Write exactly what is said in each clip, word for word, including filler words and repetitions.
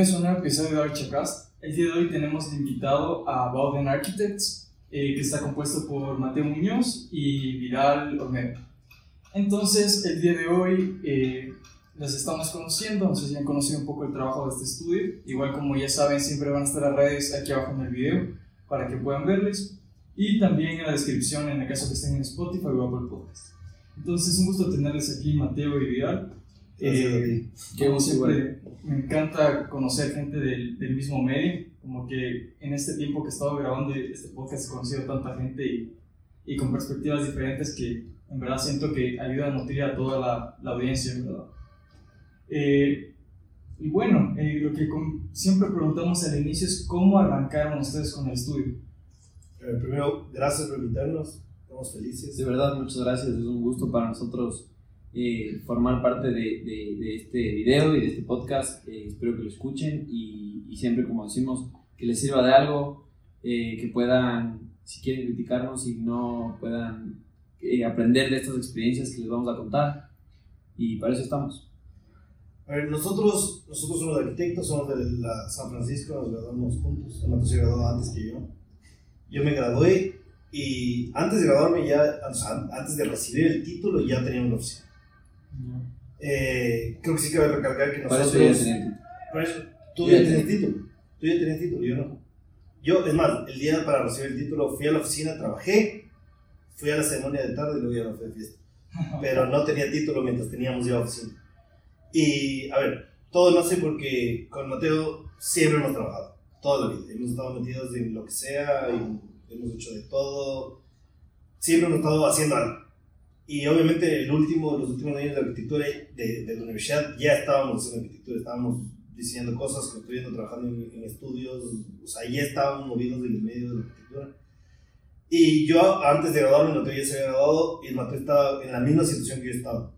bienvenidos a un nuevo episodio de Archicast. El día de hoy tenemos de invitado a Bowden Architects, eh, que está compuesto por Mateo Muñoz y Vidal Olmedo. Entonces, el día de hoy eh, les estamos conociendo, no sé si han conocido un poco el trabajo de este estudio. Igual como ya saben, siempre van a estar las redes aquí abajo en el video para que puedan verles. Y también en la descripción en el caso que estén en Spotify o Apple Podcast. Entonces, un gusto tenerles aquí, Mateo y Vidal. Eh, Qué gusto, siempre, me encanta conocer gente del, del mismo medio, como que en este tiempo que he estado grabando este podcast he conocido a tanta gente y, y con perspectivas diferentes que en verdad siento que ayuda a nutrir a toda la, la audiencia, ¿verdad? Eh, y bueno, eh, lo que con, siempre preguntamos al inicio es ¿cómo arrancaron ustedes con el estudio? Eh, primero, gracias por invitarnos, estamos felices. De verdad, muchas gracias, es un gusto para nosotros eh, formar parte de, de, de este video y de este podcast. Eh, espero que lo escuchen y, y siempre, como decimos, que les sirva de algo, eh, que puedan, si quieren criticarnos, si no, puedan eh, aprender de estas experiencias que les vamos a contar, y para eso estamos. A ver, nosotros, nosotros somos arquitectos, somos de la San Francisco, nos graduamos juntos. Mateo se graduó antes que yo. Yo me gradué y antes de graduarme, ya, o sea, antes de recibir el título, ya teníamos la oficina. No. Eh, creo que sí que voy a recalcar que Para nosotros... eso ya tenían título. Para eso, tú ya tenías título. Tú ya tenías título, yo no. Yo, es más, el día para recibir el título fui a la oficina, trabajé, fui a la ceremonia de tarde y luego ya no fui de fiesta. Pero no tenía título mientras teníamos ya oficina. Y, a ver, todo nace porque con Mateo siempre hemos trabajado, toda la vida. Hemos estado metidos en lo que sea, y hemos hecho de todo. Siempre hemos estado haciendo algo. Y obviamente el último, los últimos años de arquitectura de, de la universidad ya estábamos haciendo arquitectura, estábamos diseñando cosas, construyendo, trabajando en, en estudios, o sea, ya estábamos movidos en el medio de la arquitectura. Y yo, antes de graduarme, Mateo ya se había graduado y el Mateo estaba en la misma situación que yo estaba.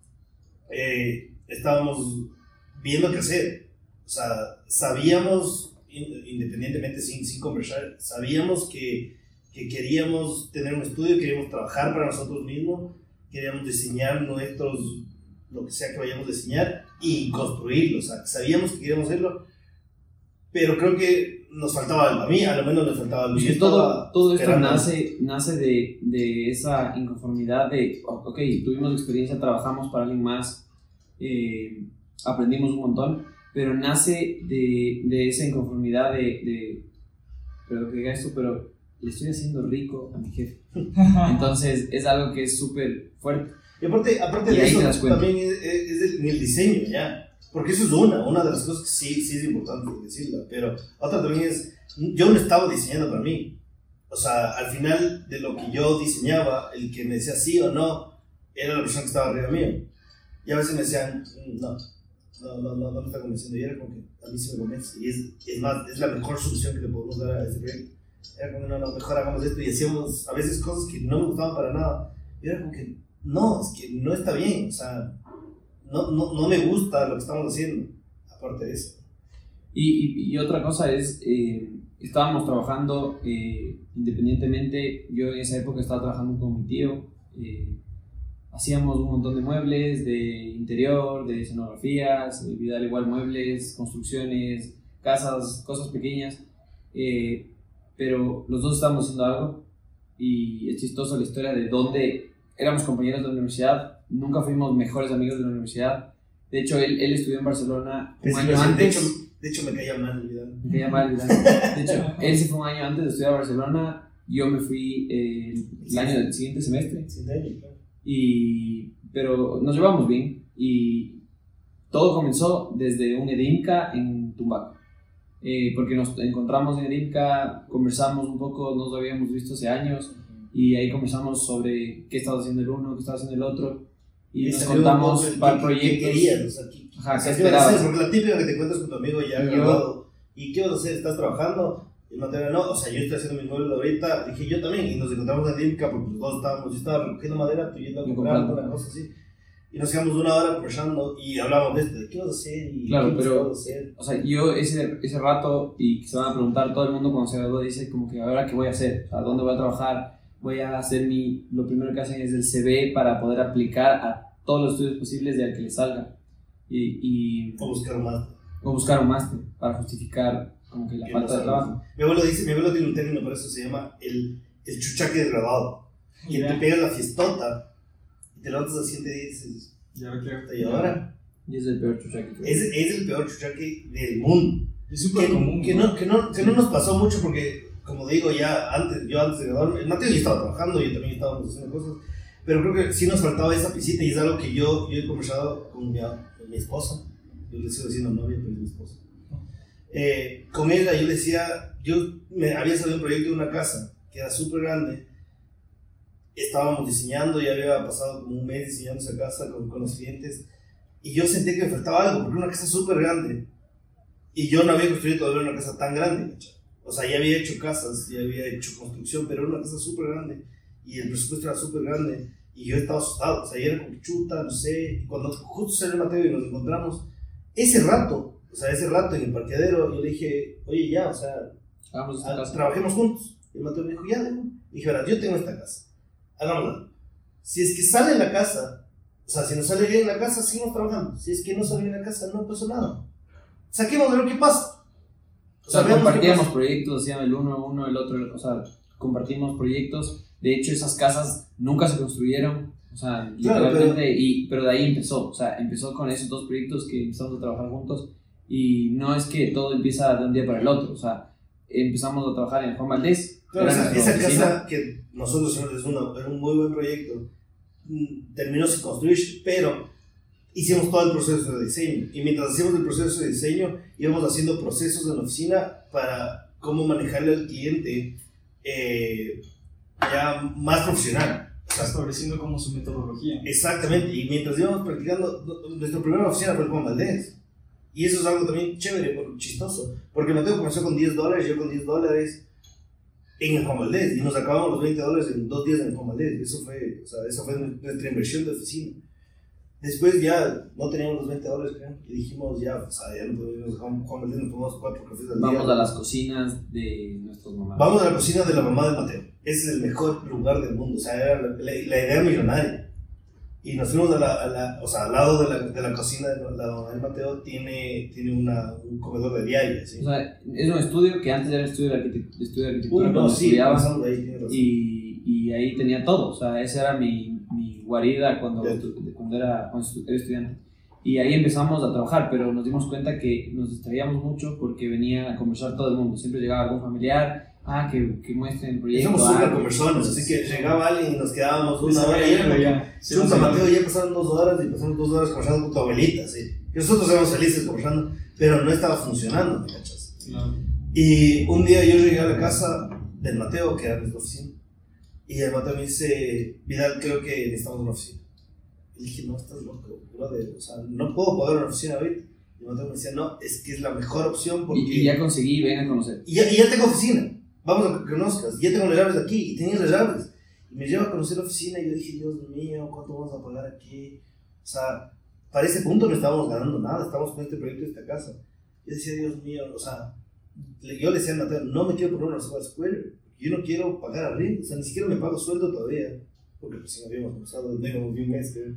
Eh, estábamos viendo qué hacer, o sea, sabíamos, independientemente, sin, sin conversar, sabíamos que, que queríamos tener un estudio, queríamos trabajar para nosotros mismos, queríamos diseñar nuestros, lo que sea que vayamos a diseñar y construirlo, o sea, sabíamos que queríamos hacerlo, pero creo que nos faltaba algo, a mí a lo menos me faltaba algo. Porque todo, todo esto nace, nace de, de esa inconformidad de, ok, tuvimos experiencia, trabajamos para alguien más, eh, aprendimos un montón, pero nace de, de esa inconformidad de, de, pero que diga esto, pero le estoy haciendo rico a mi jefe. Entonces es algo que es súper fuerte. Y aparte, aparte y de eso, te también es, es el, en el diseño, ya. Porque eso es una, una de las cosas que sí, sí es importante decirla. Pero otra también es, yo no estaba diseñando para mí. O sea, al final de lo que yo diseñaba, el que me decía sí o no, era la persona que estaba arriba mío. Y a veces me decían, no, no, no, no, no me está convenciendo. Y era como que a mí sí me convence. Y es, es más, es la mejor solución que le podemos dar a este proyecto. Era como, no, no, mejor hagamos esto. Y hacíamos a veces cosas que no me gustaban para nada. Y era como que, no, es que no está bien. O sea, no, no, no me gusta lo que estamos haciendo, aparte de eso. Y, y, y otra cosa es, eh, estábamos trabajando eh, independientemente. Yo en esa época estaba trabajando con mi tío. Eh, hacíamos un montón de muebles, de interior, de escenografías, de Vidal igual muebles, construcciones, casas, cosas pequeñas. Eh, pero los dos estábamos haciendo algo y es chistoso la historia de dónde éramos compañeros de la universidad, nunca fuimos mejores amigos de la universidad. De hecho, él, él estudió en Barcelona un sí, año sí, antes. De hecho, de hecho, me caía mal Vidal. Me caía mal Vidal. De hecho, él se fue un año antes de estudiar a Barcelona, yo me fui eh, el sí, año del siguiente semestre. Sí, de claro. Y, pero nos llevamos bien y todo comenzó desde un EDIMCA en Tumbaco. Eh, porque nos encontramos en EDIMCA, conversamos un poco, nos habíamos visto hace años y ahí conversamos sobre qué estaba haciendo el uno, qué estaba haciendo el otro y, y nos contamos para proyectos. ¿Qué querías? O sea, ¿qué, Ajá, o sea, ¿qué ¿qué vas a hacer? esperabas? Porque la típica que te encuentras con tu amigo ya Y graduado. ¿Y qué vas a hacer? ¿Estás trabajando? Y el Mateo, no, o sea, yo estoy haciendo mi mueble ahorita. Dije, yo también. Y nos encontramos en EDIMCA porque los dos estábamos, yo estaba recogiendo madera, tú yendo a comprar una cosa así. Y nos quedamos una hora conversando y hablamos de esto, de qué vas a hacer y claro, qué pero, vas a hacer. O sea, yo ese, ese rato, y se van a preguntar, todo el mundo cuando se gradúa dice como que ahora qué voy a hacer, o sea, dónde voy a trabajar, voy a hacer mi, lo primero que hacen es el C V para poder aplicar a todos los estudios posibles de al que les salga. Y, y, o buscar más. o buscar un máster para justificar como que la Que falta no de trabajo. Mi abuelo dice, mi abuelo tiene un término para eso, se llama el, el chuchaque de graduado. Que Ya. te pegas la fiestota y te levantas al siguiente día y dices, Ya, claro. ¿y ahora? Y es el peor chuchaque. creo. Es, es el peor chuchaque del mundo. Es súper Que, común. que, no, que, no, que no nos pasó mucho porque, como digo, ya antes, yo antes de graduarme, el Mateo ya estaba trabajando, yo también estábamos haciendo cosas, pero creo que sí nos faltaba esa pisita y es algo que yo, yo he conversado con mi, con mi esposa, yo le sigo diciendo novia, pero es mi esposa. Eh, con ella yo decía, yo me había salido un proyecto de una casa que era súper grande, estábamos diseñando, ya había pasado como un mes diseñando esa casa con, con los clientes y yo sentí que me faltaba algo, porque era una casa súper grande y yo no había construido todavía una casa tan grande, ¿cachai? O sea, ya había hecho casas, ya había hecho construcción, pero era una casa súper grande y el presupuesto era súper grande y yo estaba asustado, o sea, ya era como chuta, no sé, y cuando justo salió el Mateo y nos encontramos, ese rato, o sea, ese rato en el parqueadero, yo le dije, oye, ya, o sea, Hagamos esta a- casa. trabajemos juntos. Y el Mateo me dijo, ya, déjame. Y dije, verás, yo tengo esta casa, hagámosla. Si es que sale en la casa, o sea, si nos sale bien en la casa, seguimos trabajando. Si es que no sale bien en la casa, no pasó nada. Saquemos de lo que pasa. O sea, veamos qué compartíamos pasa. proyectos, hacían el uno, uno, el otro, el- o sea, compartimos proyectos. De hecho, esas casas nunca se construyeron, o sea, Claro, literalmente, pero- y, pero de ahí empezó, o sea, empezó con esos dos proyectos que empezamos a trabajar juntos, y no es que todo empieza de un día para el otro, o sea, empezamos a trabajar en Juan Valdés. Claro, era esa, nuestra esa oficina. casa que nosotros es, una, es un muy buen proyecto, mm, terminó sin construir, pero hicimos todo el proceso de diseño. Y mientras hacíamos el proceso de diseño, íbamos haciendo procesos en la oficina para cómo manejarle al cliente eh, ya más profesional. O sea, Estableciendo como su metodología. exactamente, y mientras íbamos practicando, no- nuestra primera oficina fue el Juan Valdés. Y eso es algo también chévere, por- chistoso, porque Mateo comenzó con diez dólares, yo con diez dólares en el Juan Valdés, y nos acabamos los veinte dólares en dos días en el Juan Valdés. Eso fue, o sea, esa fue nuestra inversión de oficina. Después ya no teníamos los veinte dólares, creo, y dijimos ya, o sea, ya no podemos irnos a Juan Juan Valdés, nos tomamos cuatro cafés al día. Vamos a las cocinas de nuestros mamás. Vamos a la cocina de la mamá de Mateo. Ese es el mejor lugar del mundo. O sea, era la, la, la idea millonaria. Y nos fuimos a la, a la, o sea, al lado de la, de la cocina de la mamá de Mateo tiene, tiene una, un comedor de diario. ¿Sí? O sea, es un estudio que antes era estudio de, arquitect- estudio de arquitectura Uy, no, cuando sí, estudiaba, pasamos de ahí, tiene razón. y, y ahí tenía todo, o sea, esa era mi, mi guarida cuando, Ya. estu- cuando, era, cuando estu- era estudiante. Y ahí empezamos a trabajar, pero nos dimos cuenta que nos distraíamos mucho porque venía a conversar todo el mundo. Siempre llegaba algún familiar, ah, que, que muestren el proyecto. Somos ah, súper que- conversones, así que llegaba alguien y nos quedábamos una Esa hora y era era ya. Sí, chuta, sí, Mateo, ya pasaron dos horas y pasamos dos horas conversando con tu abuelita, ¿sí? Y nosotros éramos felices conversando, pero no estaba funcionando, ¿me cachas? Claro. Y un día yo llegué a la casa del Mateo, que era nuestra oficina, y el Mateo me dice, Vidal, creo que necesitamos una oficina. Y dije, no, estás loco, brother, o sea, no puedo pagar una oficina ahorita. Y el Mateo me decía, no, es que es la mejor opción porque... Y, y ya conseguí, ven a conocer. Y ya, y ya tengo oficina, vamos a que conozcas, ya tengo las llaves de aquí, y tenía las llaves. Y me lleva a conocer la oficina y yo dije, Dios mío, ¿cuánto vamos a pagar aquí? O sea, para ese punto no estábamos ganando nada, estábamos con este proyecto de esta casa. Yo decía, Dios mío, o sea, le- yo le decía a Mateo, no me quiero poner una sola square, yo no quiero pagar arriendo, o sea, ni siquiera me pago sueldo todavía, porque pues si no habíamos comenzado, no íbamos ni un mes, creo.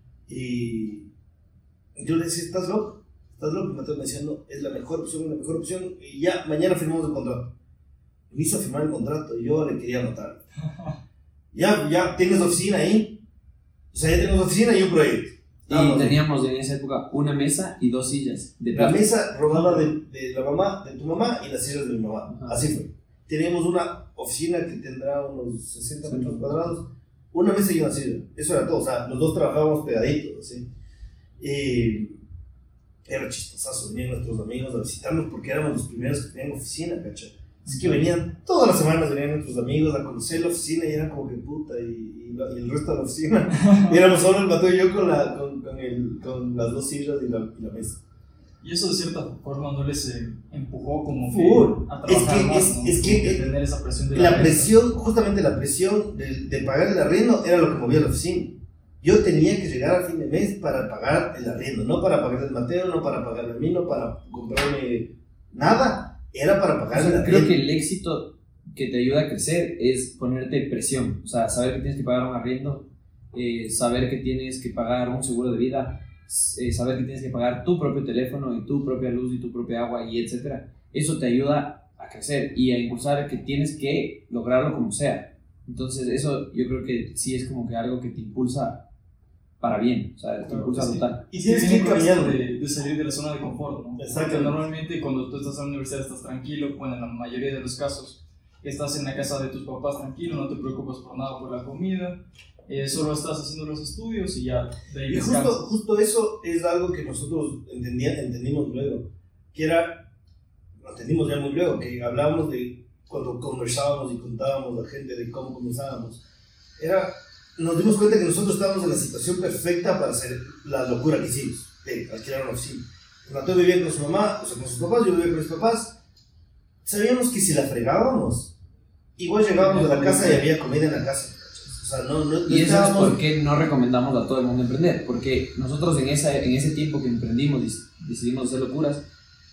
Y yo le decía, ¿estás loco? ¿Estás loco? Y Mateo me decía, no, es la mejor opción, es la mejor opción, y ya, mañana firmamos el contrato. Me hizo firmar el contrato y yo le quería anotar. Ya, ya tienes oficina ahí, o sea, ya tenemos oficina y un proyecto. Y Vamos. teníamos en esa época una mesa y dos sillas de La plástico. mesa robada de, de la mamá, de tu mamá, y las sillas de mi mamá. Ajá. Así fue. Teníamos una oficina que tendrá unos sesenta metros cuadrados, una mesa y una silla. Eso era todo. O sea, los dos trabajábamos pegaditos, ¿sí? Y era chistosazo. Venían nuestros amigos a visitarnos porque éramos los primeros que tenían oficina, ¿cachai? Así que venían, todas las semanas venían nuestros amigos a conocer la oficina y eran como que puta, y, y, la- y el resto de la oficina. Y éramos solo el Mateo y yo con, la, con, con, el, con las dos sillas y la, y la mesa. Y eso de cierta forma no les eh, empujó como Full. que a trabajar Es que- más, es- ¿no? es que- Como tener esa presión de La renta. presión, justamente la presión de, de pagar el arriendo era lo que movía la oficina. Yo tenía que llegar al fin de mes para pagar el arriendo, no para pagar el Mateo, no para pagar el mío, no para comprarme nada, era para O pagar sea, el creo arriendo. que el éxito que te ayuda a crecer es ponerte presión, o sea, saber que tienes que pagar un arriendo, eh, saber que tienes que pagar un seguro de vida, eh, saber que tienes que pagar tu propio teléfono y tu propia luz y tu propia agua y etcétera. Eso te ayuda a crecer y a impulsar que tienes que lograrlo como sea. Entonces eso yo creo que sí es como que algo que te impulsa para bien, o sea, te Claro, impulsa sí. total. Y Tienes tienes que que ir caminando. de, de salir de la zona de confort, ¿no? Exacto. Porque normalmente cuando tú estás en la universidad estás tranquilo, bueno, en la mayoría de los casos, estás en la casa de tus papás tranquilo, no te preocupas por nada, por la comida, eh, solo estás haciendo los estudios y ya, de ahí Y justo, descansas. justo eso es algo que nosotros entendía, entendimos luego, que era, lo entendimos ya muy luego, que hablábamos de cuando conversábamos y contábamos a la gente de cómo comenzábamos, era, nos dimos cuenta que nosotros estábamos en la situación perfecta para hacer la locura que hicimos, de alquilar una oficina. Mateo vivía con su mamá, o sea, con sus papás, yo vivía con mis papás. Sabíamos que si la fregábamos, igual llegábamos a la casa y había comida en la casa. O sea, no, no, no Y eso es estábamos... por qué no recomendamos a todo el mundo emprender, porque nosotros en, esa, en ese tiempo que emprendimos y decidimos hacer locuras,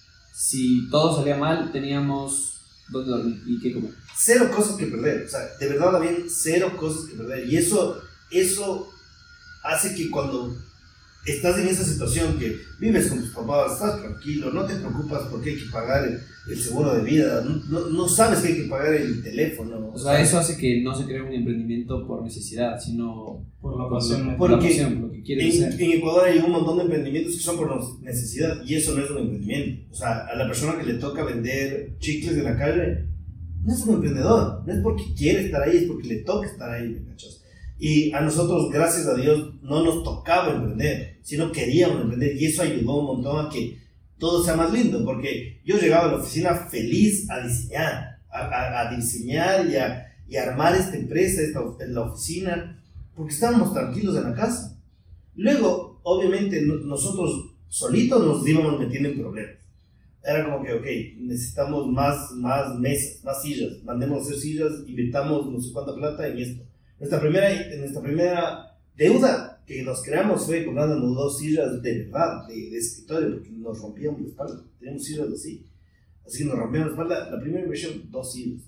si todo salía mal, teníamos dónde dormir y qué comer. Cero cosas que perder, o sea, de verdad había cero cosas que perder. Y eso, eso hace que cuando estás en esa situación que vives con tus papás, estás tranquilo, no te preocupas porque hay que pagar el, el seguro de vida, no, no, no sabes que hay que pagar el teléfono. O sea, eso hace que no se cree un emprendimiento por necesidad, sino Por la por, pasión. por la Porque pasión, por lo que quieres En, hacer. en Ecuador hay un montón de emprendimientos que son por necesidad y eso no es un emprendimiento. O sea, a la persona que le toca vender chicles en la calle no es un emprendedor, no es porque quiere estar ahí, es porque le toca estar ahí, ¿me cachas? Y a nosotros, gracias a Dios, no nos tocaba emprender, sino queríamos emprender y eso ayudó un montón a que todo sea más lindo, porque yo llegaba a la oficina feliz a diseñar, a, a, a diseñar y a, y a armar esta empresa, esta, en la oficina, porque estábamos tranquilos en la casa. Luego, obviamente, no, nosotros solitos nos íbamos metiendo en problemas. Era como que, ok, necesitamos más, más mesas, más sillas, mandemos a hacer sillas, invirtamos no sé cuánta plata en esto. Nuestra primera, nuestra primera deuda que nos creamos fue comprando dos sillas de verdad, de, de escritorio, porque nos rompíamos la espalda. Teníamos sillas así. Así que nos rompíamos la espalda. La primera inversión, dos sillas.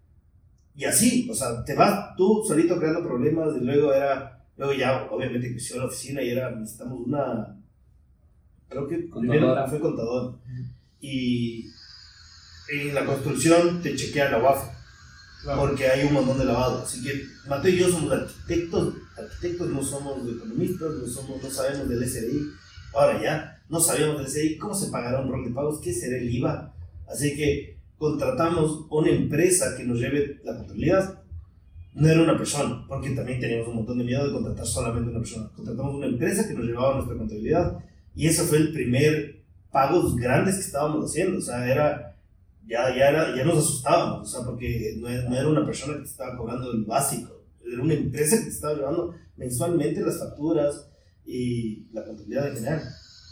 Y así, o sea, te vas tú solito creando problemas y luego era, luego ya obviamente creció la oficina y era, necesitamos una, creo que primero Contadora. fue contador. Y en la construcción te chequea la U A F. Claro. Porque hay un montón de lavado. Así que Mateo y yo somos arquitectos, arquitectos no somos economistas, no, somos, no sabemos del S D I. Ahora ya, no sabíamos del S D I, cómo se pagará un rol de pagos, qué será el I V A. Así que contratamos una empresa que nos lleve la contabilidad. No era una persona, porque también teníamos un montón de miedo de contratar solamente una persona. Contratamos una empresa que nos llevaba nuestra contabilidad y eso fue el primer pagos grandes que estábamos haciendo. O sea, era... Ya, ya, era, ya nos asustábamos, o sea, porque no, no era una persona que te estaba cobrando el básico, era una empresa que te estaba llevando mensualmente las facturas y la contabilidad en general.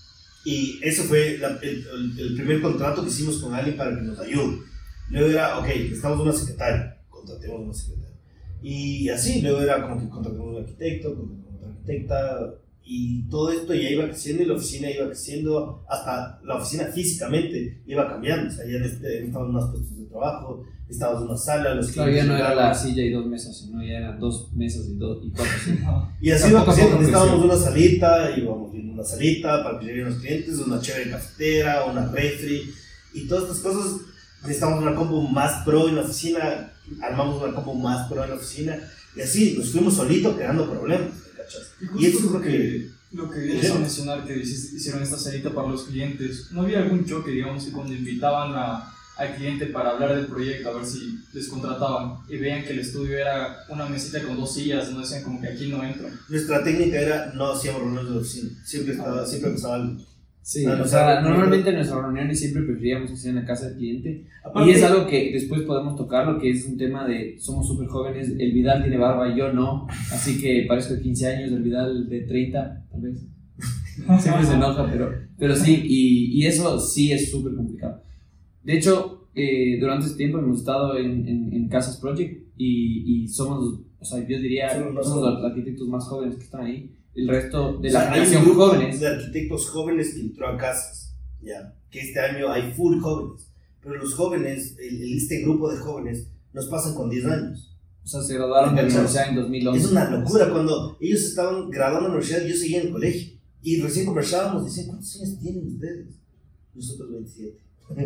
Y eso fue la, el, el, el primer contrato que hicimos con alguien para que nos ayude. Luego era, ok, necesitamos una secretaria, contratemos una secretaria. Y así, luego era como que contratemos un arquitecto, contratemos una arquitecta, y todo esto ya iba creciendo y la oficina iba creciendo, hasta la oficina físicamente iba cambiando. O sea, ya necesitábamos más puestos de trabajo, necesitábamos una sala. Los Claro, ya no era la silla y dos mesas, sino ya eran dos mesas y, dos, y cuatro sillas. Y así iba creciendo, necesitábamos una salita, íbamos viendo una salita para que lleguen los clientes, una chévere cafetera, una refri, y todas estas cosas. Necesitábamos una compu más pro en la oficina, armamos una compu más pro en la oficina, y así nos fuimos solitos creando problemas. Y, Y eso justo es lo que... Lo que vienes a mencionar, que hicieron esta salita para los clientes, ¿no había algún choque, digamos, que cuando invitaban a, al cliente para hablar del proyecto, a ver si les contrataban, y veían que el estudio era una mesita con dos sillas, no decían como que aquí no entro? Nuestra técnica era, no hacíamos reuniones de oficina, siempre, estaba, siempre pasaba algo. Sí, Ah, no, o sea, no, normalmente en nuestras reuniones siempre preferíamos que sea en la casa del cliente. Aparte, Y es algo que después podemos tocar, lo que es un tema de somos súper jóvenes, el Vidal tiene barba, yo no, así que parezco de quince años, el Vidal de treinta, tal vez. Siempre se enoja, pero, pero sí, y, y eso sí es súper complicado. De hecho, eh, durante este tiempo hemos estado en, en, en Casas Project y, y somos, o sea, yo diría, Somos somos más los arquitectos más jóvenes que están ahí. El resto de o la sea, hay un generación grupo jóvenes. de arquitectos jóvenes que entró a Casas, ya, que este año hay full jóvenes, pero los jóvenes, el, el, este grupo de jóvenes, nos pasan con diez años. O sea, se graduaron de la universidad en dos mil once. Es una locura, cuando ellos estaban graduando en la universidad, yo seguía en el colegio. Y recién conversábamos, decían, ¿cuántos años tienen ustedes? Nosotros veintisiete.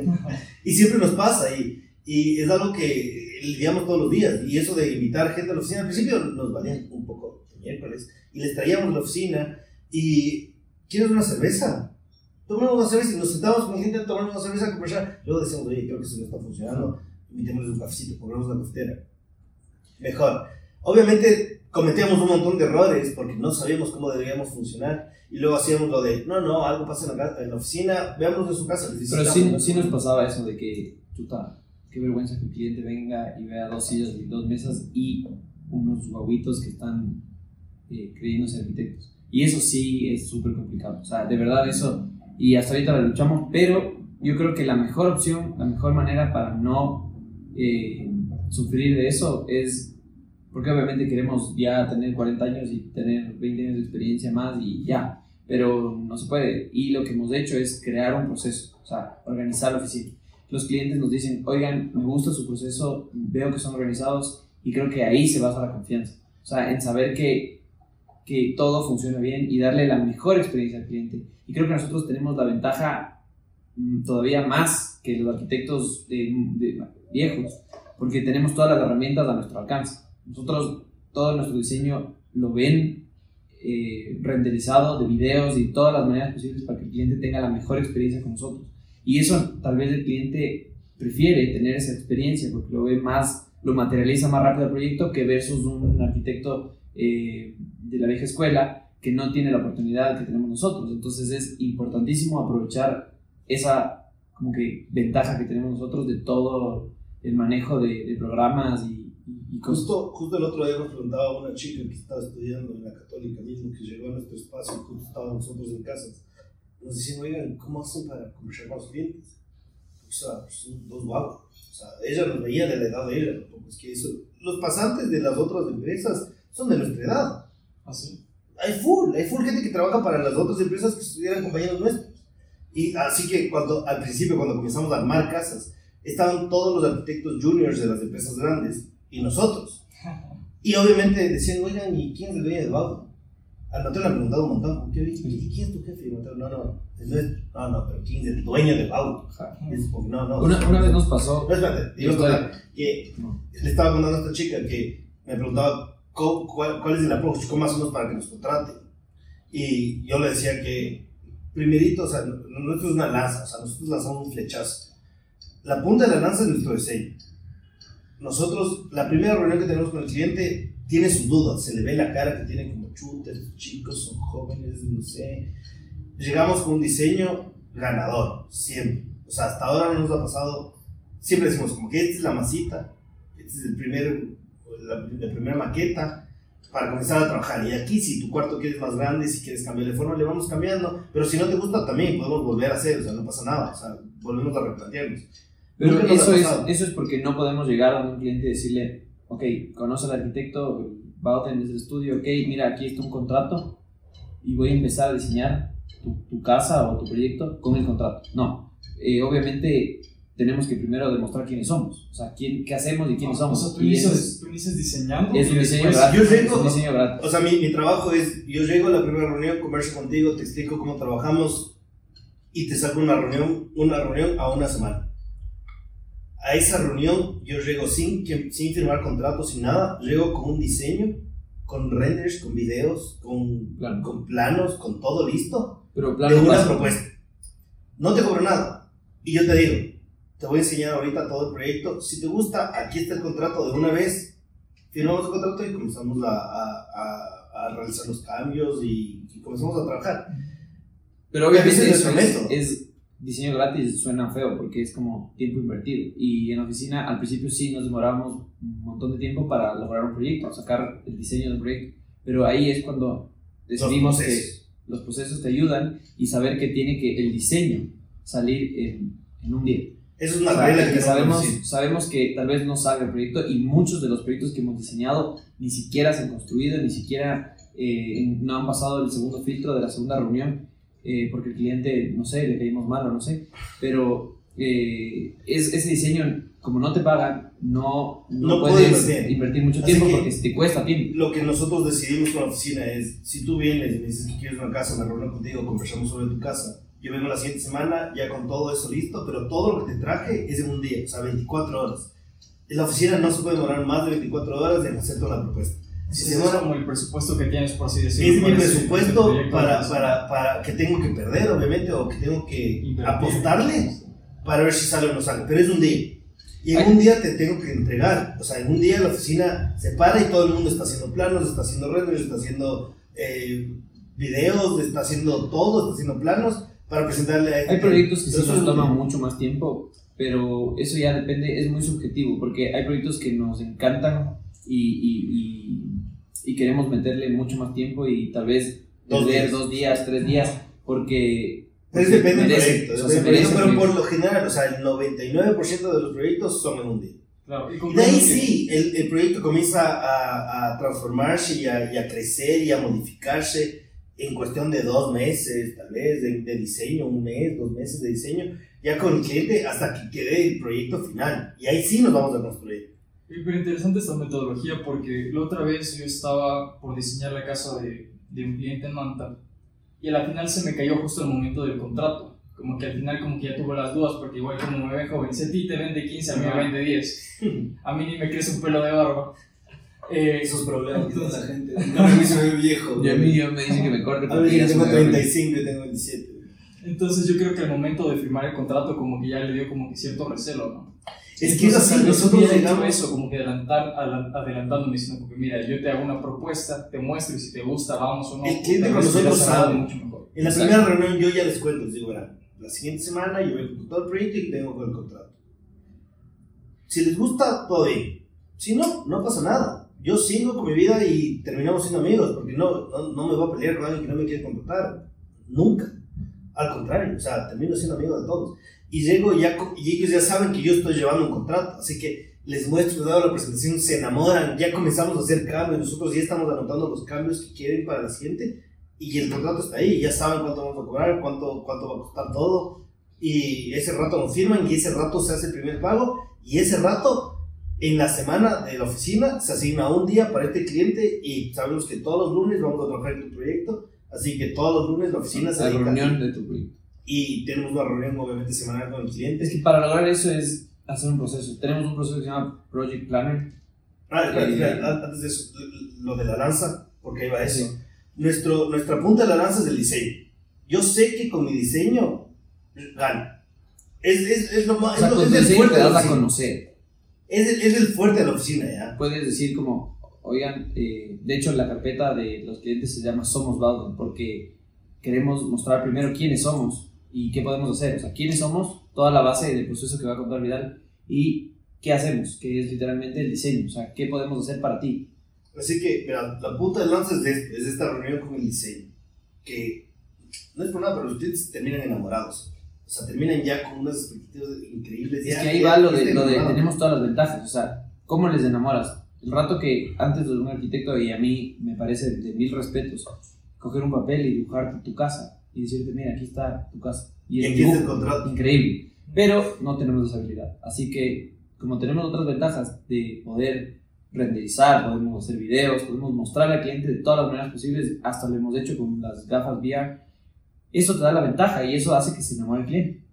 Y siempre nos pasa, y, y es algo que lidiamos todos los días. Y eso de invitar gente a la oficina, al principio nos valían un poco de miércoles, y les traíamos a la oficina, y ¿quieres una cerveza? Tomemos una cerveza, y nos sentamos con gente a tomar una cerveza a conversar. Luego decíamos, oye, creo que eso no está funcionando, invitémosles un cafecito, ponemos una cafetera. Mejor. Obviamente cometíamos un montón de errores porque no sabíamos cómo debíamos funcionar, y luego hacíamos lo de, no, no, algo pasa en la, en la oficina, veamos en su casa. Pero sí, sí nos pasaba eso de que, chuta, qué vergüenza que el cliente venga y vea dos sillas y dos mesas y unos guaguitos que están eh, creyéndose arquitectos. Y eso sí es súper complicado, o sea, de verdad eso, y hasta ahorita lo luchamos, pero yo creo que la mejor opción, la mejor manera para no eh, sufrir de eso es, porque obviamente queremos ya tener cuarenta años y tener veinte años de experiencia más y ya, pero no se puede. Y lo que hemos hecho es crear un proceso, o sea, organizar la oficina. Los clientes nos dicen, oigan, me gusta su proceso, veo que son organizados, y creo que ahí se basa la confianza. O sea, en saber que, que todo funciona bien y darle la mejor experiencia al cliente. Y creo que nosotros tenemos la ventaja mmm, todavía más que los arquitectos de, de viejos, porque tenemos todas las herramientas a nuestro alcance. Nosotros todo nuestro diseño lo ven eh, renderizado de videos y todas las maneras posibles para que el cliente tenga la mejor experiencia con nosotros. Y eso tal vez el cliente prefiere tener esa experiencia porque lo ve más, lo materializa más rápido el proyecto que versus un arquitecto eh, de la vieja escuela que no tiene la oportunidad que tenemos nosotros. Entonces es importantísimo aprovechar esa como que ventaja que tenemos nosotros de todo el manejo de, de programas y Y justo, justo el otro día nos preguntaba una chica que estaba estudiando en la Católica mismo, que llegó a nuestro espacio y justo estábamos nosotros en casa. Nos decían, oigan, ¿cómo hacen para conversar con los clientes? O sea, son dos guapos. O sea, ella nos veía de la edad de ella. ¿No? Es que eso, los pasantes de las otras empresas son de nuestra edad. ¿Ah, sí? Hay full, hay full gente que trabaja para las otras empresas que eran compañeros nuestros. Y así que cuando, al principio, cuando comenzamos a armar casas, estaban todos los arquitectos juniors de las empresas grandes y nosotros. Y obviamente decían, oigan, ¿y quién es el dueño de Baudo? Al Mateo le han preguntado un montón, ¿qué, ¿y quién es tu jefe? Y Mateo, no, no, es nuestro. No, no, pero ¿quién es el dueño de Baudo? No, no. Una, una vez nos pasó. No, espérate, digo que no. Le estaba contando a esta chica que me preguntaba cuál, cuál es el approach, cómo hacemos para que nos contraten. Y yo le decía que, primerito, o sea, nosotros es una lanza, o sea, nosotros lanzamos un flechazo. La punta de la lanza es nuestro diseño. Nosotros, la primera reunión que tenemos con el cliente, tiene sus dudas, se le ve la cara que tiene como chuta, estos chicos son jóvenes, no sé. Llegamos con un diseño ganador, siempre. O sea, hasta ahora no nos ha pasado, siempre decimos como que esta es la masita, esta es el primer, la, la primera maqueta para comenzar a trabajar. Y aquí, si tu cuarto quieres más grande, si quieres cambiar de forma, le vamos cambiando. Pero si no te gusta, también podemos volver a hacer, o sea, no pasa nada, o sea, volvemos a replantearnos. Pero eso es, eso es porque no podemos llegar a un cliente y decirle, ok, conoce al arquitecto, va a tener el estudio, ok, mira, aquí está un contrato y voy a empezar a diseñar tu, tu casa o tu proyecto con el contrato. No, eh, obviamente tenemos que primero demostrar quiénes somos, o sea, quién, qué hacemos y quiénes somos. O sea, tú inicias, tú inicias diseñando. Es un diseño pues, gratis. Yo llego, es un diseño gratis. O sea, mi, mi trabajo es, yo llego a la primera reunión, converso contigo, te explico cómo trabajamos y te saco una reunión, una reunión a una semana. A esa reunión yo llego sin, sin firmar contratos, sin nada, llego con un diseño, con renders, con videos, con, Plan. con planos, con todo listo, pero de una básico. Propuesta. No te cobro nada. Y yo te digo, te voy a enseñar ahorita todo el proyecto. Si te gusta, aquí está el contrato de una vez. Firmamos el contrato y comenzamos a, a, a, a realizar los cambios y, y comenzamos a trabajar. Pero obviamente eso es, es diseño gratis, suena feo porque es como tiempo invertido. Y en la oficina al principio sí nos demorábamos un montón de tiempo para lograr un proyecto, sacar el diseño del proyecto. Pero ahí es cuando decidimos los que los procesos te ayudan y saber que tiene que el diseño salir en, en un día. Eso es una o sea, regla que, que sabemos, sabemos que tal vez no salga el proyecto y muchos de los proyectos que hemos diseñado ni siquiera se han construido, ni siquiera eh, no han pasado el segundo filtro de la segunda reunión. Eh, porque el cliente, no sé, le caímos mal o no sé, pero eh, es, ese diseño, como no te pagan, no, no, no puedes invertir. invertir mucho Así tiempo que, porque te cuesta tiempo. Lo que nosotros decidimos con la oficina es, si tú vienes y me dices que quieres una casa, me reúno contigo, conversamos sobre tu casa, yo vengo la siguiente semana ya con todo eso listo, pero todo lo que te traje es en un día, o sea, veinticuatro horas. En la oficina no se puede demorar más de veinticuatro horas en hacer toda la propuesta. Si se demora, es como el presupuesto que tienes, por así decirlo. Es mi presupuesto para, para, para, para que tengo que perder, obviamente, o que tengo que invertir, apostarle para ver si sale o no sale, pero es un día. Y en Ay. un día te tengo que entregar, o sea, en un día la oficina se para y todo el mundo está haciendo planos, está haciendo renders, está haciendo eh, videos, está haciendo todo, está haciendo planos para presentarle a este. Hay proyectos que sí nos toman mucho más tiempo, pero eso ya depende, es muy subjetivo, porque hay proyectos que nos encantan y, y, y, y queremos meterle mucho más tiempo y tal vez dos días, dos días tres días, porque... Pues depende del proyecto, o sea, proyecto, pero por lo general, o sea, el noventa y nueve por ciento de los proyectos son en un día. Claro, y, y de ahí sí, el, el proyecto comienza a, a transformarse y a, y a crecer y a modificarse en cuestión de dos meses, tal vez, de, de diseño, un mes, dos meses de diseño, ya con el cliente hasta que quede el proyecto final. Y ahí sí nos vamos a construir. Pero interesante esta metodología porque la otra vez yo estaba por diseñar la casa de, de un cliente en Manta. Y al final se me cayó justo el momento del contrato. Como que al final como que ya tuve las dudas, porque igual como me ven joven, si a ti te vende quince, a mí me vende diez. A mí ni me crece un pelo de barba. Eh, Esos problemas que tiene la gente. No, a mí se me ve viejo. Y a mí yo me dice que me corte. A mí yo tengo treinta y cinco y tengo veintisiete. Entonces yo creo que al momento de firmar el contrato como que ya le dio como que cierto recelo, ¿no? Es que es así, nosotros llegamos eso, como que adelantar, adelantándome diciendo, porque mira, yo te hago una propuesta, te muestro y si te gusta, vamos o no. El cliente con nosotros sabe mucho mejor. En la primera reunión yo ya les cuento, les digo, verán, la siguiente semana yo vengo con todo el proyecto y tengo con el contrato. Si les gusta, todo bien. Si no, no pasa nada. Yo sigo con mi vida y terminamos siendo amigos, porque no, no, no me voy a pelear con alguien que no me quiere contratar. Nunca. Al contrario, o sea, termino siendo amigo de todos. Y llego ya, y ellos ya saben que yo estoy llevando un contrato, así que les muestro, les hago la presentación, se enamoran, ya comenzamos a hacer cambios, nosotros ya estamos anotando los cambios que quieren para la siguiente, y el contrato está ahí, ya saben cuánto vamos a cobrar, cuánto, cuánto va a costar todo, y ese rato nos firman, y ese rato se hace el primer pago, y ese rato, en la semana de la oficina, se asigna un día para este cliente, y sabemos que todos los lunes vamos a trabajar en tu proyecto, así que todos los lunes la oficina se dedica. La reunión de tu proyecto. Y tenemos una reunión obviamente semanal con el cliente. Es que para lograr eso es hacer un proceso. Tenemos un proceso que se llama Project Planner. Ah, espera, espera, antes de eso, lo de la lanza, porque ahí va eso. Sí. Nuestro, nuestra punta de la lanza es el diseño. Yo sé que con mi diseño gano. Es, es, es lo más. O sea, es, con es tu el diseño fuerte te de la das a oficina. conocer. Es el, es el fuerte de la oficina, ¿ya? Puedes decir como, oigan, eh, de hecho la carpeta de los clientes se llama Somos Baldwin, porque queremos mostrar primero quiénes somos. ¿Y qué podemos hacer? O sea, ¿quiénes somos? Toda la base del proceso que va a contar Vidal. ¿Y qué hacemos? Que es literalmente el diseño. O sea, ¿qué podemos hacer para ti? Así que, mira, la punta de lanza es de, es de esta reunión con el diseño. Que no es por nada, pero los clientes terminan enamorados. O sea, terminan ya con unas expectativas increíbles. Es ya, que ahí ya, va lo de, ya lo de tenemos todas las ventajas. O sea, ¿cómo les enamoras? El rato que antes de un arquitecto, y a mí me parece de mil respetos, coger un papel y dibujarte tu casa. Y decirte, mira, aquí está tu casa. Y es un contrato increíble. Pero no tenemos esa habilidad. Así que, como tenemos otras ventajas de poder renderizar, podemos hacer videos, podemos mostrar al cliente de todas las maneras posibles, hasta lo hemos hecho con las gafas V R, eso te da la ventaja y eso hace que se enamore el cliente.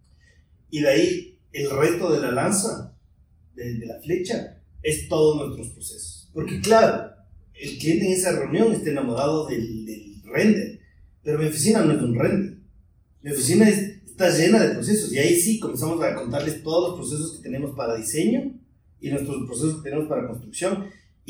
Y de ahí, el resto de la lanza, de, de la flecha, es todos nuestros procesos. Porque, claro, el cliente en esa reunión está enamorado del, del render. Pero mi oficina no es un render. Mi oficina es, está llena de procesos. Y ahí sí comenzamos a contarles todos los procesos que tenemos para diseño y nuestros procesos que tenemos para construcción.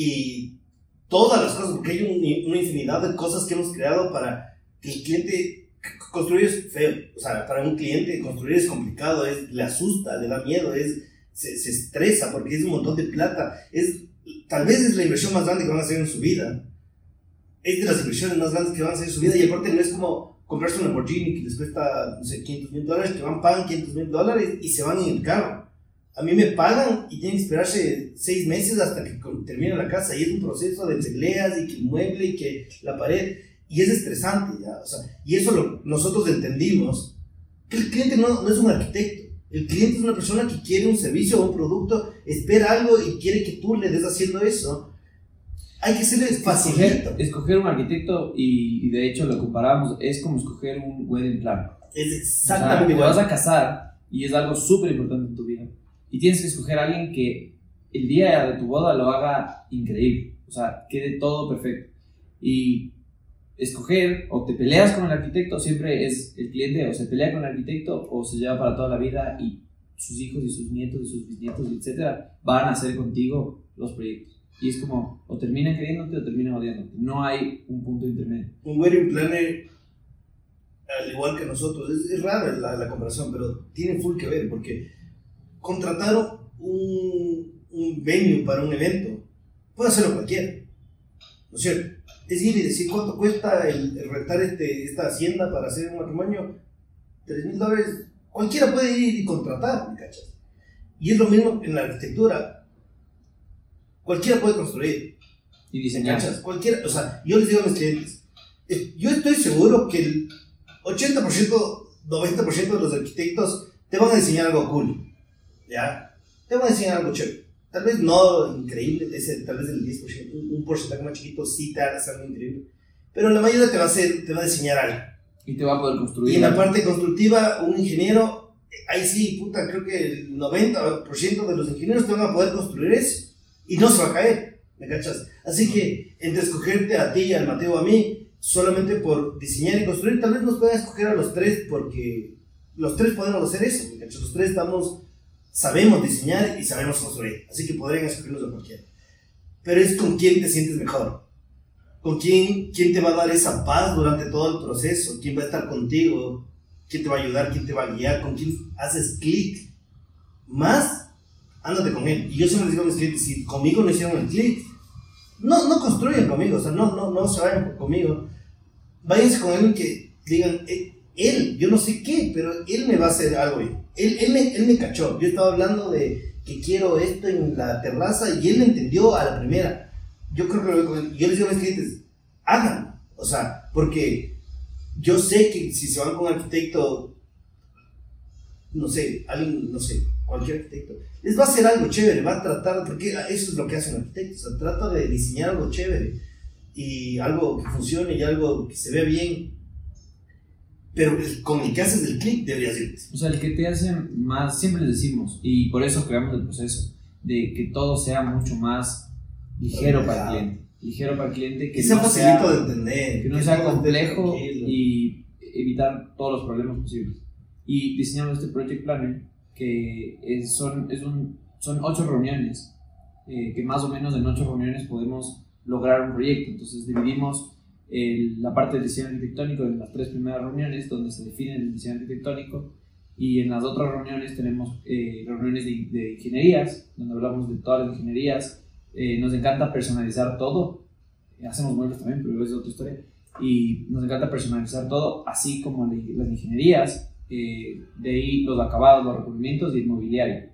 Y todas las cosas, porque hay un, una infinidad de cosas que hemos creado para que el cliente... Construir es feo. O sea, para un cliente construir es complicado. Es, le asusta, le da miedo, es, se, se estresa porque es un montón de plata. Es, tal vez es la inversión más grande que van a hacer en su vida. Es de las inversiones más grandes que van a hacer en su vida, y aparte no es como comprarse un Lamborghini que les cuesta, no sé, quinientos mil dólares, que van, pagan quinientos mil dólares y se van en el carro. A mí me pagan y tienen que esperarse seis meses hasta que termine la casa, y es un proceso de segleas y que el mueble y que la pared, y es estresante, ¿ya? O sea, y eso lo, nosotros entendimos, que el cliente no, no es un arquitecto, El cliente es una persona que quiere un servicio o un producto, espera algo y quiere que tú le des haciendo eso. Hay que ser facilito. Escoger, escoger un arquitecto, y, y de hecho lo comparábamos, es como escoger un wedding planner. Es exactamente o sea, igual. Te vas a casar y es algo súper importante en tu vida. Y tienes que escoger a alguien que el día de tu boda lo haga increíble. O sea, quede todo perfecto. Y escoger, o te peleas con el arquitecto, siempre es el cliente, o se pelea con el arquitecto, o se lleva para toda la vida y sus hijos y sus nietos y sus bisnietos, etcétera, van a hacer contigo los proyectos. Y es como, o terminan queriéndote o terminan odiándote. No hay un punto intermedio. Un wedding planner, al igual que nosotros, es, es rara la, la comparación, pero tiene full que ver, porque contratar un, un venue para un evento puede hacerlo cualquiera, ¿no es cierto? Es ir y decir cuánto cuesta el, el rentar este, esta hacienda para hacer un matrimonio, tres mil dólares, cualquiera puede ir y contratar, ¿me cachas? Y es lo mismo en la arquitectura. Cualquiera puede construir. Y diseñar. ¿Cachas? Cualquiera, o sea, yo les digo a mis clientes, eh, yo estoy seguro que el ochenta por ciento, noventa por ciento de los arquitectos te van a diseñar algo cool, ¿ya? Te van a diseñar algo chévere. Tal vez no increíble, ese, tal vez el diez por ciento, un, un porcentaje más chiquito sí te haga algo increíble. Pero la mayoría te va a hacer, te va a diseñar algo. Y te va a poder construir. Y en la algo. parte constructiva, un ingeniero, ahí sí, puta, creo que el noventa por ciento de los ingenieros te van a poder construir eso. Y no se va a caer, ¿me cachas? Así que entre escogerte a ti y al Mateo a mí, solamente por diseñar y construir, tal vez nos puedan escoger a los tres, porque los tres podemos hacer eso, ¿me cachas? Los tres estamos, sabemos diseñar y sabemos construir, así que podrían escogernos a cualquiera. Pero es con quién te sientes mejor, con quién, quién te va a dar esa paz durante todo el proceso, quién va a estar contigo, quién te va a ayudar, quién te va a guiar, con quién haces clic. Más ándate con él. Y yo siempre les digo a mis clientes, si conmigo no hicieron el clic, no, no construyan conmigo, o sea, no, no, no se vayan conmigo. Váyanse con alguien que digan, eh, él, yo no sé qué, pero él me va a hacer algo. Él, él, me, él me cachó. Yo estaba hablando de que quiero esto en la terraza y él me entendió a la primera. Yo creo que lo voy con él. Yo les digo a mis clientes, hagan. O sea, porque yo sé que si se van con un arquitecto, no sé, alguien, no sé, cualquier arquitecto, les va a hacer algo chévere, va a tratar, porque eso es lo que hace un arquitecto, o sea, trata de diseñar algo chévere y algo que funcione y algo que se vea bien, pero con el que haces el clic deberías irte. O sea, el que te hace más, siempre les decimos, y por eso creamos el proceso, de que todo sea mucho más ligero para el cliente, ligero para el cliente, que, que sea no facilito sea, de entender, que no que sea todo complejo esté tranquilo. y evitar todos los problemas posibles. Y diseñamos este Project Planner, que es, son, es un, son ocho reuniones, eh, que más o menos en ocho reuniones podemos lograr un proyecto. Entonces dividimos el, la parte del diseño arquitectónico en las tres primeras reuniones, donde se define el diseño arquitectónico, y en las otras reuniones tenemos eh, reuniones de, de ingenierías, donde hablamos de todas las ingenierías. Eh, nos encanta personalizar todo, hacemos muebles también, pero es otra historia, y nos encanta personalizar todo, así como las ingenierías. Eh, de ahí los acabados, los recubrimientos y el mobiliario.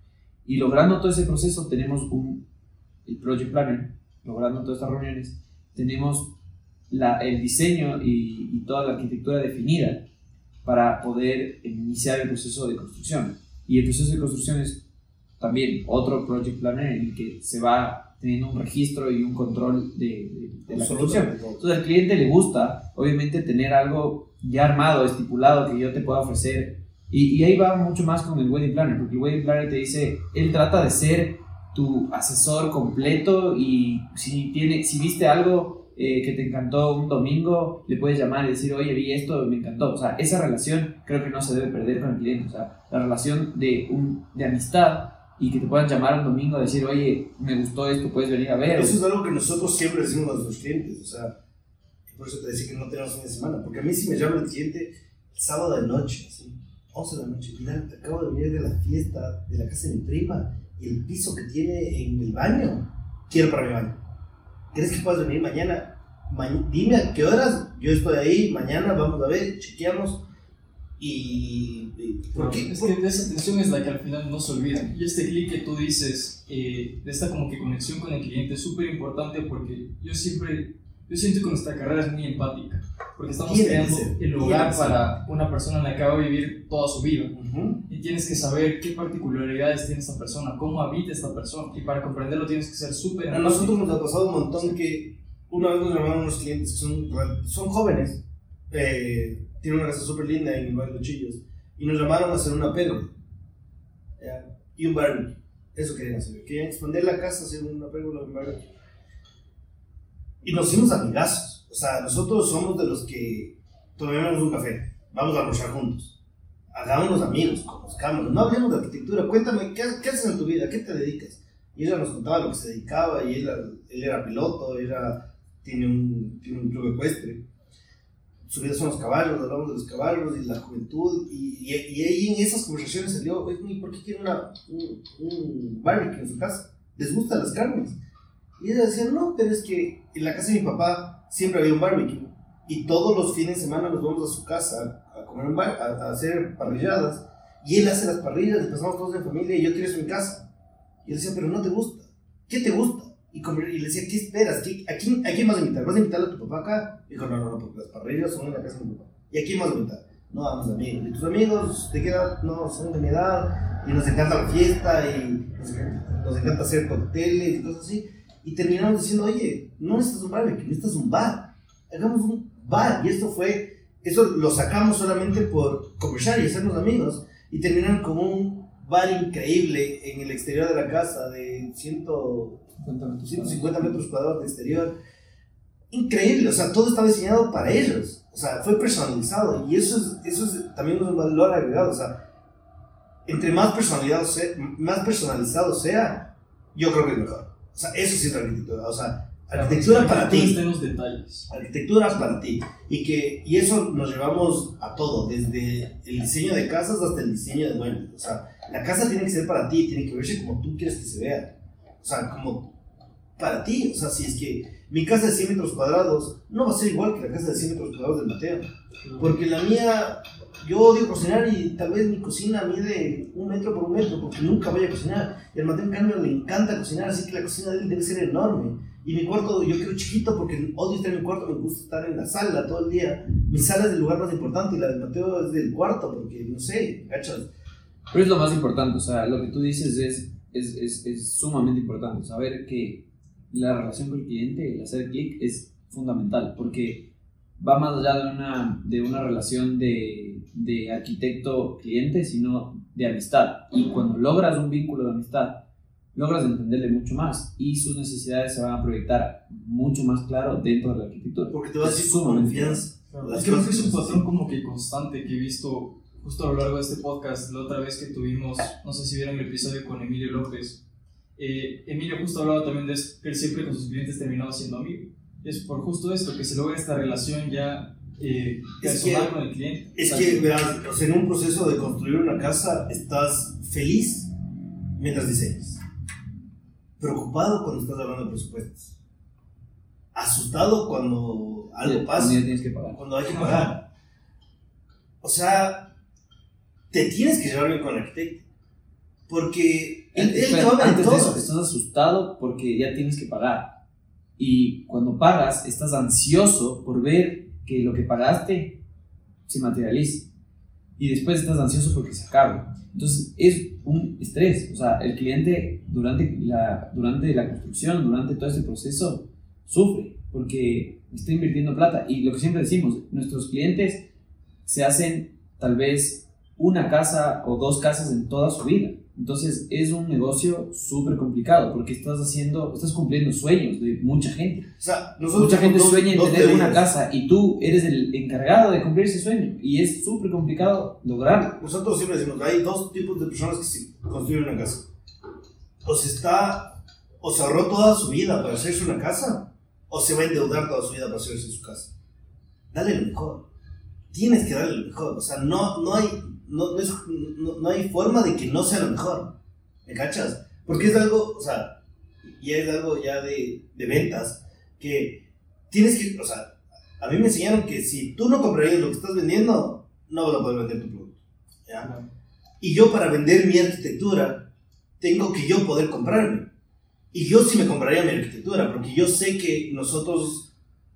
Y logrando todo ese proceso tenemos un, el Project Planner, logrando todas estas reuniones, tenemos la, el diseño y, y toda la arquitectura definida para poder iniciar el proceso de construcción. Y el proceso de construcción es también otro Project Planner en el que se va teniendo un registro y un control de, de, de la construcción. Entonces al cliente le gusta, obviamente, tener algo ya armado, estipulado, que yo te pueda ofrecer. Y, y ahí va mucho más con el Wedding Planner, porque el Wedding Planner te dice, él trata de ser tu asesor completo, y si, tiene, si viste algo eh, que te encantó un domingo, le puedes llamar y decir, oye, vi esto, me encantó. O sea, esa relación creo que no se debe perder con el cliente. O sea, la relación de, un, de amistad, y que te puedan llamar un domingo a decir, oye, me gustó esto, puedes venir a ver. Eso es algo que nosotros siempre decimos a nuestros clientes, o sea, por eso te decía que no tenemos fin de semana, porque a mí si me llama el cliente el sábado de noche, así, once de la noche, mira, acabo de venir de la fiesta de la casa de mi prima, y el piso que tiene en el baño, quiero para mi baño. ¿Crees que puedas venir mañana? Ma- dime a qué horas, yo estoy ahí, mañana vamos a ver, chequeamos. Y, y ¿por qué? Es que de esa atención es la que al final no se olvida. Y este clic que tú dices, eh, de esta como que conexión con el cliente es súper importante, porque yo siempre, yo siento que nuestra carrera es muy empática. porque estamos Tiene creando que ser, el hogar tiene que ser. para una persona en la que va a vivir toda su vida. Ujú. Y tienes que saber qué particularidades tiene esta persona, cómo habita esta persona. Y para comprenderlo tienes que ser súper A nosotros nos ha pasado un montón que una vez nos llamaron unos clientes que son, son jóvenes, eh, tienen una casa súper linda en el barrio de Chillos, y nos llamaron a hacer una pérgola, ¿ya? Y un barbecue. Eso querían hacer, querían expandir la casa, hacer una pérgola y un barbecue. Y nos hicimos amigazos. O sea, nosotros somos de los que tomemos un café, vamos a almorzar juntos, hagámonos amigos, conozcámonos, no hablemos de arquitectura, cuéntame, ¿qué, qué haces en tu vida? ¿A qué te dedicas? Y ella nos contaba lo que se dedicaba, y él, él era piloto, era, tiene, un, tiene un club ecuestre. Su vida son los caballos, hablamos de los caballos y la juventud, y, y, y ahí en esas conversaciones salió, ¿y por qué quiere una, un, un barbecue en su casa? ¿Les gustan las carnes? Y ella decía, no, pero es que en la casa de mi papá siempre había un barbecue, y todos los fines de semana nos vamos a su casa a, comer un bar, a, a hacer parrilladas, y él hace las parrillas y pasamos todos en familia, y yo quiero eso en mi casa. Y él decía, pero no te gusta. ¿Qué te gusta? Y, como, y le decía, ¿qué esperas? ¿Qué, a, quién, ¿A quién vas a invitar? ¿Vas a invitar a tu papá acá? Y dijo, no, no, no, porque las parrillas son en la casa de mi papá. ¿Y a quién vas a invitar? No, a mis amigos. ¿Y tus amigos de qué edad? No, son de mi edad, y nos encanta la fiesta, y nos encanta, nos encanta hacer cócteles y cosas así. Y terminamos diciendo, oye, no necesitas un barbecue, necesitas un bar. Hagamos un bar. Y esto fue, eso lo sacamos solamente por conversar y hacernos amigos. Y terminaron con un bar increíble en el exterior de la casa de ciento cincuenta metros cuadrados de exterior. Increíble, o sea, todo estaba diseñado para ellos. O sea, fue personalizado. Y eso es, eso es también un valor agregado. O sea, entre más personalizado sea, más personalizado sea, yo creo que es mejor. O sea, eso sí es la arquitectura. O sea, arquitectura para ti. Está en los detalles. Arquitectura para ti. Y, que, y eso nos llevamos a todo, desde el diseño de casas hasta el diseño de muebles. O sea, la casa tiene que ser para ti, tiene que verse como tú quieres que se vea. O sea, como para ti. O sea, si es que mi casa de cien metros cuadrados no va a ser igual que la casa de cien metros cuadrados del Mateo. Porque la mía, yo odio cocinar y tal vez mi cocina mide un metro por un metro porque nunca voy a cocinar. Y al Mateo, en cambio, le encanta cocinar, así que la cocina de él debe ser enorme. Y mi cuarto, yo quiero chiquito porque odio estar en mi cuarto, me gusta estar en la sala todo el día. Mi sala es el lugar más importante y la del Mateo es del cuarto porque, no sé, ¿cachas? Pero es lo más importante, o sea, lo que tú dices es, es, es, es sumamente importante, saber que la relación con el cliente, el hacer clic, es fundamental, porque va más allá de una, de una relación de, de arquitecto-cliente, sino de amistad. Y cuando logras un vínculo de amistad, logras entenderle mucho más y sus necesidades se van a proyectar mucho más claro dentro de la arquitectura. Porque te vas a decir Es con confianza. Es que creo que es un patrón como que constante que he visto justo a lo largo de este podcast. La otra vez que tuvimos, no sé si vieron el episodio con Emilio López, eh, Emilio justo hablaba también de eso, que él siempre con sus clientes terminaba siendo amigo. Es por justo esto, que se logra esta relación ya eh, personal es que, con el cliente. Es o sea, que, verás, o sea, en un proceso de construir una casa estás feliz mientras diseñas, preocupado cuando estás hablando de presupuestos, asustado cuando algo Sí, pasa, tienes que pagar. cuando hay que pagar. O sea, te tienes que llevar bien con el arquitecto, porque él, él te va a ver en Antes de todo. eso, estás asustado porque ya tienes que pagar. Y cuando pagas, estás ansioso por ver que lo que pagaste se materialice. Y después estás ansioso porque se acabe. Entonces es un estrés. O sea, el cliente durante la, durante la construcción, durante todo este proceso, sufre porque está invirtiendo plata. Y lo que siempre decimos, nuestros clientes se hacen tal vez una casa o dos casas en toda su vida. Entonces es un negocio súper complicado porque estás haciendo, estás cumpliendo sueños de mucha gente. O sea, nosotros Mucha gente dos, sueña en dos tener una teorías. casa y tú eres el encargado de cumplir ese sueño y es súper complicado lograrlo. Nosotros siempre decimos que hay dos tipos de personas que se construyen una casa. O se está, o se ahorró toda su vida para hacerse una casa, o se va a endeudar toda su vida para hacerse su casa. Dale lo mejor. Tienes que darle lo mejor. O sea, no, no hay... No, no, es, no, no hay forma de que no sea lo mejor, ¿me cachas? Porque es algo, o sea, ya es algo ya de, de ventas, que tienes que, o sea, a mí me enseñaron que si tú no comprarías lo que estás vendiendo, no vas a poder vender tu producto, ¿ya? Y yo para vender mi arquitectura, tengo que yo poder comprarme, y yo sí me compraría mi arquitectura, porque yo sé que nosotros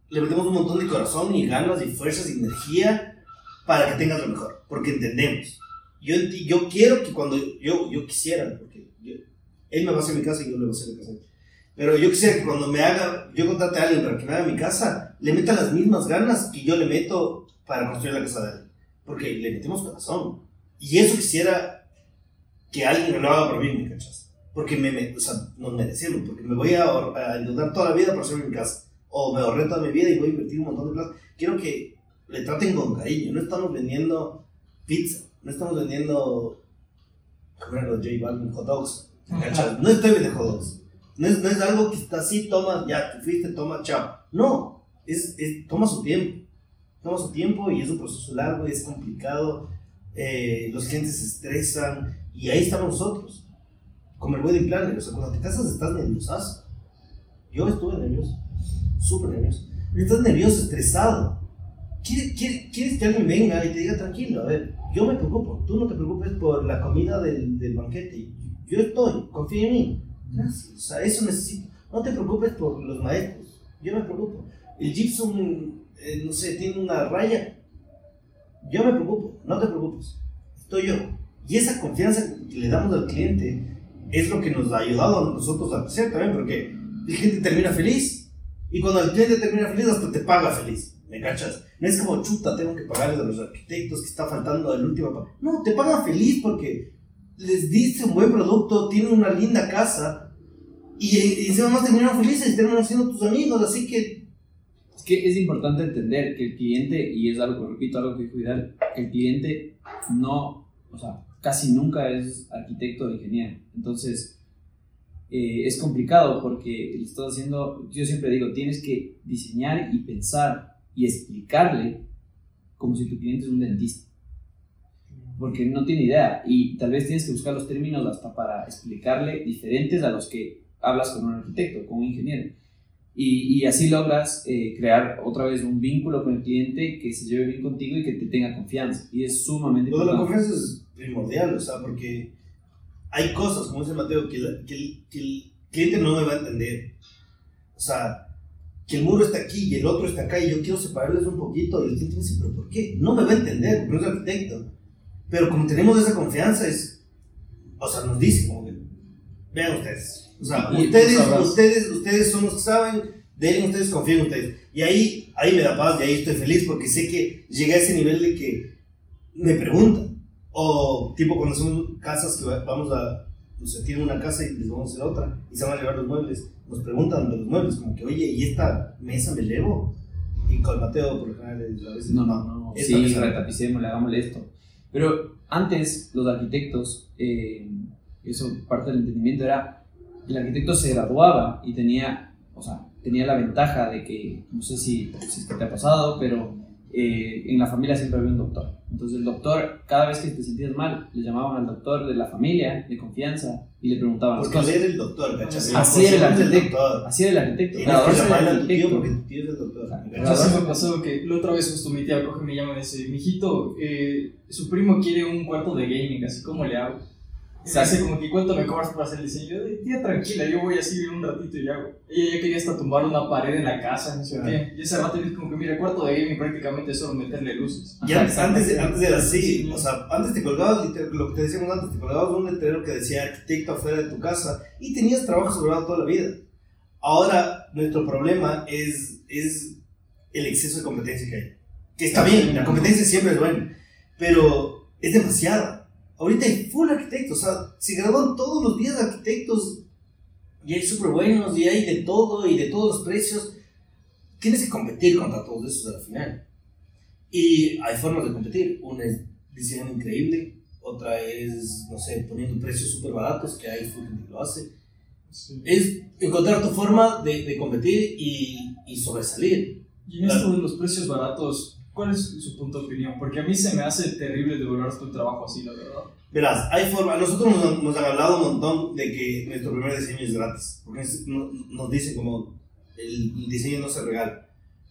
le metemos un montón de corazón y ganas y fuerzas y energía para que tengas lo mejor, porque entendemos. Yo, yo quiero que cuando yo, yo quisiera, porque yo, él me va a hacer mi casa y yo le voy a hacer mi casa. Pero yo quisiera que cuando me haga, yo contrate a alguien para que me haga mi casa, le meta las mismas ganas que yo le meto para construir la casa de él. Porque le metemos corazón. Y eso quisiera que alguien me lo haga por mí, ¿me cachas? Porque me, me, o sea, nos merecemos, porque me voy a, a endeudar toda la vida para hacer mi casa. O me ahorré toda mi vida y voy a invertir un montón de plata. Quiero que le traten con cariño. No estamos vendiendo pizza, no estamos vendiendo, como eran los J Balvin, hot dogs. ¿Me cachas? No estoy vendiendo hot dogs. No es, no es algo que está así, toma, ya, te fuiste, toma, chao. No, es, es, toma su tiempo. Toma su tiempo y es un proceso largo y es complicado. Eh, los clientes se estresan y ahí estamos nosotros. Como el wedding planner, o sea, cuando te casas estás nerviosazo. Yo estuve nervioso, súper nervioso. Estás nervioso, estresado. ¿Quieres, quieres, quieres que alguien venga y te diga, tranquilo, a ver, yo me preocupo. Tú no te preocupes por la comida del, del banquete. Yo estoy, confía en mí. Gracias, o sea, eso necesito. No te preocupes por los maestros, yo me preocupo. El gypsum, eh, no sé, tiene una raya, yo me preocupo, no te preocupes, estoy yo. Y esa confianza que le damos al cliente es lo que nos ha ayudado a nosotros a crecer también, porque el cliente termina feliz, y cuando el cliente termina feliz hasta te paga feliz, ¿me cachas? No es como, chuta, tengo que pagarles a los arquitectos que está faltando el último pago. No, te pagan feliz porque les diste un buen producto, tienen una linda casa y, y encima más terminaron felices y terminan siendo tus amigos, así que... Es que es importante entender que el cliente, y es algo, repito, algo que dijo Vidal, que el cliente no, o sea, casi nunca es arquitecto o ingeniero, entonces eh, es complicado porque le estás haciendo, yo siempre digo, tienes que diseñar y pensar y explicarle como si tu cliente es un dentista. Porque no tiene idea y tal vez tienes que buscar los términos hasta para explicarle diferentes a los que hablas con un arquitecto, con un ingeniero. Y, y así logras eh, crear otra vez un vínculo con el cliente que se lleve bien contigo y que te tenga confianza. Y es sumamente importante. importante. La confianza es primordial, o sea, porque hay cosas, como dice Mateo, que, la, que, el, que el cliente no me va a entender. O sea, que el muro está aquí y el otro está acá y yo quiero separarles un poquito. Y el cliente me dice, ¿pero por qué? No me va a entender, porque no es arquitecto. Pero como tenemos esa confianza, es, o sea, nos dice como que, vean ustedes, o sea, y ustedes, ustedes, ustedes son los que saben, de él, ustedes confían en ustedes. Y ahí, ahí me da paz y ahí estoy feliz porque sé que llegué a ese nivel de que me preguntan. O tipo cuando son casas que vamos a, o sea, tienen una casa y les vamos a hacer otra y se van a llevar los muebles, nos preguntan de los muebles, como que, oye, ¿y esta mesa me llevo? Y con Mateo, por lo general, a veces, no, no, no, no. Sí, retapicémosle, hagámosle esto. Pero antes los arquitectos, eh, eso parte del entendimiento era, el arquitecto se graduaba y tenía, o sea, tenía la ventaja de que, no sé si, si es que te ha pasado, pero eh, en la familia siempre había un doctor. Entonces el doctor, cada vez que te sentías mal, le llamaban al doctor de la familia, de confianza, y le preguntaban porque las cosas. Porque él era el doctor, ¿cachai? Así era el arquitecto. Así era el arquitecto. Tienes que llamarle a tu tío porque tu tío es el doctor. Entonces me pasó que la otra vez justo mi tía coge y me llama y me dice, mijito, eh, su primo quiere un cuarto de gaming, así como le hago. Se hace como que, ¿cuánto me cobras para hacer el diseño? Yo, tía, tranquila, yo voy así un ratito y hago. Ella ya quería hasta tumbar una pared en la casa, no sé qué. Y ese rato me dijo como que, mira, el cuarto de gaming prácticamente es solo meterle luces. Y antes, antes, antes era así, o sea, antes te colgabas, lo que te decíamos antes, te colgabas un letrero que decía arquitecto afuera de tu casa y tenías trabajo asegurado toda la vida. Ahora, nuestro problema es, es el exceso de competencia que hay. Que está bien, la competencia siempre es buena, pero es demasiada. Ahorita hay full arquitectos, o sea, se gradúan todos los días arquitectos y hay súper buenos y hay de todo y de todos los precios. Tienes que competir contra todos esos al final. Y hay formas de competir. Una es diseñando increíble, otra es, no sé, poniendo precios súper baratos, que hay full gente que lo hace. Sí. Es encontrar tu forma de, de competir y, y sobresalir. Y en esto de los precios baratos, ¿cuál es su punto de opinión? Porque a mí se me hace terrible devolver tu trabajo así, la verdad. Verás, hay forma. Nosotros nos, nos han hablado un montón de que nuestro primer diseño es gratis. Porque es, no, nos dicen como el, el diseño no se regala.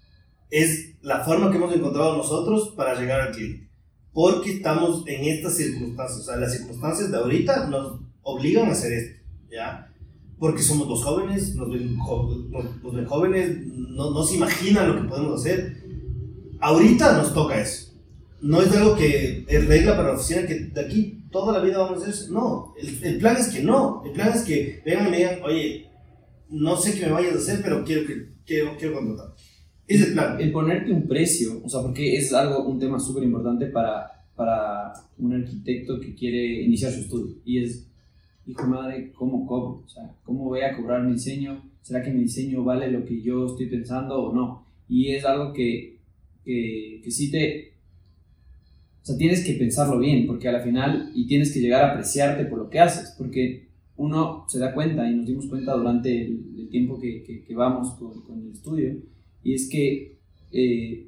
Es la forma que hemos encontrado nosotros para llegar al cliente. Porque estamos en estas circunstancias. O sea, las circunstancias de ahorita nos obligan a hacer esto, ¿ya? porque somos los jóvenes, nos ven, jo- nos, nos ven jóvenes, no, no se imaginan lo que podemos hacer. Ahorita nos toca eso. No es algo que es regla para la oficina, que de aquí toda la vida vamos a hacer eso. No, el, el plan es que no. El plan es que vengan y me digan, oye, no sé qué me vayas a hacer, pero quiero, que, quiero, quiero contratar. Es el plan. El ponerte un precio, o sea, porque es algo, un tema súper importante para, para un arquitecto que quiere iniciar su estudio. Y es, hijo de madre, ¿cómo cobro? O sea, ¿cómo voy a cobrar mi diseño? ¿Será que mi diseño vale lo que yo estoy pensando o no? Y es algo que, que, que sí te... O sea, tienes que pensarlo bien, porque a la final, y tienes que llegar a apreciarte por lo que haces, porque uno se da cuenta, y nos dimos cuenta durante el, el tiempo que, que, que vamos con, con el estudio, y es que eh,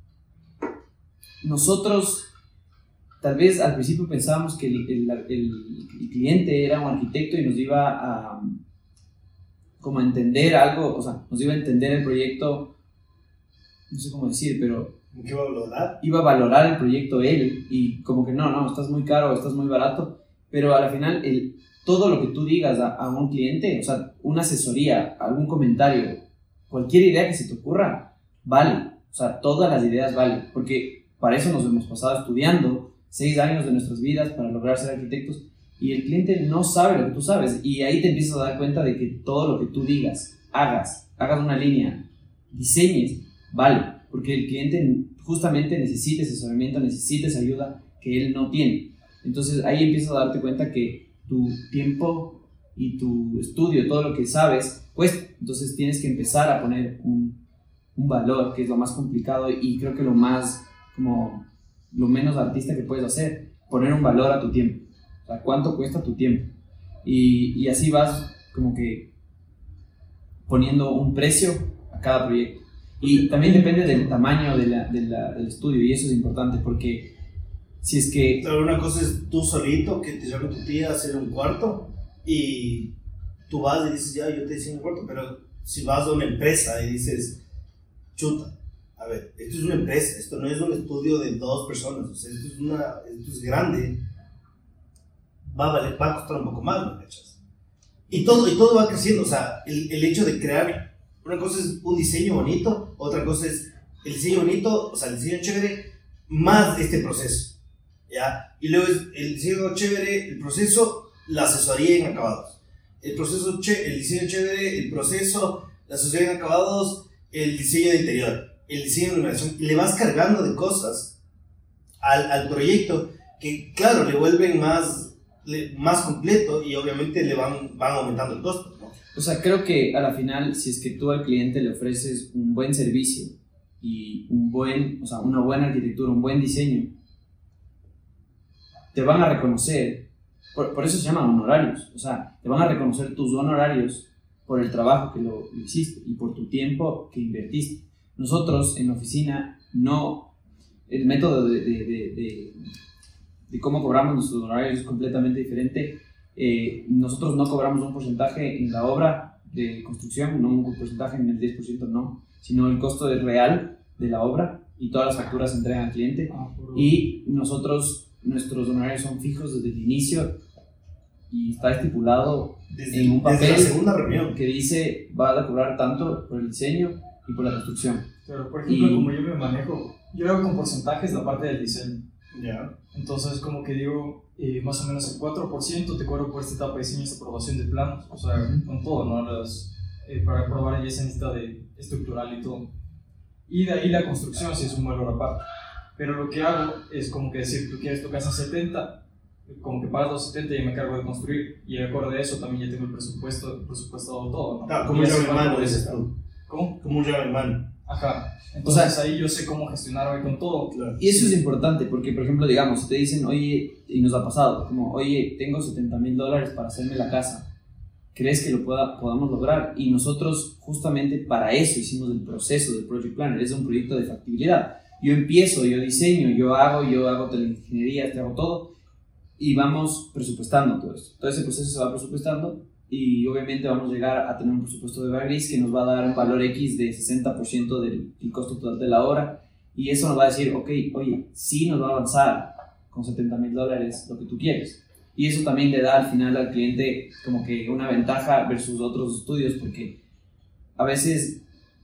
nosotros tal vez al principio pensábamos que el, el, el, el cliente era un arquitecto y nos iba a como a entender algo, o sea, nos iba a entender el proyecto, no sé cómo decir, pero ¿Qué va a valorar? iba a valorar el proyecto él, y como que no, no, estás muy caro, estás muy barato, pero al final el, todo lo que tú digas a, a un cliente, o sea, una asesoría, algún comentario, cualquier idea que se te ocurra, vale, o sea, todas las ideas valen, porque para eso nos hemos pasado estudiando seis años de nuestras vidas para lograr ser arquitectos, y el cliente no sabe lo que tú sabes, y ahí te empiezas a dar cuenta de que todo lo que tú digas, hagas, hagas una línea, diseñes, vale, porque el cliente justamente necesita ese asesoramiento, necesita esa ayuda que él no tiene. Entonces ahí empiezas a darte cuenta que tu tiempo y tu estudio, todo lo que sabes, cuesta. Entonces tienes que empezar a poner un, un valor, que es lo más complicado y creo que lo más, como, lo menos artista que puedes hacer, poner un valor a tu tiempo. O sea, ¿cuánto cuesta tu tiempo? Y, y así vas como que poniendo un precio a cada proyecto. Y también depende del tamaño de la, de la, del estudio, y eso es importante porque si es que... Claro, una cosa es tú solito, que te llame tu tía a hacer un cuarto y tú vas y dices, ya, yo te diseño un cuarto, pero si vas a una empresa y dices, chuta, a ver, esto es una empresa, esto no es un estudio de dos personas, o sea, esto es, una, esto es grande, va a, valer, va a costar un poco más, ¿no cachas? Y todo, y todo va creciendo, o sea, el, el hecho de crear, una cosa es un diseño bonito, otra cosa es el diseño bonito, o sea, el diseño chévere, más este proceso, ¿ya? Y luego es el diseño chévere, el proceso, la asesoría en acabados. El proceso, che, el diseño chévere, el proceso, la asesoría en acabados, el diseño de interior, el diseño de iluminación. Le vas cargando de cosas al, al proyecto que, claro, le vuelven más, le, más completo y obviamente le van, van aumentando el costo, ¿no? O sea, creo que a la final, si es que tú al cliente le ofreces un buen servicio y un buen, o sea, una buena arquitectura, un buen diseño, te van a reconocer, por, por eso se llaman honorarios, o sea, te van a reconocer tus honorarios por el trabajo que lo, lo hiciste y por tu tiempo que invertiste. Nosotros en la oficina no, el método de, de, de, de, de cómo cobramos nuestros honorarios es completamente diferente. Eh, nosotros no cobramos un porcentaje en la obra de construcción, no un porcentaje en el diez por ciento, no, sino el costo real de la obra y todas las facturas se entregan al cliente. Ah, por... Y nosotros, nuestros honorarios son fijos desde el inicio y está estipulado Desde, en un papel desde la segunda reunión. que dice va a cobrar tanto por el diseño y por la construcción. Pero, por ejemplo, Y- como yo me manejo, yo hago con porcentajes la parte del diseño. Ya. Entonces, como que digo, eh, más o menos el cuatro por ciento te cobro por esta etapa de diseño y esta aprobación de planos. O sea, con todo, ¿no? Las, eh, para aprobar ya esa lista de estructural y todo. Y de ahí la construcción, si es un valor aparte. Pero lo que hago es como que decir, tú quieres tu casa setenta, como que pagas los setenta y me encargo de construir. Y acorde a eso también ya tengo el presupuesto, presupuestado todo, ¿no? Claro, como Y un así llave en va mano, por dices ese- tú. ¿Cómo? Como un llave en mano. Ajá. Entonces ahí yo sé cómo gestionarme con todo. Claro. Y eso es importante porque, por ejemplo, digamos, si te dicen, oye, y nos ha pasado, como, oye, tengo setenta mil dólares para hacerme la casa, ¿crees que lo pueda, podamos lograr? Y nosotros justamente para eso hicimos el proceso del Project Planner, es un proyecto de factibilidad. Yo empiezo, yo diseño, yo hago, yo hago teleingeniería, te hago todo y vamos presupuestando todo esto. Todo ese proceso se va presupuestando y obviamente vamos a llegar a tener un presupuesto de Bear Grylls que nos va a dar un valor X de sesenta por ciento del, del costo total de la obra y eso nos va a decir, ok, oye, sí nos va a avanzar con setenta mil dólares lo que tú quieres. Y eso también le da al final al cliente como que una ventaja versus otros estudios, porque a veces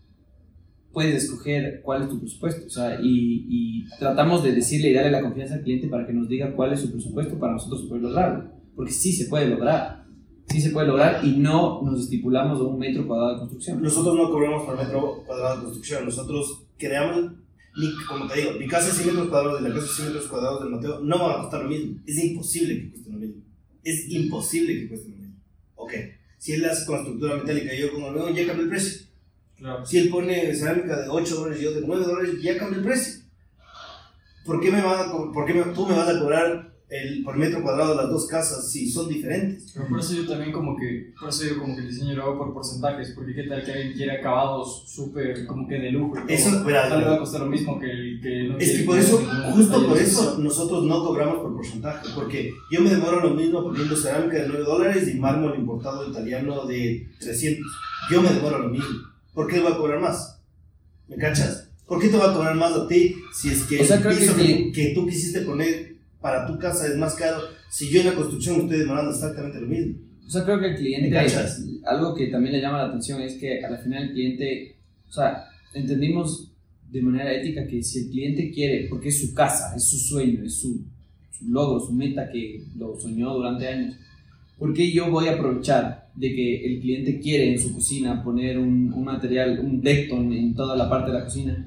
puedes escoger cuál es tu presupuesto, o sea, y, y tratamos de decirle y darle la confianza al cliente para que nos diga cuál es su presupuesto para nosotros poder lograrlo, porque sí se puede lograr, sí se puede lograr y no nos estipulamos a un metro cuadrado de construcción. Nosotros no cobramos por metro cuadrado de construcción, nosotros creamos, ni, como te digo, mi casa de cien metros cuadrados y la casa de cien metros cuadrados del Mateo no van a costar lo mismo, es imposible que cuesten lo mismo, es imposible que cuesten lo mismo. Ok, si él hace con estructura metálica y yo con hormigón, ya cambia el precio. Claro. Si él pone cerámica de ocho dólares y yo de nueve dólares, ya cambia el precio. ¿Por qué, me van a, por qué me, tú me vas a cobrar el, por metro cuadrado las dos casas si son diferentes? Pero por eso yo también como que, por eso yo como que el diseño lo hago por porcentajes, porque qué tal que alguien quiere acabados súper como que de lujo y todo, eso, verá, tal le va a costar lo mismo que el que no es que por eso, justo por eso nosotros no cobramos por porcentaje, porque yo me demoro lo mismo poniendo cerámica de nueve dólares y mármol importado italiano de trescientos, yo me demoro lo mismo. ¿Por qué te va a cobrar más? ¿Me cachas? ¿Por qué te va a cobrar más a ti si es que o sea, el piso que, que, que tú quisiste poner para tu casa es más caro si yo en la construcción me estoy demorando exactamente lo mismo? O sea, creo que el cliente, ¿Me cachas? algo que también le llama la atención es que al final el cliente, o sea, entendimos de manera ética que si el cliente quiere, porque es su casa, es su sueño, es su, su logro, su meta que lo soñó durante años, ¿por qué yo voy a aprovechar de que el cliente quiere en su cocina poner un, un material, un Decton en toda la parte de la cocina?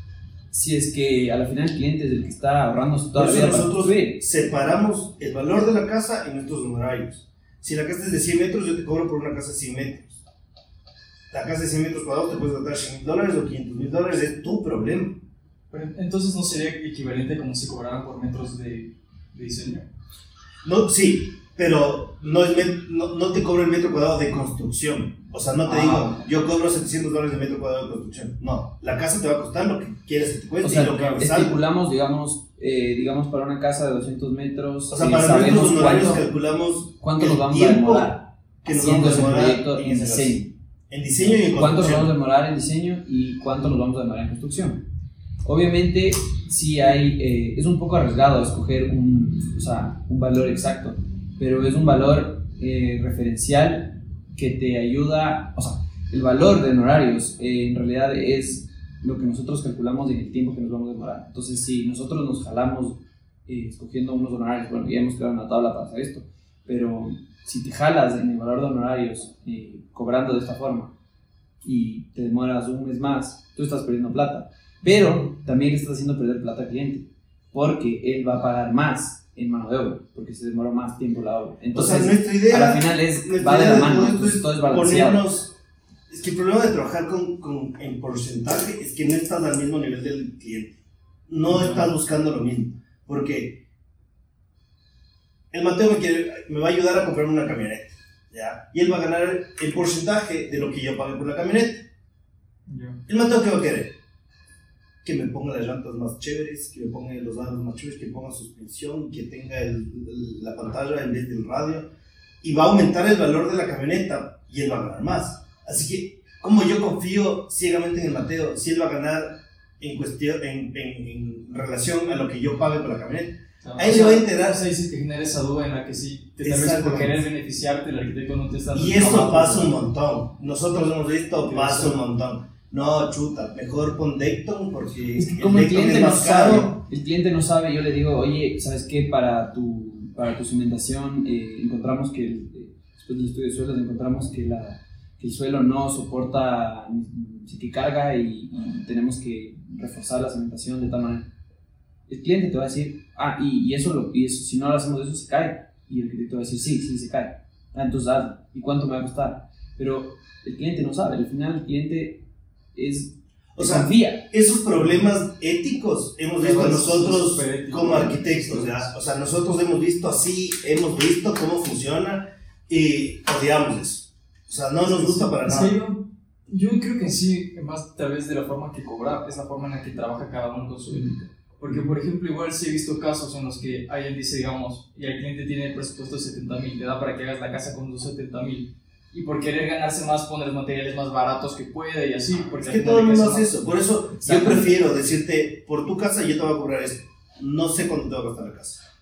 Si es que al final el cliente es el que está ahorrándose toda la vida. Nosotros separamos el valor de la casa en nuestros honorarios. Si la casa es de cien metros, yo te cobro por una casa de cien metros. La casa de cien metros cuadrados te puedes gastar cien mil dólares o quinientos mil dólares, es tu problema. Pero entonces no sería equivalente como si cobraran por metros de, de diseño. No, sí, pero no, es met, no, no te cobro el metro cuadrado de construcción. O sea, no te ah. digo, yo cobro setecientos dólares de metro cuadrado de construcción. No, la casa te va a costar lo que quieres que te cueste. O sea, y lo que estipulamos, digamos, eh, digamos, para una casa de doscientos metros. O sea, para nuestros honorarios calculamos cuánto nos vamos a demorar que nos vamos a demorar proyecto en diseño. En diseño y en construcción. ¿Cuánto nos vamos a demorar en diseño y cuánto nos vamos a demorar en construcción? Obviamente, sí hay, eh, es un poco arriesgado escoger un, o sea, un valor exacto, pero es un valor eh, referencial que te ayuda, o sea, el valor de honorarios eh, en realidad es lo que nosotros calculamos en el tiempo que nos vamos a demorar. Entonces, si nosotros nos jalamos eh, escogiendo unos honorarios, bueno, ya hemos creado una tabla para hacer esto, pero si te jalas en el valor de honorarios eh, cobrando de esta forma y te demoras un mes más, tú estás perdiendo plata, pero también estás haciendo perder plata al cliente, porque él va a pagar más en mano de obra, porque se demora más tiempo la obra. Entonces, o sea, nuestra idea, a la final es, va de la mano, entonces todo es balanceado. Ponernos, es que el problema de trabajar con, con, en porcentaje es que no estás al mismo nivel del cliente. No estás buscando lo mismo. Porque el Mateo me, quiere, me va a ayudar a comprarme una camioneta, ¿ya? Y él va a ganar el porcentaje de lo que yo pague por la camioneta. Yeah. ¿El Mateo qué va a querer? Que me ponga las llantas más chéveres, que me ponga los aros más chéveres, que ponga suspensión, que tenga el, el, la pantalla en vez del radio, y va a aumentar el valor de la camioneta y él va a ganar más. Así que, como yo confío ciegamente en el Mateo, si él va a ganar en, cuestión, en, en, en relación a lo que yo pague por la camioneta, no, ahí se va a enterar. O sea, dices que genera esa duda en la que sí, te tal vez por querer beneficiarte, el arquitecto no te está... Y esto pasa un montón, nosotros hemos visto, pasa un montón. No, chuta, mejor pon Decton porque es que como el, el cliente es más no caro. Sabe, el cliente no sabe, yo le digo, oye, ¿sabes qué? Para tu, para tu cimentación eh, encontramos que, eh, después del estudio de suelos, encontramos que, la, que el suelo no soporta, que carga y, y tenemos que reforzar la cimentación de tal manera. El cliente te va a decir, ah, y, y, eso, lo, y eso, si no lo hacemos eso, se cae. Y el arquitecto va a decir, sí, sí, se cae. Ah, entonces hazlo. ¿Y cuánto me va a costar? Pero el cliente no sabe, al final el cliente... es, o sea, confía. Esos problemas éticos hemos visto es, nosotros es como arquitectos, ¿ya? O sea, nosotros hemos visto así, hemos visto cómo funciona y odiamos eso. O sea, no nos gusta para nada. Sí, yo, yo creo que sí, más tal vez de la forma que cobra, es la forma en la que trabaja cada uno con su ética. Porque, por ejemplo, igual sí he visto casos en los que alguien dice, digamos, y el cliente tiene el presupuesto de setenta mil, te da para que hagas la casa con los setenta mil. Y por querer ganarse más, pone los materiales más baratos que puede y así. Porque es que todo el mundo hace eso. Por eso yo prefiero decirte, por tu casa yo te voy a cobrar esto. No sé cuánto te va a costar la casa.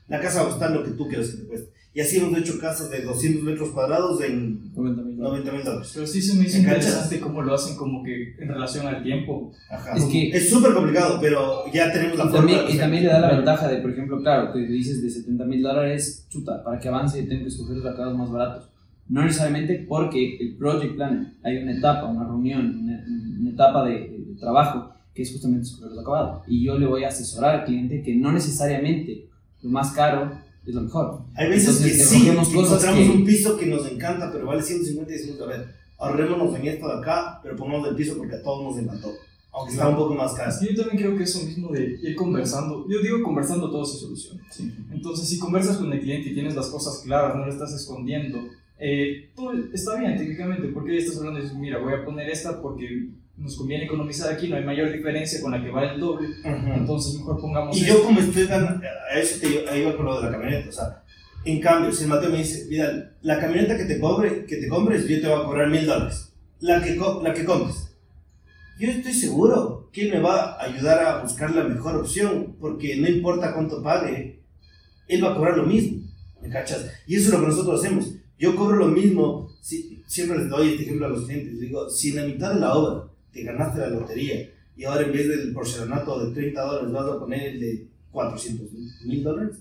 la casa va a costar lo que tú quieras que te cueste. Y así hemos hecho casas de doscientos metros cuadrados en noventa mil dólares. Pero sí se me hizo interesante cómo lo hacen como que en relación al tiempo. Ajá. Es que es súper complicado, pero ya tenemos la y forma. También, y también le da la ventaja de, por ejemplo, claro, que dices de setenta mil dólares, chuta, para que avance tengo que escoger los acabados más baratos. No necesariamente porque el project plan, hay una etapa, una reunión, una, una etapa de, de trabajo que es justamente escoger los acabados. Y yo le voy a asesorar al cliente que no necesariamente lo más caro es lo mejor. Hay veces Entonces, que sí, que cosas encontramos que... un piso que nos encanta, pero vale ciento cincuenta y decimos, a ver, ahorrémonos en esto de acá, pero pongamos el piso porque a todos nos encantó, aunque está un poco más caro. Yo también creo que eso mismo de ir conversando, yo digo conversando todo se soluciona. Sí. Entonces, si conversas con el cliente y tienes las cosas claras, no le estás escondiendo, eh, todo está bien técnicamente, porque ya estás hablando y dices, mira, voy a poner esta porque nos conviene economizar aquí, no hay mayor diferencia con la que vale el doble, Uh-huh. entonces mejor pongamos Y esto. yo como estoy ganando, a eso te iba- ahí iba con lo de la camioneta, o sea, en cambio, si el Mateo me dice, mira, la camioneta que te, cobre, que te compres, yo te voy a cobrar mil dólares, la que, co- la que compres. Yo estoy seguro que él me va a ayudar a buscar la mejor opción, porque no importa cuánto pague, él va a cobrar lo mismo, ¿me cachas? Y eso es lo que nosotros hacemos. Yo cobro lo mismo, si, siempre les doy este ejemplo a los clientes, les digo, si en la mitad de la obra te ganaste la lotería y ahora en vez del porcelanato de treinta dólares vas a poner el de cuatrocientos mil dólares,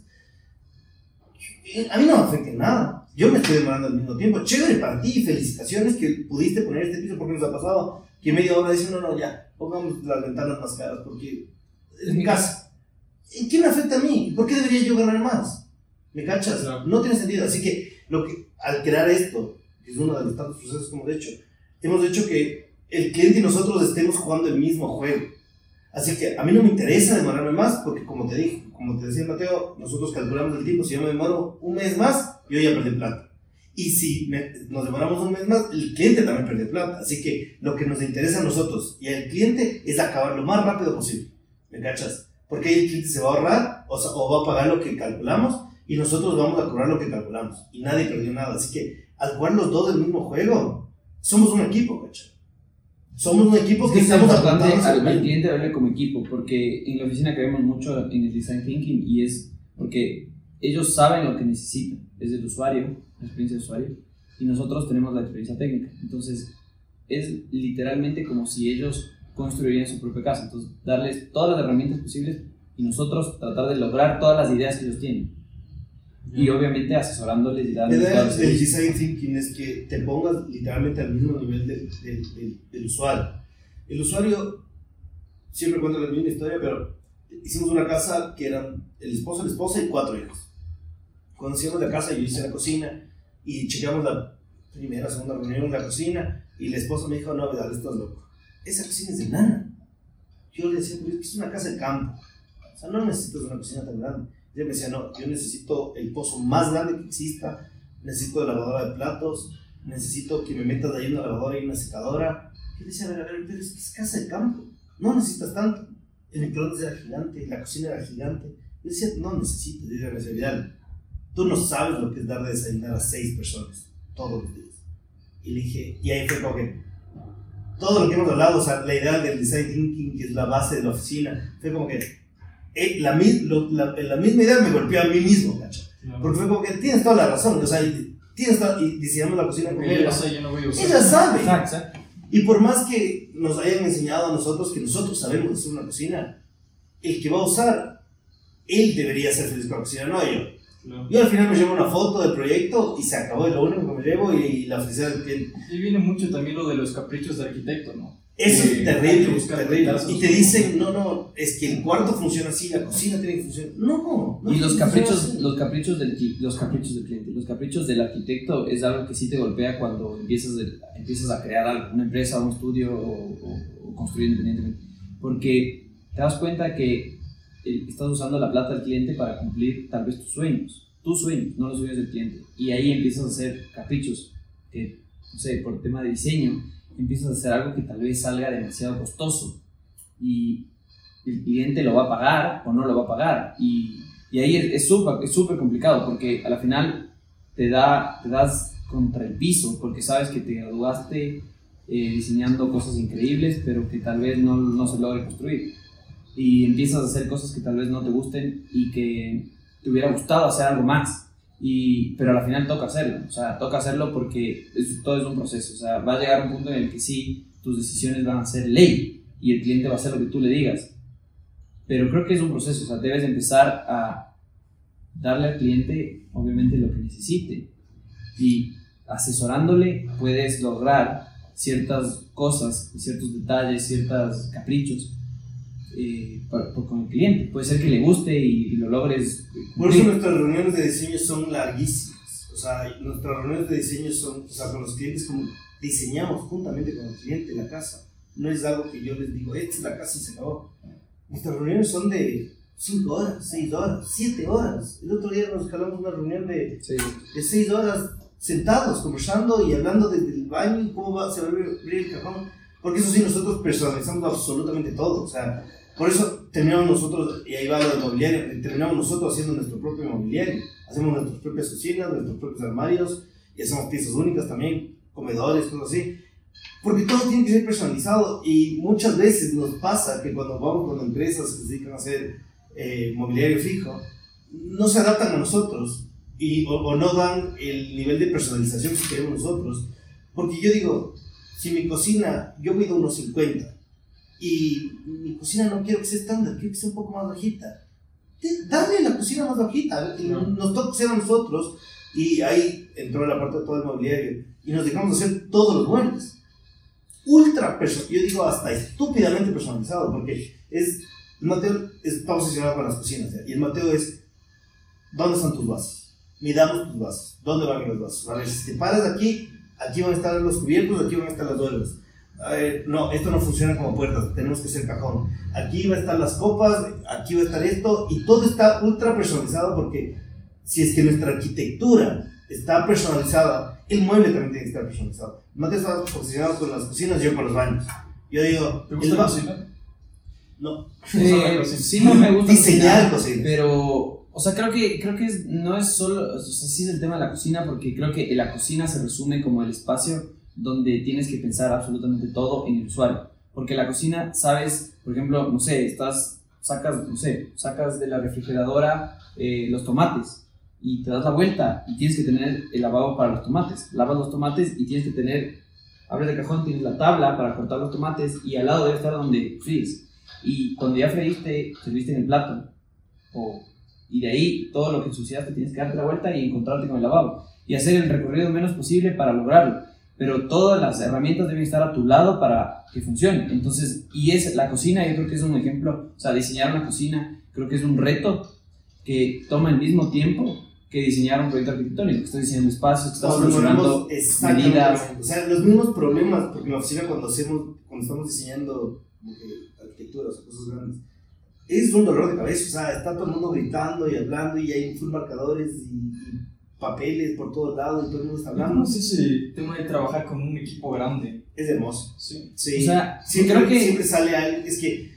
a mí no me afecta en nada. Yo me estoy demorando al mismo tiempo. Chévere para ti, felicitaciones que pudiste poner este piso, porque nos ha pasado que media hora dicen, no, no, ya, pongamos las ventanas más caras porque es mi casa. ¿En qué me afecta a mí? ¿Por qué debería yo ganar más? ¿Me cachas? Claro. No tiene sentido. Así que, lo que al crear esto, que es uno de los tantos procesos que hemos hecho, hemos hecho que el cliente y nosotros estemos jugando el mismo juego. Así que a mí no me interesa demorarme más, porque como te dije, como te decía Mateo, nosotros calculamos el tiempo. Si yo me demoro un mes más, yo ya perdí plata. Y si me- nos demoramos un mes más, el cliente también pierde plata. Así que lo que nos interesa a nosotros y al cliente es acabar lo más rápido posible. ¿Me cachas? Porque ahí el cliente se va a ahorrar o, sea, o va a pagar lo que calculamos y nosotros vamos a cobrar lo que calculamos. Y nadie perdió nada. Así que al jugar los dos del mismo juego, somos un equipo, ¿cachai? Somos un equipo Es que que es estamos importante apuntados al, al al mismo. cliente verle como equipo, porque en la oficina creemos mucho en el design thinking y es porque ellos saben lo que necesitan, es el usuario, la experiencia de usuario, y nosotros tenemos la experiencia técnica. Entonces, es literalmente como si ellos construyeran su propia casa. Entonces, darles todas las herramientas posibles y nosotros tratar de lograr todas las ideas que ellos tienen. Y obviamente asesorándoles y La dándoles idea todas las del ideas. design thinking es que te pongas literalmente al mismo nivel del, del, del, del usuario. El usuario, siempre cuento la misma historia, pero hicimos una casa que eran el esposo, la esposa y cuatro hijos. Cuando hicimos la casa, yo hice la cocina y chequeamos la primera, segunda reunión en la cocina y la esposa me dijo, no, Vidal, estás loco. Esa cocina es de nana. Yo le decía, pero es que es una casa de campo. O sea, no necesitas una cocina tan grande. Ella me decía, no, yo necesito el pozo más grande que exista, necesito la lavadora de platos, necesito que me metas ahí una lavadora y una secadora. Yo decía, a ver, a ver, pero es que es casa de campo, no necesitas tanto. El microondas era gigante, la cocina era gigante. Yo decía, no necesitas. Y ella me decía, Vidal, tú no sabes lo que es dar de desayunar a seis personas todos los días. Y le dije, y ahí fue como que todo lo que hemos hablado, o sea, la idea del design thinking, que es la base de la oficina, fue como que eh, la, mi- lo- la, la misma idea me golpeó a mí mismo, ¿cacha? Porque fue como que tienes toda la razón, o sea, y, tienes toda, y diseñamos la cocina con Porque yo ella. no sé, yo no voy a usar. Ella sabe. Exacto, exacto. Y por más que nos hayan enseñado a nosotros que nosotros sabemos hacer una cocina, el que va a usar, él debería ser feliz con la cocina, no yo. Claro. Yo al final me llevo una foto del proyecto y se acabó, es lo único que me llevo y la felicidad del cliente. Y viene mucho también lo de los caprichos de arquitecto, ¿no? Eso Eh, es hay terrible, que buscar terrible. pedazos. Y te dicen, no, no, es que el cuarto funciona así, la cocina tiene que funcionar. No, no Y los funciona caprichos, así. los caprichos del cli- los caprichos del cliente, los caprichos del arquitecto es algo que sí te golpea cuando empiezas, de- empiezas a crear algo, una empresa, un estudio o, o- o construir independientemente, porque te das cuenta que eh, estás usando la plata del cliente para cumplir tal vez tus sueños, tus sueños, no los sueños del cliente, y ahí empiezas a hacer caprichos que, no sé, por tema de diseño, empiezas a hacer algo que tal vez salga demasiado costoso y el cliente lo va a pagar o no lo va a pagar, y, y ahí es súper es súper complicado porque a la final te, da, te das contra el piso porque sabes que te graduaste eh, diseñando cosas increíbles pero que tal vez no, no se logre construir y empiezas a hacer cosas que tal vez no te gusten y que te hubiera gustado hacer algo más, y, pero al final toca hacerlo, o sea, toca hacerlo porque es, todo es un proceso, o sea, va a llegar un punto en el que sí, tus decisiones van a ser ley, y el cliente va a hacer lo que tú le digas, pero creo que es un proceso, o sea, debes empezar a darle al cliente, obviamente, lo que necesite, y asesorándole puedes lograr ciertas cosas, ciertos detalles, ciertos caprichos eh, por, por, con el cliente. Puede ser que le guste y, y lo logres cumplir. Por eso nuestras reuniones de diseño son larguísimas. O sea, nuestras reuniones de diseño son, o sea, con los clientes, como diseñamos juntamente con el cliente la casa. No es algo que yo les digo, esta es la casa y se acabó. Nuestras reuniones son de cinco horas, seis horas, siete horas. El otro día nos jalamos una reunión de, sí. de seis horas sentados, conversando y hablando desde el baño y cómo va, se va a abrir el cajón. Porque eso sí, nosotros personalizamos absolutamente todo. O sea, por eso terminamos nosotros, y ahí va lo del mobiliario, terminamos nosotros haciendo nuestro propio mobiliario. Hacemos nuestras propias cocinas, nuestros propios armarios, y hacemos piezas únicas también, comedores, cosas así. Porque todo tiene que ser personalizado, y muchas veces nos pasa que cuando vamos con empresas que se dedican a hacer eh, mobiliario fijo, no se adaptan a nosotros. Y, o, o no dan el nivel de personalización que queremos nosotros, porque yo digo, si mi cocina, yo mido unos cincuenta y mi cocina no quiero que sea estándar, quiero que sea un poco más bajita, dale la cocina más bajita, no. Nos toca ser a nosotros, y ahí entró la parte de todo el mobiliario y nos dejamos de hacer todos los muebles ultra personalizado, yo digo hasta estúpidamente personalizado, porque es, el Mateo está obsesionado con las cocinas, ¿ya? Y el Mateo es, ¿dónde están tus vasos? Midamos tus vasos. ¿Dónde van los vasos? A ver, si te paras aquí, aquí van a estar los cubiertos, aquí van a estar las duelas. A ver, no, esto no funciona como puertas, tenemos que ser cajón. Aquí va a estar las copas, aquí va a estar esto, y todo está ultra personalizado, porque si es que nuestra arquitectura está personalizada, el mueble también tiene que estar personalizado. Mateo está posicionado con las cocinas, yo con los baños. Yo digo, ¿te gusta la cocina? No. Eh, sí, no me gusta diseñar cocinas, pero... O sea, creo que, creo que es, no es solo, o sea, sí es el tema de la cocina, porque creo que la cocina se resume como el espacio donde tienes que pensar absolutamente todo en el usuario. Porque la cocina, sabes, por ejemplo, no sé, estás, sacas, no sé, sacas de la refrigeradora eh, los tomates y te das la vuelta y tienes que tener el lavabo para los tomates. Lavas los tomates y tienes que tener, abres el cajón, tienes la tabla para cortar los tomates y al lado debe estar donde fríes. Y cuando ya freíste, serviste en el plato. O... y de ahí todo lo que ensuciaste tienes que darte la vuelta y encontrarte con el lavabo y hacer el recorrido menos posible para lograrlo, pero todas las herramientas deben estar a tu lado para que funcione. Entonces, y es la cocina, yo creo que es un ejemplo, o sea, diseñar una cocina creo que es un reto que toma el mismo tiempo que diseñar un proyecto arquitectónico. Estás diseñando espacios, estás solucionando medidas, o sea, los mismos problemas, porque en la oficina cuando hacemos, cuando estamos diseñando eh, arquitecturas o cosas grandes, es un dolor de cabeza. O sea, está todo el mundo gritando y hablando y hay full marcadores y, y papeles por todos lados y todo el mundo está hablando. ¿Cómo es ese tema de trabajar con un equipo grande? Es hermoso. Sí. Sí. O sea, siempre, creo que siempre sale alguien, es que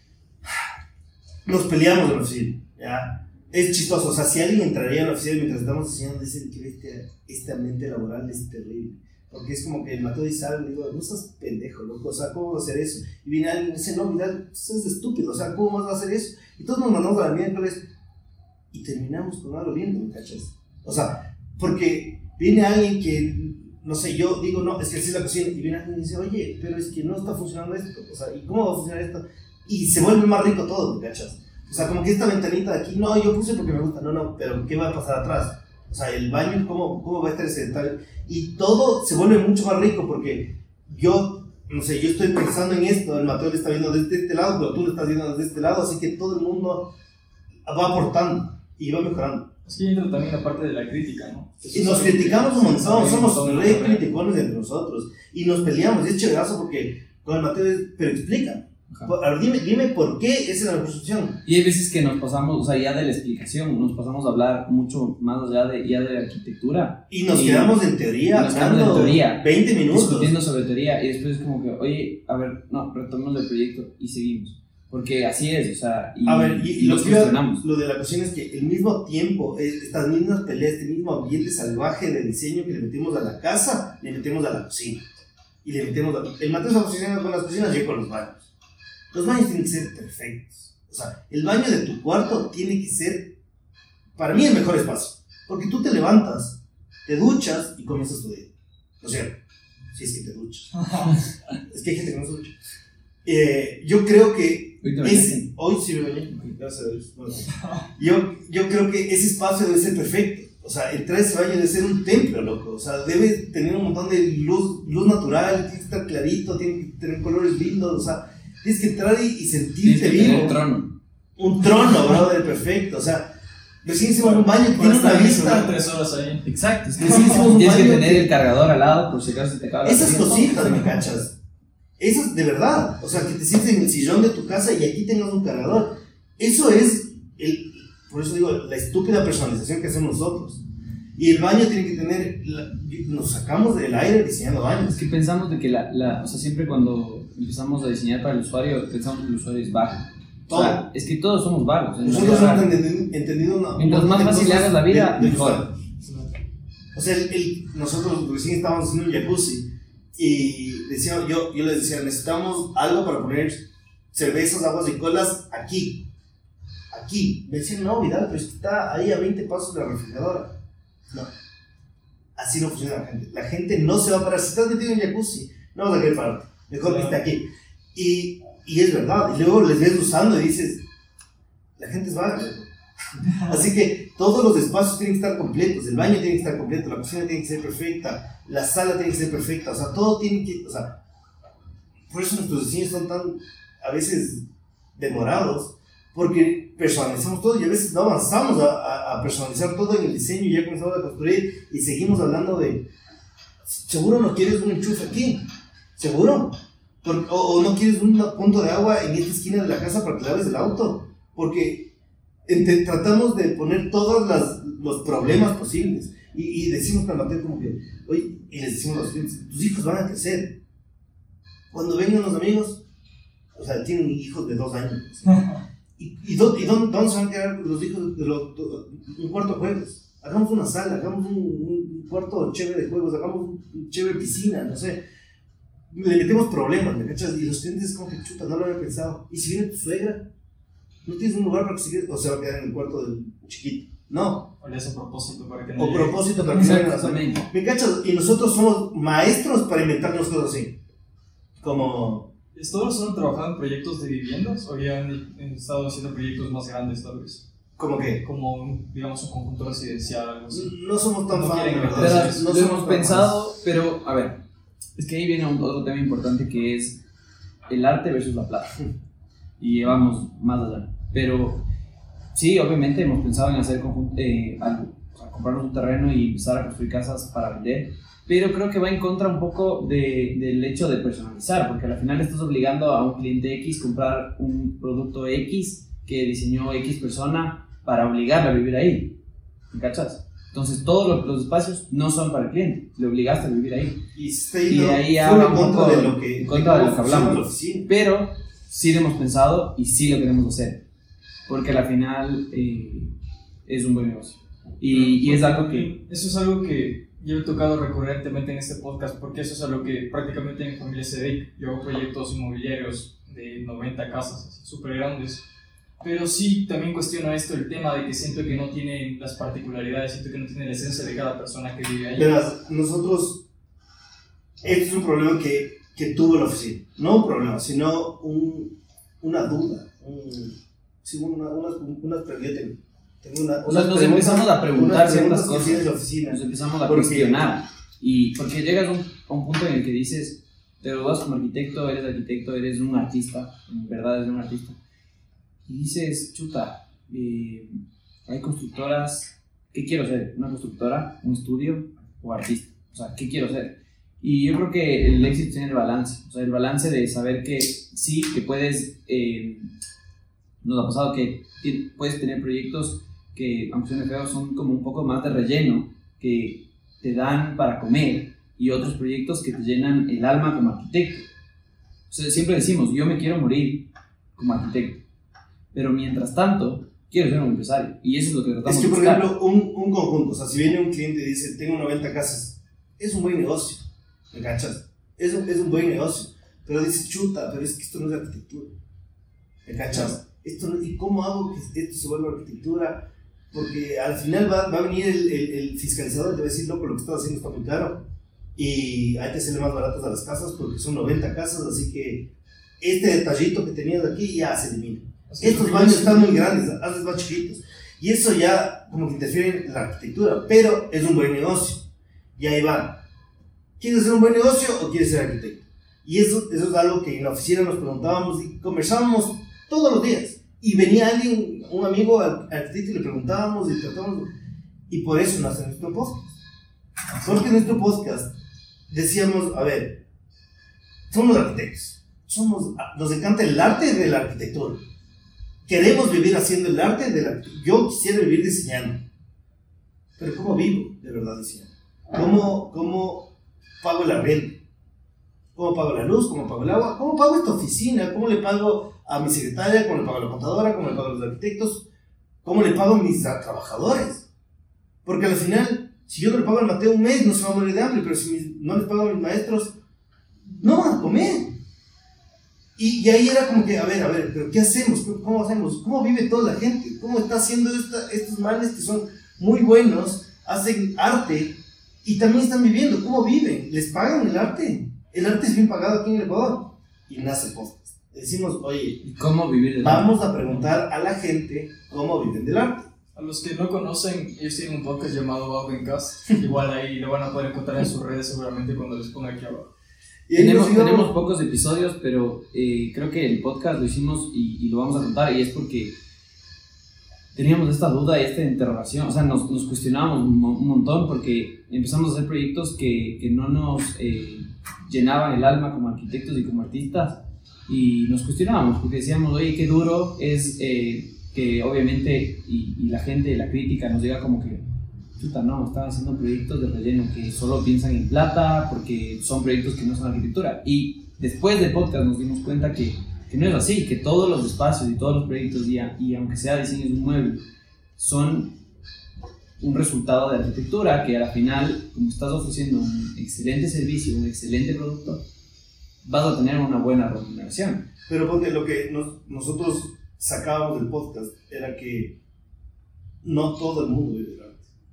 nos peleamos en la oficina, ¿ya? Es chistoso, o sea, si alguien entraría en la oficina mientras estamos diseñando, dicen que este, este ambiente laboral es terrible. Porque es como que el Mateo dice algo y digo, no seas pendejo, loco, o sea, ¿cómo vas a hacer eso? Y viene alguien y dice, no, mira, eso es estúpido, o sea, ¿cómo vas a hacer eso? Y todos nos mandamos a la miércoles y terminamos con algo lindo, ¿me cachas? O sea, porque viene alguien que, no sé, yo digo, no, es que así es la cocina, y viene alguien y dice, oye, pero es que no está funcionando esto, o sea, ¿y cómo va a funcionar esto? Y se vuelve más rico todo, ¿me cachas? O sea, como que esta ventanita de aquí, no, yo puse porque me gusta, no, no, pero ¿qué va a pasar atrás? O sea, el baño, ¿cómo, cómo va a estar ese detalle? Y todo se vuelve mucho más rico porque yo, no sé, yo estoy pensando en esto, el Mateo le está viendo desde este lado, pero tú lo estás viendo desde este lado, así que todo el mundo va aportando y va mejorando. Es que entra también la parte de la crítica, ¿no? Y nos criticamos un montón, somos re criticones entre nosotros y nos peleamos, y es chéverazo porque con el Mateo es, pero explica. Ahora dime, dime por qué esa es la mejor solución. Y hay veces que nos pasamos, o sea, ya de la explicación, nos pasamos a hablar mucho más allá de, ya de arquitectura. Y nos y quedamos en teoría, nos quedamos en teoría, veinte minutos. Discutiendo sobre teoría, y después es como que, oye, a ver, no, retomemos el proyecto y seguimos. Porque así es, o sea, y, a ver, y, y lo lo, que lo de la cocina es que el mismo tiempo, estas mismas peleas, este mismo ambiente salvaje de diseño que le metemos a la casa, le metemos a la cocina. Y le metemos a... El Mateo está posicionado con las cocinas y yo con los baños. Los baños tienen que ser perfectos. O sea, el baño de tu cuarto tiene que ser para mí el mejor espacio, porque tú te levantas, te duchas y comienzas tu día, ¿no es cierto? Si es que te duchas. Es que hay gente que no se ducha. Eh, yo creo que ese, hoy sí me bañé, gracias a Dios. Bueno, yo, yo creo que ese espacio debe ser perfecto. O sea, entrar a ese baño debe ser un templo, loco. O sea, debe tener un montón de luz, luz natural, tiene que estar clarito, tiene que tener colores lindos. O sea, tienes que entrar y, y sentirte vivo. Un trono. Un trono, brother, perfecto. O sea, recién hicimos un baño que tiene una vista. Tres horas ahí. Exacto. Es que Recién hicimos un tienes que baño tener que- el cargador al lado por si acaso se te acaba la Esas batería. cositas, ¿me cachas? Eso es de verdad. O sea, que te sientes en el sillón de tu casa y aquí tengas un cargador. Eso es, el, por eso digo, la estúpida personalización que hacemos nosotros. Y el baño tiene que tener, la- nos sacamos del aire diseñando baños. Es que pensamos de que la, la, o sea, siempre cuando empezamos a diseñar para el usuario, pensamos que el usuario es vago. O sea, Todo. es que todos somos vagos. en Nosotros realidad. hemos entendido, entendido una, Mientras más de fácil le cosas hagas la vida, de- de mejor. usuario. O sea, el, el- nosotros recién estábamos haciendo un jacuzzi y decíamos, yo, yo les decía, necesitamos algo para poner cervezas, aguas y colas aquí. Aquí. Me decían, no, Vidal, pero es que está ahí a veinte pasos de la refrigeradora. No. Así no funciona la gente. La gente no se va a parar. Si estás metido en un jacuzzi, no vas a querer pararte. Mejor que esté aquí. Y, y es verdad. Y luego les ves usando y dices, la gente es vaga. Así que todos los espacios tienen que estar completos. El baño tiene que estar completo, la cocina tiene que ser perfecta, la sala tiene que ser perfecta. O sea, todo tiene que... O sea, por eso nuestros diseños son tan, a veces, demorados. Porque personalizamos todo y a veces no avanzamos a, a, a personalizar todo en el diseño y ya comenzamos a construir y seguimos hablando de, seguro no quieres un enchufe aquí, seguro, Por, o, o no quieres un punto de agua en esta esquina de la casa para que laves el auto, porque ente, tratamos de poner todos las, los problemas posibles y, y decimos con Mateo como que, oye, y les decimos a los clientes, tus hijos van a crecer, cuando vengan los amigos, o sea, tienen hijos de dos años, ¿Y, y, dó, y dónde, dónde se van a quedar los hijos de los, un cuarto de juegos? Hagamos una sala, hagamos un, un cuarto chévere de juegos, hagamos un chévere piscina, no sé. Le metemos problemas, ¿me cachas? Y los clientes como que chuta, no lo había pensado. ¿Y si viene tu suegra? ¿No tienes un lugar para que se quede? O se va a quedar en el cuarto del chiquito. No. O le hace propósito para que no O llegue. propósito para que no vengan a hacer. Exactamente. ¿Me cachas? Y nosotros somos maestros para inventarnos cosas así. Como... ¿Todos solo trabajado en proyectos de viviendas o ya han estado haciendo proyectos más grandes tal vez? ¿Cómo qué? Como, un, digamos, un conjunto residencial o algo así. No somos tan No fans, quieren la verdad. meterse. Verás, No lo somos hemos tan pensado, pero a ver, es que ahí viene un, otro tema importante que es el arte versus la plata. Y llevamos más allá. Pero sí, obviamente hemos pensado en hacer conjun- eh, algo, o sea, comprarnos un terreno y empezar a construir casas para vender. Pero creo que va en contra un poco de, del hecho de personalizar, porque al final estás obligando a un cliente X a comprar un producto X que diseñó X persona para obligarle a vivir ahí. ¿Me cachas? Entonces todos los, los espacios no son para el cliente, le obligaste a vivir ahí. Y, está Y yendo ahí ya full va en un contra poco de lo que, en contra de lo que cómo funciona hablamos. la oficina. Pero sí lo hemos pensado y sí lo queremos hacer, porque al final eh, es un buen negocio. Y, y es algo que... Eso es algo que yo he tocado recurrentemente en este podcast, porque eso es a lo que prácticamente mi familia se dedica. Yo hago proyectos inmobiliarios de noventa casas, así, súper grandes. Pero sí, también cuestiono esto, el tema de que siento que no tiene las particularidades, siento que no tiene la esencia de cada persona que vive ahí. Verás, nosotros, este es un problema que, que tuvo la oficina. No un problema, sino un, una duda. Un, sí, una, unas, unas preguntas. Tengo una, O sea, nos preguntas- empezamos a preguntar unas ciertas preguntas que tiene cosas. la oficina. Nos empezamos a Porque- cuestionar. Y porque llegas a un, a un punto en el que dices, te gradúas como arquitecto, eres arquitecto, eres un artista, en verdad eres un artista. Y dices, chuta, eh, hay constructoras, ¿qué quiero ser? ¿Una constructora, un estudio o artista? O sea, ¿qué quiero ser? Y yo creo que el éxito tiene el balance, o sea, el balance de saber que sí, que puedes, eh, nos ha pasado que ti- puedes tener proyectos que, aunque suene feo, son como un poco más de relleno, que te dan para comer, y otros proyectos que te llenan el alma como arquitecto. O sea, siempre decimos, yo me quiero morir como arquitecto, pero mientras tanto, quiero ser un empresario, y eso es lo que tratamos Es que, de por buscar. ejemplo, un, un conjunto, o sea, si viene un cliente y dice, tengo noventa casas, es un buen negocio, ¿me cachas? Es un, es un buen negocio, pero dice, chuta, pero es que esto no es arquitectura, ¿me cachas? Esto no, ¿y cómo hago que esto se vuelva arquitectura? porque al final va, va a venir el, el, el fiscalizador y te va a decir, loco, lo que estás haciendo está muy caro y hay que hacerle más baratas a las casas porque son noventa casas, así que este detallito que tenías aquí ya se elimina. Así Estos baños están muy grandes, hazles más chiquitos. Y eso ya como que interfiere en la arquitectura, pero es un buen negocio. Y ahí va. ¿Quieres hacer un buen negocio o quieres ser arquitecto? Y eso, eso es algo que en la oficina nos preguntábamos y conversábamos todos los días. Y venía alguien, un amigo arquitecto, y le preguntábamos y tratábamos. Y por eso nace nuestro podcast. Porque en nuestro podcast decíamos, a ver, somos arquitectos. Somos, nos encanta el arte de la arquitectura. Queremos vivir haciendo el arte de la... Yo quisiera vivir diseñando. Pero ¿cómo vivo de verdad diseñando? ¿Cómo, cómo pago el arriendo? ¿Cómo pago la luz? ¿Cómo pago el agua? ¿Cómo pago esta oficina? ¿Cómo le pago a mi secretaria? ¿Cómo le pago a la contadora? ¿Cómo le pago a los arquitectos? ¿Cómo le pago a mis trabajadores? Porque al final, si yo no le pago al Mateo un mes, no se va a morir de hambre. Pero si mis, no les pago a mis maestros, no van a comer. Y, y ahí era como que, a ver, a ver, ¿pero qué hacemos? ¿Cómo hacemos? ¿Cómo vive toda la gente? ¿Cómo está haciendo esta, estos manes que son muy buenos, hacen arte y también están viviendo? ¿Cómo viven? ¿Les pagan el arte? El arte es bien pagado aquí en el Ecuador. Y nace el podcast. Decimos, oye, ¿cómo vivir del vamos arte? A preguntar a la gente cómo viven del arte. A los que no conocen, ellos tienen un podcast llamado Baudencast. Igual ahí lo van a poder encontrar en sus redes seguramente cuando les ponga aquí abajo. Tenemos, digo, tenemos pocos episodios, pero eh, creo que el podcast lo hicimos y, y lo vamos a contar, y es porque teníamos esta duda y esta interrogación, o sea, nos, nos cuestionábamos un, un montón porque empezamos a hacer proyectos que, que no nos eh, llenaban el alma como arquitectos y como artistas, y nos cuestionábamos porque decíamos, oye, qué duro es eh, que obviamente, y, y la gente, la crítica nos diga como que puta, no, están haciendo proyectos de relleno que solo piensan en plata porque son proyectos que no son arquitectura. Y después del podcast nos dimos cuenta que, que no es así, que todos los espacios y todos los proyectos, y, y aunque sea diseño de un mueble, son un resultado de arquitectura, que al final, como estás ofreciendo un excelente servicio, un excelente producto, vas a tener una buena remuneración. Pero ponte, lo que nos, nosotros sacábamos del podcast era que no todo el mundo vive del arte.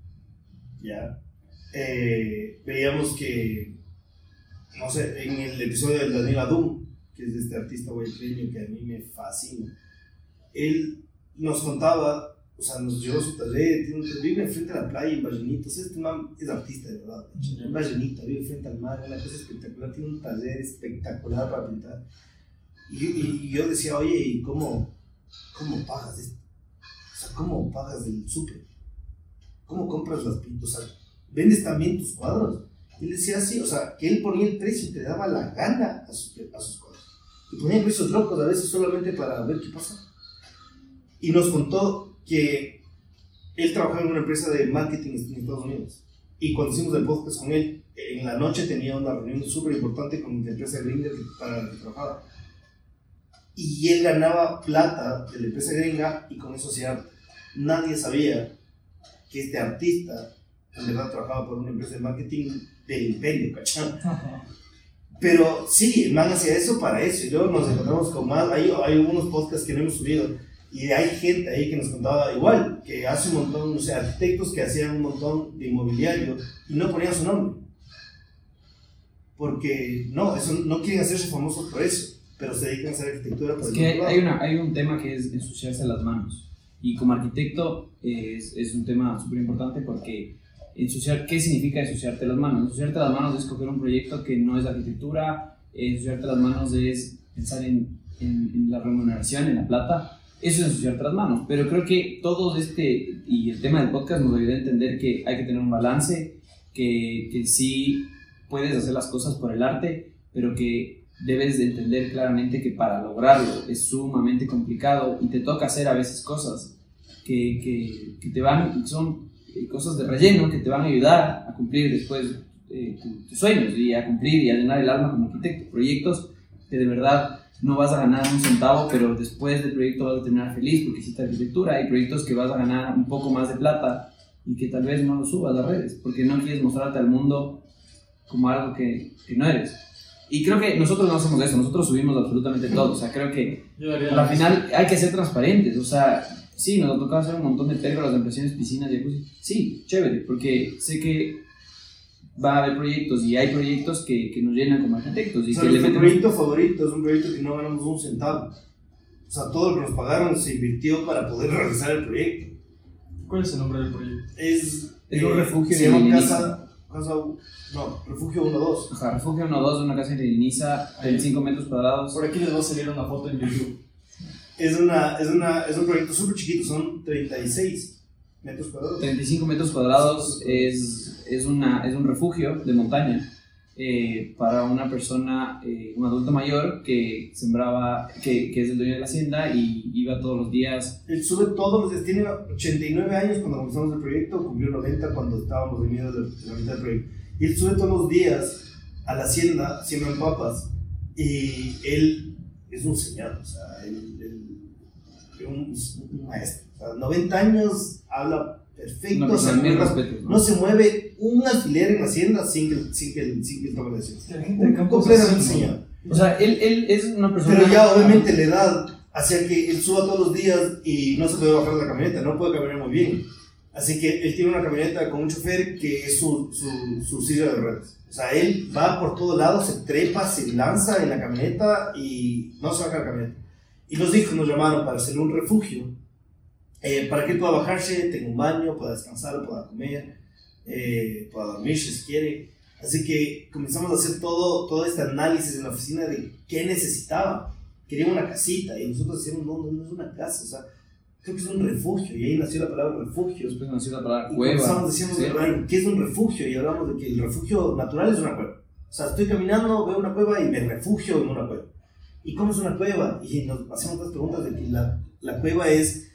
Ya, eh, veíamos que, no sé, en el episodio de Daniel Adum, que es este artista guayaquileño que a mí me fascina, él nos contaba, o sea, nos llevó a su taller, tiene un, vive enfrente a la playa en Vallenito, o sea, este man es artista de verdad, en Vallenito, vive frente al mar, una cosa espectacular, tiene un taller espectacular para pintar. Y, y, y yo decía, oye, ¿y cómo, cómo pagas esto? O sea, ¿cómo pagas el súper? ¿Cómo compras las pintas? O sea, ¿vendes también tus cuadros? Y él decía así, o sea, que él ponía el precio que le daba la gana a, su, a sus cuadros. Y ponía precios locos a veces solamente para ver qué pasa. Y nos contó que él trabajaba en una empresa de marketing en Estados Unidos. Y cuando hicimos el podcast con él, en la noche tenía una reunión súper importante con la empresa gringa para la que trabajaba. Y él ganaba plata de la empresa gringa y con eso hacía arte. Nadie sabía que este artista en verdad trabajaba por una empresa de marketing del imperio, ¿cachai? Pero sí, el man hacía eso para eso, y luego nos encontramos con más, hay, hay unos podcasts que no hemos subido, y hay gente ahí que nos contaba igual, que hace un montón, o sea, arquitectos que hacían un montón de inmobiliario, y no ponían su nombre, porque no, eso, no quieren hacerse famosos por eso, pero se dedican a hacer arquitectura. Es que hay, hay, una, hay un tema que es ensuciarse las manos. Y como arquitecto eh, es, es un tema súper importante porque ensuciar, ¿qué significa ensuciarte las manos? Ensuciarte las manos es coger un proyecto que no es de arquitectura, ensuciarte las manos es pensar en, en, en la remuneración, en la plata, eso es ensuciarte las manos. Pero creo que todo este, y el tema del podcast nos ayuda a entender que hay que tener un balance, que, que sí puedes hacer las cosas por el arte, pero que debes de entender claramente que para lograrlo es sumamente complicado y te toca hacer a veces cosas que, que, que te van, son cosas de relleno que te van a ayudar a cumplir después eh, tus sueños y a cumplir y a llenar el alma como arquitecto. Proyectos que de verdad no vas a ganar un centavo, pero después del proyecto vas a terminar feliz porque hiciste arquitectura. Hay proyectos que vas a ganar un poco más de plata y que tal vez no lo subas a las redes porque no quieres mostrarte al mundo como algo que, que no eres. Y creo que nosotros no hacemos eso, nosotros subimos absolutamente todo, o sea, creo que al final hay que ser transparentes, o sea, Sí, nos tocaba hacer un montón de pérgolas, ampliaciones, piscinas, jacuzzi. Sí, chévere, porque sé que va a haber proyectos y hay proyectos que, que nos llenan como arquitectos. Y o sea, que nuestro le proyecto favorito es un proyecto que no ganamos un centavo. O sea, todo lo que nos pagaron se invirtió para poder realizar el proyecto. ¿Cuál es el nombre del proyecto? Es, Es un refugio se de llama Iliniza. casa, casa, no, refugio uno dos. Ajá, refugio uno dos, una casa en Iliniza, veinticinco metros cuadrados. Por aquí les va a salir una foto en YouTube. Es, una, es, una, es un proyecto súper chiquito, son treinta y seis metros cuadrados. treinta y cinco metros cuadrados es, es, una, es un refugio de montaña eh, para una persona, eh, un adulto mayor que sembraba, que, que es el dueño de la hacienda y iba todos los días. Él sube todos los días, tiene ochenta y nueve años cuando comenzamos el proyecto, cumplió noventa cuando estábamos reunidos de, de la mitad del proyecto. Y él sube todos los días a la hacienda, siembran papas, y él es un señor, o sea, él, él es un, un maestro. O sea, noventa años, habla perfecto, No, se pero mil mueve, respetos, ¿no? no se mueve un alfiler en la hacienda sin que, sin que, sin que él tome la hacienda. Que la gente de campo es Completamente así, ¿no? señor. O sea, él, él es una persona... Pero ya obviamente la edad hacía que él suba todos los días y no se puede bajar de la camioneta, no puede caminar muy bien. Así que él tiene una camioneta con un chofer que es su, su, su silla de ruedas. O sea, él va por todos lados, se trepa, se lanza en la camioneta y no se baja de la camioneta. Y los hijos nos llamaron para hacerle un refugio, eh, para que él pueda bajarse, tenga un baño, pueda descansar, pueda comer, eh, pueda dormirse si quiere. Así que comenzamos a hacer todo, todo este análisis en la oficina de qué necesitaba. Quería una casita y nosotros decíamos, no, no, no es una casa, o sea, creo que es un refugio, y ahí nació la palabra refugio. Después nació la palabra Y cueva. comenzamos, decíamos, ¿sí? bueno, ¿qué es un refugio? Y hablamos de que el refugio natural es una cueva. O sea, estoy caminando, veo una cueva y me refugio en una cueva. ¿Y cómo es una cueva? Y nos hacemos otras preguntas de que la, la cueva es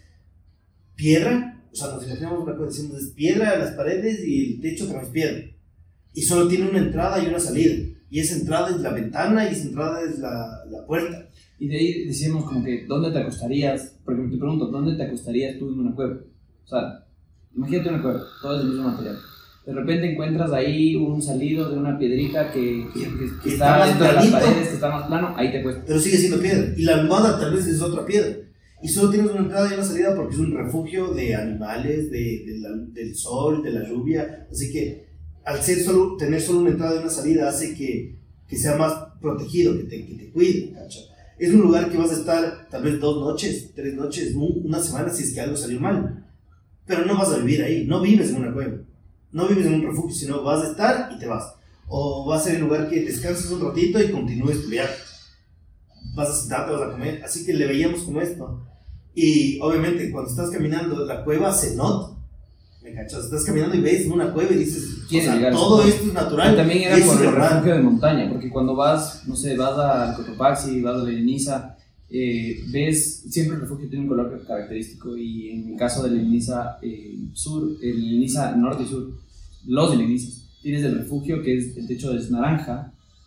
piedra, o sea, nos imaginamos una cueva, decimos, es piedra en las paredes y el techo también es piedra. Y solo tiene una entrada y una salida. Y esa entrada es la ventana y esa entrada es la, la puerta. Y de ahí decíamos como que, ¿dónde te acostarías? Porque te pregunto, ¿dónde te acostarías tú en una cueva? O sea, imagínate una cueva, todo es del mismo material. De repente encuentras ahí un salido de una piedrita que, que, que, que Está está más dentro de las planito. paredes, que está más plano, ahí te acuestas. Pero sigue siendo piedra. Y la almohada tal vez es otra piedra. Y solo tienes una entrada y una salida porque es un refugio de animales, de, de la, del sol, de la lluvia. Así que al ser solo, tener solo una entrada y una salida hace que, que sea más protegido, que te, que te cuide, ¿cacha? Es un lugar que vas a estar tal vez dos noches, tres noches, un, una semana si es que algo salió mal. Pero no vas a vivir ahí, no vives en una cueva, no vives en un refugio, sino vas a estar y te vas. O vas a ser el lugar que descanses un ratito y continúes tu viaje. Vas a sentarte, vas a comer, así que le veíamos como esto. Y obviamente cuando estás caminando, la cueva se nota. ¿Me cachas? Estás caminando y ves una cueva y dices, o Quieres sea, llegar a todo esa esto es natural. Y también era y es por el normal. refugio de montaña, porque cuando vas, no sé, vas a Cotopaxi, vas a la Iliniza, eh, ves, siempre el refugio tiene un color característico, y en el caso de la Iliniza eh, sur, el Iliniza norte y sur, los Ilinizas, tienes el refugio que es, el techo es naranja,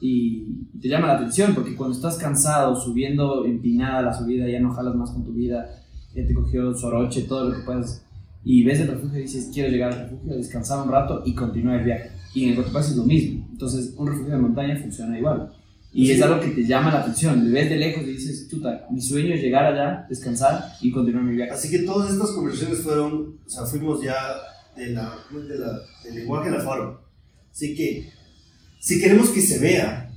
y te llama la atención, porque cuando estás cansado, subiendo empinada la subida, ya no jalas más con tu vida, ya te cogió soroche, todo lo que puedas, y ves el refugio y dices, quiero llegar al refugio, descansar un rato y continuar el viaje. Y en el Cotopaxi es lo mismo. Entonces, un refugio de montaña funciona igual. Y Sí. es algo que te llama la atención. Lo ves de lejos y dices, chuta, mi sueño es llegar allá, descansar y continuar mi viaje. Así que todas estas conversaciones fueron, o sea, fuimos ya de la, de la, del lenguaje a la forma. Así que, si queremos que se vea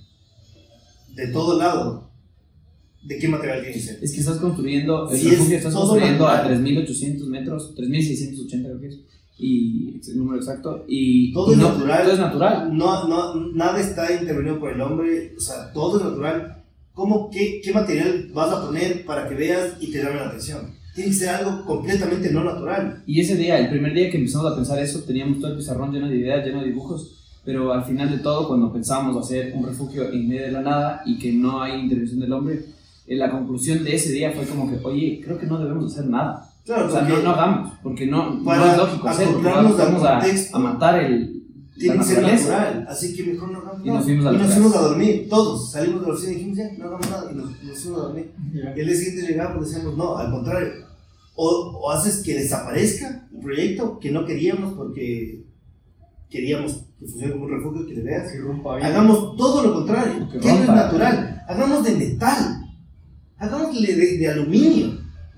de todo lado, ¿de qué material tiene que ser? Es que estás construyendo, el Sí, refugio es estás todo construyendo a natural. tres mil ochocientos metros, tres mil seiscientos ochenta creo que es, y es el número exacto, y Todo y es no, natural. todo es natural. No, no, nada está intervenido por el hombre, o sea, todo es natural. ¿Cómo, qué, qué material vas a poner para que veas y te llame la atención? Tiene que ser algo completamente no natural. Y ese día, el primer día que empezamos a pensar eso, teníamos todo el pizarrón lleno de ideas, lleno de dibujos, pero al final de todo, cuando pensábamos hacer un refugio en medio de la nada y que no hay intervención del hombre, eh, la conclusión de ese día fue como que, oye, creo que no debemos hacer nada. Claro, O sea, porque no, no hagamos, porque no, para no es lógico hacerlo, porque acoplarnos al vamos a, contexto, a matar el, tiene la que ser naturaleza. natural. Así que mejor no hagamos Y nada. nos fuimos a Y la nos casa. fuimos a dormir, todos. Salimos de la oficina y dijimos, ya, no hagamos nada. Y nos, nos fuimos a dormir. Ya. Y el día siguiente llegamos y decíamos, no, al contrario. O, o haces que desaparezca el proyecto que no queríamos porque queríamos que funcione como un refugio, que le veas. Que rompa bien. Hagamos todo lo contrario, Que que no es rompa. natural. Hagamos de metal, hagámosle de, de aluminio,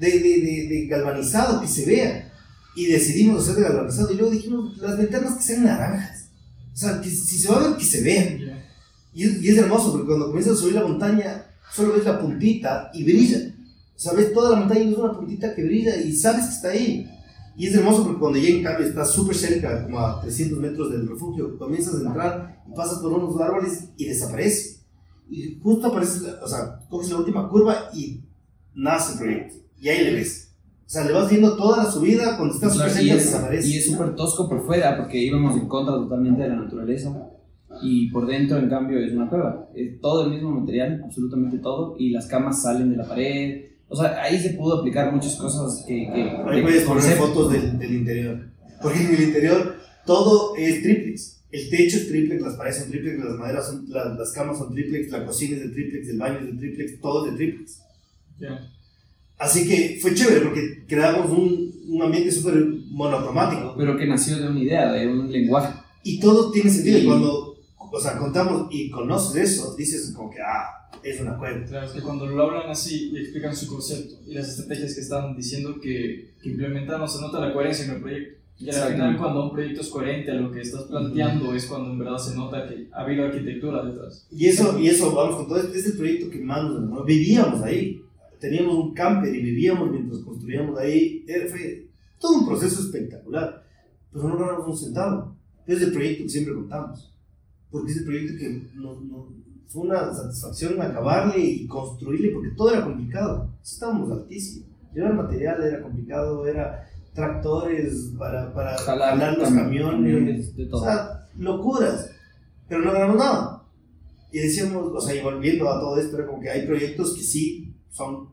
de, de, de, de galvanizado, que se vea. Y decidimos hacer de galvanizado. Y luego dijimos, las ventanas que sean naranjas. O sea, que si se va a ver, que se vean. Yeah. Y, es, y es hermoso, porque cuando comienzas a subir la montaña, solo ves la puntita y brilla. O sea, ves toda la montaña y es una puntita que brilla y sabes que está ahí. Y es hermoso porque cuando ya en cambio estás súper cerca, como a trescientos metros del refugio, comienzas a entrar y pasas por unos árboles y desaparece. Y justo aparece, o sea, coges la última curva y nace el proyecto. Y ahí le ves. O sea, le vas viendo toda la subida, cuando estás súper cerca desaparece. Y es súper tosco por fuera porque íbamos en contra totalmente de la naturaleza. Y por dentro, en cambio, es una cueva. Es todo el mismo material, absolutamente todo. Y las camas salen de la pared. O sea, ahí se pudo aplicar muchas cosas que... que ahí puedes poner fotos del, del interior. Porque en el interior todo es triplex. El techo es triplex, las paredes son triplex, las maderas son... Las, las camas son triplex, la cocina es de triplex, el baño es de triplex, todo es de triplex. Yeah. Así que fue chévere porque creamos un, un ambiente súper monocromático. Pero que nació de una idea, de un lenguaje. Y todo tiene sentido. Y cuando, o sea, contamos y conoces eso, dices como que, ah... es una cuenta. Claro, es que cuando lo hablan así y explican su concepto y las estrategias que están diciendo que, que implementamos, se nota la coherencia en el proyecto. Y al final, cuando un proyecto es coherente a lo que estás planteando, uh-huh. es cuando en verdad se nota que ha habido arquitectura detrás. Y eso, y eso vamos con todo, este es el proyecto que más nos enamoró. Vivíamos ahí, teníamos un camper y vivíamos mientras construíamos ahí. Fue todo un proceso espectacular, pero no ganamos un centavo. Es el proyecto que siempre contamos, porque es el proyecto que nos... No, fue una satisfacción acabarle y construirle, porque todo era complicado. Estábamos altísimos. Llevar material era complicado, era tractores para, para jalar, jalar los camiones, de todo. O sea, locuras. Pero no ganamos nada. Y decíamos, o sea, y volviendo a todo esto, era como que hay proyectos que sí son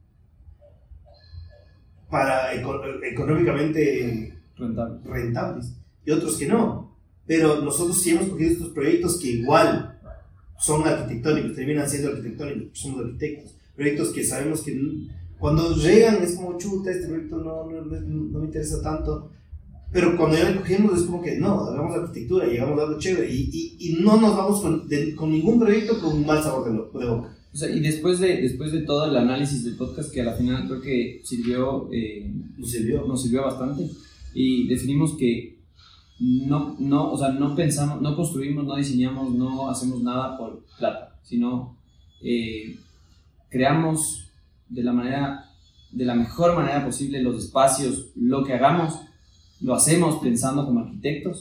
para eco- económicamente rentables. rentables y otros que no. Pero nosotros sí hemos cogido estos proyectos que igual son arquitectónicos, terminan siendo arquitectónicos, somos arquitectos, proyectos que sabemos que cuando llegan es como chuta, este proyecto no, no, no, no me interesa tanto, pero cuando ya lo cogemos es como que no, hagamos arquitectura, llegamos a algo chévere y, y, y no nos vamos con, de, con ningún proyecto con un mal sabor de, lo, de boca. O sea, y después de, después de todo el análisis del podcast, que a la final creo que sirvió, eh, nos sirvió, nos sirvió bastante, y definimos que No, no, o sea, no pensamos, no construimos, no diseñamos, no hacemos nada por plata, sino eh, creamos de la manera, de la mejor manera posible los espacios, lo que hagamos, lo hacemos pensando como arquitectos,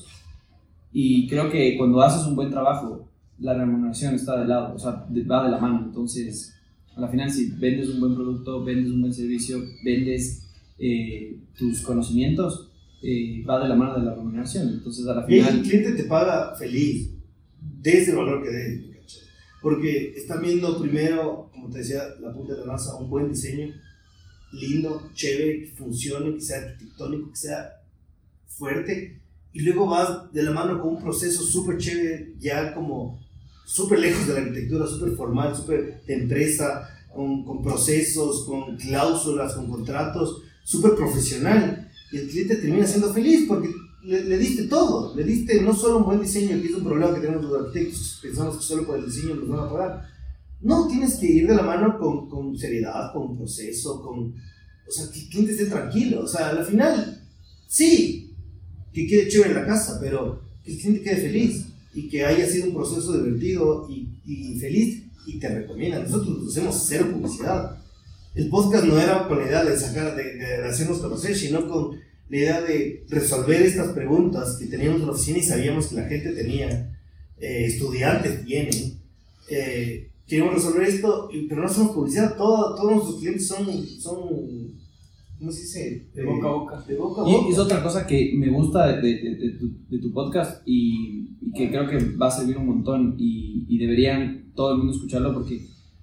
y creo que cuando haces un buen trabajo, la remuneración está de lado, o sea, va de la mano. Entonces, a la final, si vendes un buen producto, vendes un buen servicio, vendes eh, tus conocimientos, Eh, va de la mano de la remuneración. Entonces a la final el cliente te paga feliz desde el valor que des, porque están viendo primero, como te decía, la punta de la lanza, un buen diseño lindo, chévere, que funcione, que sea arquitectónico, que sea fuerte, y luego vas de la mano con un proceso súper chévere, ya como súper lejos de la arquitectura, súper formal, súper de empresa, con, con procesos, con cláusulas, con contratos, súper profesional. Y el cliente termina siendo feliz porque le, le diste todo, le diste no solo un buen diseño, que es un problema que tenemos los arquitectos, pensamos que solo por el diseño nos van a pagar. No, tienes que ir de la mano con, con seriedad, con proceso, con, o sea, que el cliente esté tranquilo. O sea, al final, sí, que quede chévere en la casa, pero que el cliente quede feliz y que haya sido un proceso divertido y, y feliz y te recomienda. Nosotros hacemos cero publicidad. El podcast no era con la idea de sacar, de, de hacernos conocer, sino con la idea de resolver estas preguntas que teníamos en la oficina y sabíamos que la gente tenía, eh, estudiantes tienen. Eh, queremos resolver esto, pero no hacemos publicidad. Todo, todos nuestros clientes son, son, ¿cómo se dice? De boca a boca. De boca a boca. Y es otra cosa que me gusta de, de, de, tu, de tu podcast y, y que creo que va a servir un montón y, y deberían todo el mundo escucharlo porque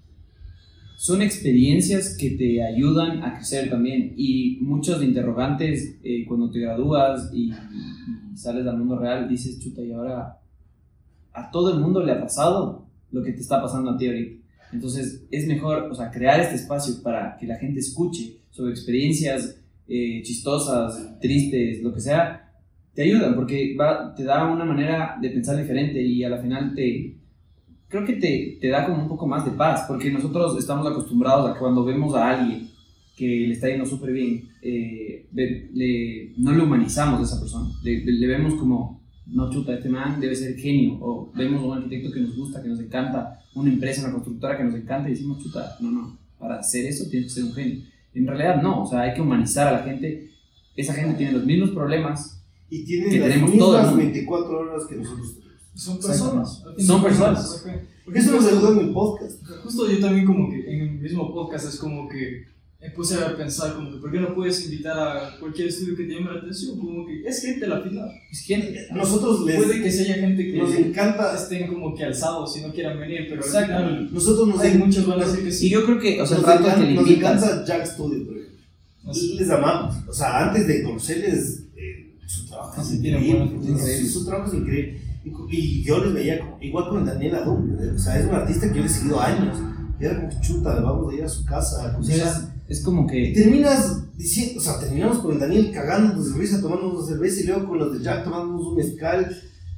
son experiencias que te ayudan a crecer también, y muchos interrogantes eh, cuando te gradúas y, y sales al mundo real, dices, chuta, y ahora a todo el mundo le ha pasado lo que te está pasando a ti ahorita. Entonces es mejor, o sea, crear este espacio para que la gente escuche sobre experiencias eh, chistosas, tristes, lo que sea, te ayudan porque va, te da una manera de pensar diferente y a la final te... creo que te, te da como un poco más de paz, porque nosotros estamos acostumbrados a que cuando vemos a alguien que le está yendo súper bien, eh, le, le, no le humanizamos a esa persona, le, le, le vemos como, no chuta, este man debe ser genio, o vemos un arquitecto que nos gusta, que nos encanta, una empresa, una constructora que nos encanta y decimos, chuta, no, no, para hacer eso tienes que ser un genio. En realidad no, o sea, hay que humanizar a la gente, esa gente tiene los mismos problemas y tienen que las tenemos mismas todos, ¿no? veinticuatro horas que nosotros tenemos. Son personas. Son personas. Porque eso nos ayudó en el podcast. Justo yo también como que en el mismo podcast es como que me puse a pensar como que ¿por qué no puedes invitar a cualquier estudio que te llame la atención? Como que es gente a la final. Es gente. Nosotros les, puede que se haya gente que nos encanta, estén como que alzados y no quieran venir, pero exacto. al final nosotros nos hay en, muchos van a decir que sí. Y yo creo que, o sea, el nos, rato encanta, que le nos invitas. encanta Jack Studio, por ejemplo. Así. Les amamos. O sea, antes de conocerles, eh, su trabajo es Así tiene increíble. buenas Su, fotos. su trabajo es increíble. Y, y yo les veía como, igual con Daniel Adum. O sea, es un artista que yo le he seguido años. Y era como chuta, vamos a ir a su casa. O sea, es, es como Y que. terminas diciendo, o sea, terminamos con el Daniel cagándonos de risa, tomándonos una cerveza y luego con los de Jack tomándonos un mezcal.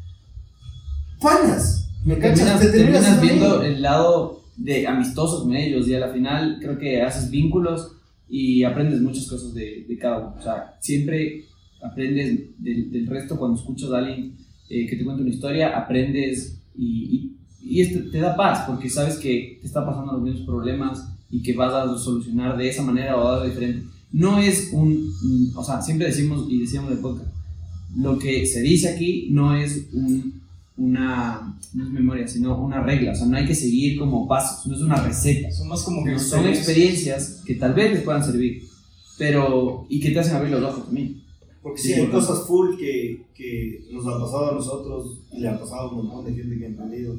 ¡Panas! ¿Me cachas? Terminas, Te terminas terminas viendo amigo. el lado de amistoso con ellos y a la final creo que haces vínculos y aprendes muchas cosas de, de cada uno. O sea, siempre aprendes del, del resto cuando escuchas a alguien eh, que te cuenta una historia, aprendes y, y, y esto te da paz porque sabes que te está pasando los mismos problemas y que vas a solucionar de esa manera o de algo diferente. No es un, o sea, siempre decimos y decíamos en el podcast, lo que se dice aquí no es un, una, no es memoria, sino una regla, o sea, no hay que seguir como pasos, no es una receta, Son más como que no, son experiencias que tal vez les puedan servir, pero, y que te hacen abrir los ojos también. Porque Sí, sí, hay porque- cosas full que, que nos han pasado a nosotros y le han pasado a un montón de gente que ha emprendido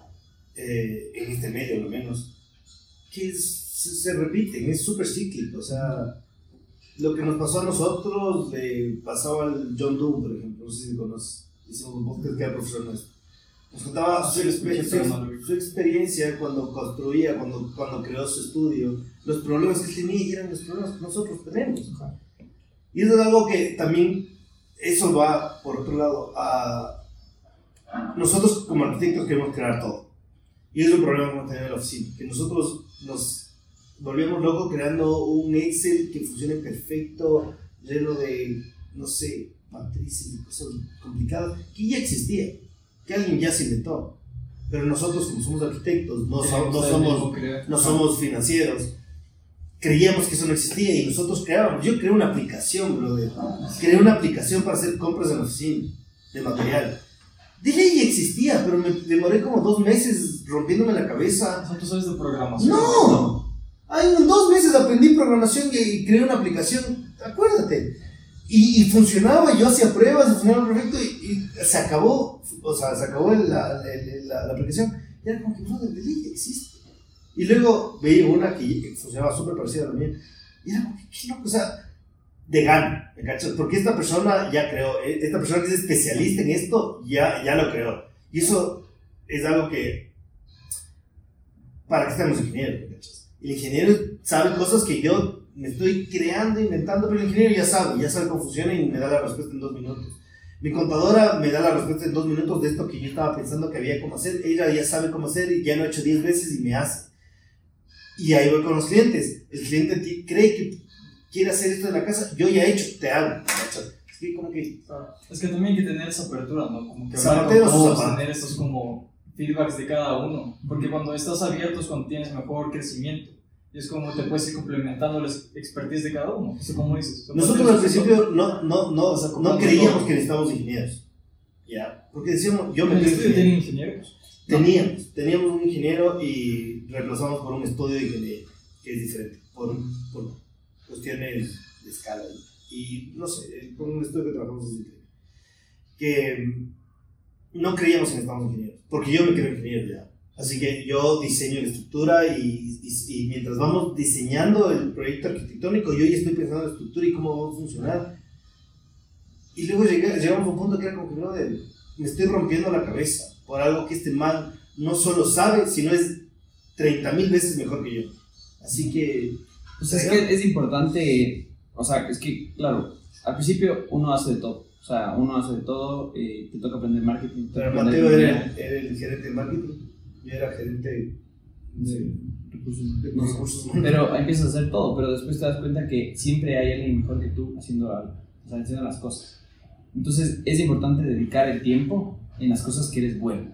eh, en este medio, al menos, que es- se, se repiten, es súper cíclico. O sea, lo que nos pasó a nosotros le pasaba al John Doe, por ejemplo, no sé si conoces, hicimos un podcast que era profesor nuestro. Nos contaba su, Sí, escuché, exper- pero no lo vi. su, su experiencia cuando construía, cuando, cuando creó su estudio, los problemas que él tenía y eran los problemas que nosotros tenemos. Y eso es algo que también, eso va, por otro lado, a nosotros como arquitectos queremos crear todo. Y es un problema que hemos tenido en la oficina, que nosotros nos volvíamos locos creando un Excel que funcione perfecto, lleno de, no sé, matrices y cosas complicadas, que ya existía, que alguien ya se inventó. Pero nosotros, como somos arquitectos, no, so- no somos, no somos financieros, creíamos que eso no existía y nosotros creábamos. Yo creé una aplicación, brother. Creé una aplicación para hacer compras en la oficina de material. De ley existía, pero me demoré como dos meses rompiéndome la cabeza. O sea, tú sabes de programación. ¡No! Ay, en dos meses aprendí programación y, y creé una aplicación. Acuérdate. Y, y funcionaba, yo hacía pruebas, funcionaba perfecto y, y se acabó. O sea, se acabó la, la, la, la aplicación. Y era como que, brother, de ley existe. Y luego veía una que funcionaba súper parecida a la mía. Y era como que, qué loco, o sea, de gana, ¿me cachas? Porque esta persona ya creó, esta persona que es especialista en esto, ya, ya lo creó. Y eso es algo que, ¿para qué estamos ingenieros, me cachas? El ingeniero sabe cosas que yo me estoy creando, inventando, pero el ingeniero ya sabe, ya sabe cómo funciona y me da la respuesta en dos minutos. Mi contadora me da la respuesta en dos minutos de esto que yo estaba pensando que había cómo hacer. Ella ya sabe cómo hacer y ya lo ha hecho diez veces y me hace. Y ahí voy con los clientes. El cliente t- cree que quiere hacer esto en la casa, yo ya he hecho, te hago. Es que como que... Es que también hay que tener esa apertura, ¿no? Como que hablar Zapatero con a su todos, zapato. tener estos como feedbacks de cada uno. Porque cuando estás abierto es cuando tienes mejor crecimiento. Y es como te puedes ir complementando la expertise de cada uno. Eso como dices. Nosotros al principio no, no, no, O sea, como no todo. creíamos que necesitábamos ingenieros. ¿Ya? Porque decíamos, yo me ¿El creo estudio ingeniero. tiene ingenieros? Teníamos, teníamos un ingeniero y reemplazamos por un estudio de ingeniería, que es diferente, por, por cuestiones de escala. Y no sé, con un estudio que trabajamos es increíble. Que mm, no creíamos que necesitábamos ingenieros, porque yo me creo ingeniero ya. Así que yo diseño la estructura y, y, y mientras vamos diseñando el proyecto arquitectónico, yo ya estoy pensando en la estructura y cómo va a funcionar. Y luego llegué, llegamos a un punto que era como que, brother, me estoy rompiendo la cabeza por algo que este man no solo sabe, sino es treinta mil veces mejor que yo. Así que... Pues es que es importante, o sea, es que, claro, al principio uno hace de todo, o sea, uno hace de todo, eh, te toca aprender marketing. te Pero toca aprender Mateo era, ingeniería. era el gerente de marketing, yo era gerente de Sí. recursos, no sé, pero empiezas a hacer todo, pero después te das cuenta que siempre hay alguien mejor que tú haciendo algo, o sea, haciendo las cosas. Entonces es importante dedicar el tiempo en las cosas que eres bueno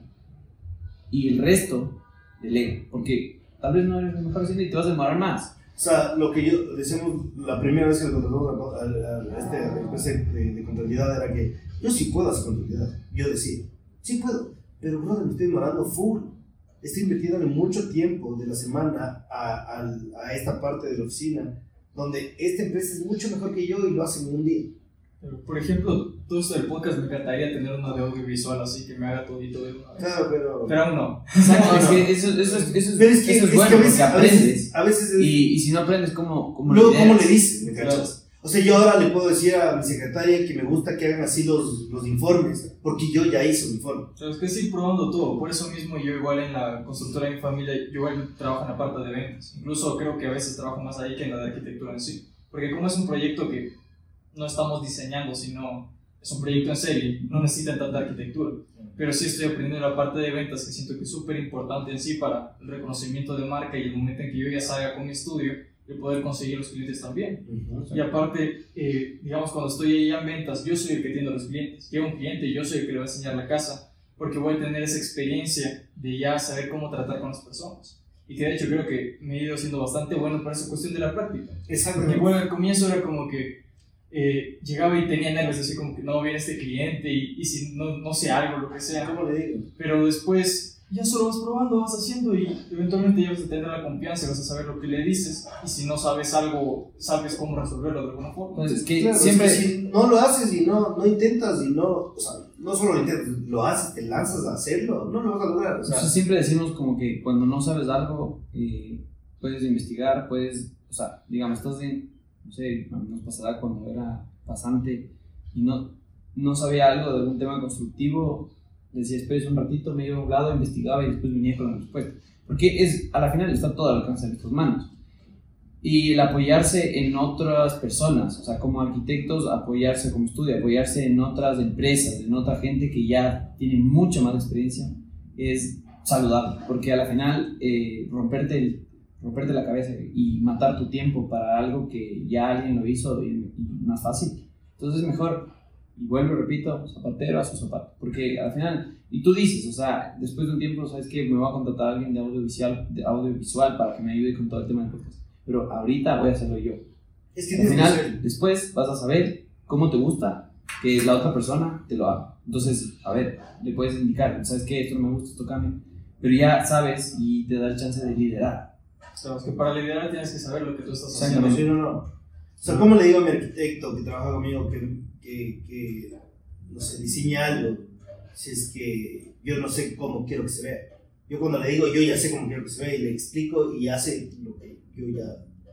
y el resto delega, porque tal vez no eres el mejor haciendo y te vas a demorar más. O sea, lo que yo decíamos la primera vez que le contratamos a, a, a este a la empresa de, de contabilidad era que yo sí puedo hacer contabilidad. Yo decía, sí puedo, pero brother, me estoy demorando full. Estoy invirtiendo mucho tiempo de la semana a, a, a esta parte de la oficina, donde esta empresa es mucho mejor que yo y lo hace en un día. Pero, por ejemplo, todo esto del podcast me encantaría tener una de audiovisual así que me haga todito de una vez. Claro, pero... Pero aún no. Exacto, es que eso, eso, es, eso, pero es, que, eso es es bueno, que a veces, porque aprendes. A veces, a veces es, y, y si no aprendes, ¿cómo, cómo luego, le ¿cómo le dices? ¿Me cachas? Claro. O sea, yo ahora le puedo decir a mi secretaria que me gusta que hagan así los, los informes, porque yo ya hice un informe. O sea, es que sí, probando todo. Por eso mismo yo igual en la constructora de mi familia, yo igual trabajo en la parte de ventas. Incluso creo que a veces trabajo más ahí que en la de arquitectura en sí. Porque como es un proyecto que no estamos diseñando, sino es un proyecto en serie, no necesitan tanta arquitectura. Pero sí estoy aprendiendo la parte de ventas, que siento que es súper importante en sí para el reconocimiento de marca y el momento en que yo ya salga con mi estudio, de poder conseguir los clientes también. Uh-huh. Y aparte, eh, digamos, cuando estoy ahí en ventas, yo soy el que atiende a los clientes. Llega un cliente y yo soy el que le va a enseñar la casa, porque voy a tener esa experiencia de ya saber cómo tratar con las personas. Y que de hecho creo que me he ido siendo bastante bueno para esa cuestión de la práctica. Exacto. Porque bueno, al comienzo era como que eh, llegaba y tenía nervios, así como que no viene este cliente y, y si no, no sé algo, lo que sea. ¿Cómo le digo? Pero después ya solo vas probando, vas haciendo y eventualmente ya vas a tener la confianza, vas a saber lo que le dices y si no sabes algo, sabes cómo resolverlo de alguna forma. Pues es que claro, siempre... es que si no lo haces y no, no intentas y no, o sea, no solo lo intentas, lo haces, te lanzas a hacerlo, no lo vas a lograr. O sea, o sea, siempre decimos como que cuando no sabes algo, eh, puedes investigar, puedes, o sea, digamos, estás en, no sé, nos pasará cuando era pasante y no, no sabía algo de algún tema constructivo, decía, esperes un ratito, me iba a un lado, investigaba y después venía con la respuesta. Porque es, a la final está todo al alcance de nuestras manos. Y el apoyarse en otras personas, o sea, como arquitectos, apoyarse como estudio, apoyarse en otras empresas, en otra gente que ya tiene mucha más experiencia, es saludable. Porque a la final, eh, romperte, el, romperte la cabeza y matar tu tiempo para algo que ya alguien lo hizo y, y más fácil. Entonces es mejor... Y vuelvo y repito, zapatero a su zapato. Porque al final, y tú dices, o sea, después de un tiempo, ¿sabes qué? Me voy a contratar a alguien de audiovisual, de audiovisual para que me ayude con todo el tema del podcast. Pero ahorita voy a hacerlo yo. Es que al final, después vas a saber cómo te gusta que la otra persona te lo haga. Entonces, a ver, le puedes indicar, ¿sabes qué? Esto no me gusta, esto cambia. Pero ya sabes y te da el chance de liderar. Sabes que para liderar tienes que saber lo que tú estás haciendo. haciendo. Sí, no, no. O sea, ¿cómo le digo a mi arquitecto que trabaja conmigo que... Que, que, no sé, diseñe algo, si es que yo no sé cómo quiero que se vea? Yo cuando le digo, yo ya sé cómo quiero que se vea y le explico y hace lo que yo ya,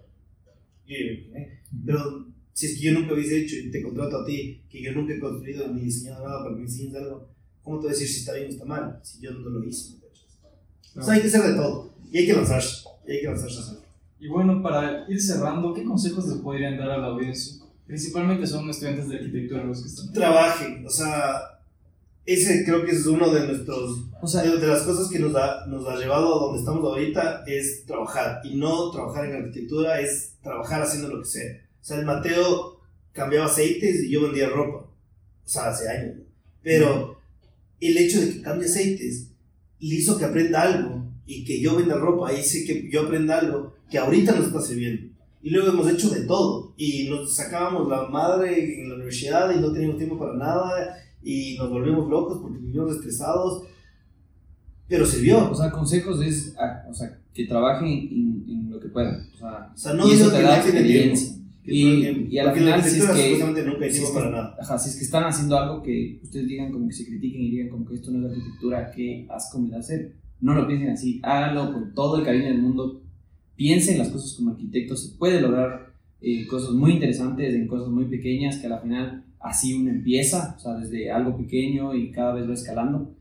yo ya ¿eh? Pero si es que yo nunca hubiese hecho y te contrato a ti, que yo nunca he construido ni diseñado nada para que me enseñes algo, ¿cómo te voy a decir si está bien o está mal? Si yo no lo hice, ¿no? O sea, hay que hacer de todo y hay que lanzarse, y hay que lanzarse a hacerlo. Y bueno, para ir cerrando, ¿qué consejos les podrían dar a la audiencia? Principalmente son estudiantes de arquitectura los que están. Trabajen, o sea, ese creo que es uno de nuestros, o sea, de, de las cosas que nos ha, nos ha llevado a donde estamos ahorita, es trabajar, y no trabajar en arquitectura, es trabajar haciendo lo que sea. O sea, el Mateo cambiaba aceites y yo vendía ropa, o sea, hace años, ¿no? Pero el hecho de que cambie aceites le hizo que aprenda algo, y que yo venda ropa, hice que yo aprenda algo que ahorita nos está sirviendo. Y luego hemos hecho de todo, y nos sacábamos la madre en la universidad y no teníamos tiempo para nada, y nos volvimos locos porque vivíamos estresados, pero sirvió. O sea, consejos es, o sea, que trabajen en, en lo que puedan. O sea, o sea no y digo eso te que da no tiene experiencia. tiempo. Y, y a la final, si es que, nunca hay si, es para que, nada. Ajá, si es que están haciendo algo que ustedes digan como que se critiquen y digan como que esto no es arquitectura, ¿qué asco me da hacer? No lo piensen así, háganlo con todo el cariño del mundo. Piensen las cosas como arquitectos, se puede lograr eh, cosas muy interesantes en cosas muy pequeñas que a la final así uno empieza, o sea, desde algo pequeño y cada vez va escalando.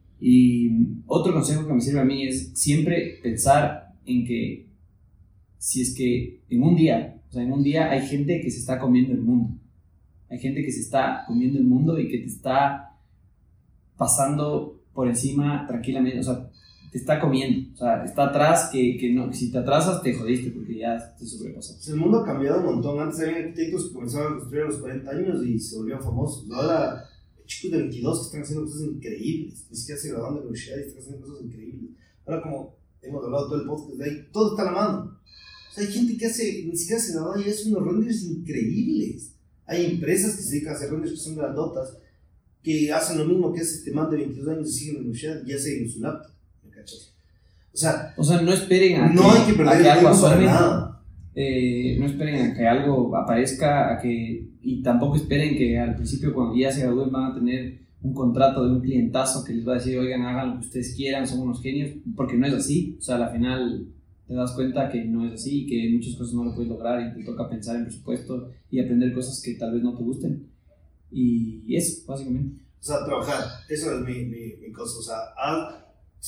Y otro consejo que me sirve a mí es siempre pensar en que si es que en un día, o sea, en un día hay gente que se está comiendo el mundo, hay gente que se está comiendo el mundo y que te está pasando por encima tranquilamente, o sea, te está comiendo, o sea, está atrás que, que no, si te atrasas te jodiste porque ya te sobrepasó. El mundo ha cambiado un montón. Antes había arquitectos que comenzaban a construir a los cuarenta años y se volvían famosos. Ahora hay chicos de veintidós que están haciendo cosas increíbles, ni siquiera se graduaron de la universidad y están haciendo cosas increíbles. Ahora, como hemos hablado todo el podcast de ahí, todo está a la mano. O sea, hay gente que hace, ni siquiera se gradúa y hace unos renders increíbles. Hay empresas que se dedican a hacer renders que son grandotas, que hacen lo mismo que hace este man de veintidós años y siguen en la universidad y hace en su laptop. ¿Me cachas? O sea, o sea, no esperen a no que, hay que perder a que el algo tiempo para asome, nada. eh, no esperen a que algo aparezca, a que, y tampoco esperen que al principio cuando ya se gradúen van a tener un contrato de un clientazo que les va a decir, oigan, hagan lo que ustedes quieran, son unos genios, porque no es así. O sea, al final te das cuenta que no es así, que muchas cosas no lo puedes lograr y te toca pensar en presupuesto y aprender cosas que tal vez no te gusten. Y eso, básicamente. O sea, trabajar, eso es mi, mi, mi cosa. O sea, haz,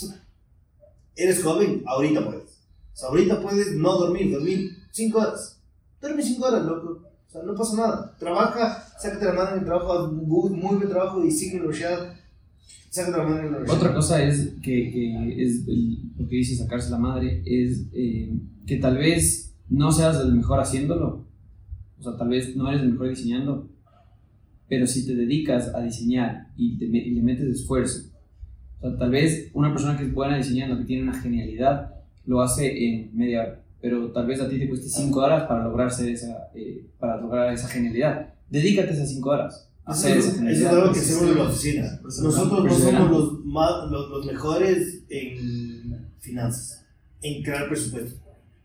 eres joven, ahorita puedes. O sea, ahorita puedes no dormir, dormir cinco horas. Duerme cinco horas, loco. O sea, no pasa nada. Trabaja, sácate la mano en el trabajo, haz muy, muy buen trabajo y sigue en la universidad. Sácate la mano en la universidad. Otra cosa es que, que es el, lo que dice sacarse la madre, es eh, que tal vez no seas el mejor haciéndolo. O sea, tal vez no eres el mejor diseñando. Pero si te dedicas a diseñar y, te, y le metes esfuerzo, o sea, tal vez una persona que es buena diseñando, que tiene una genialidad, lo hace en media hora, pero tal vez a ti te cueste cinco horas para, lograrse esa, eh, para lograr esa genialidad. Dedícate esas cinco horas a hacer esa genialidad. Eso es algo que hacemos en la oficina. Nosotros no somos los, más, los, los mejores en finanzas, en crear presupuesto.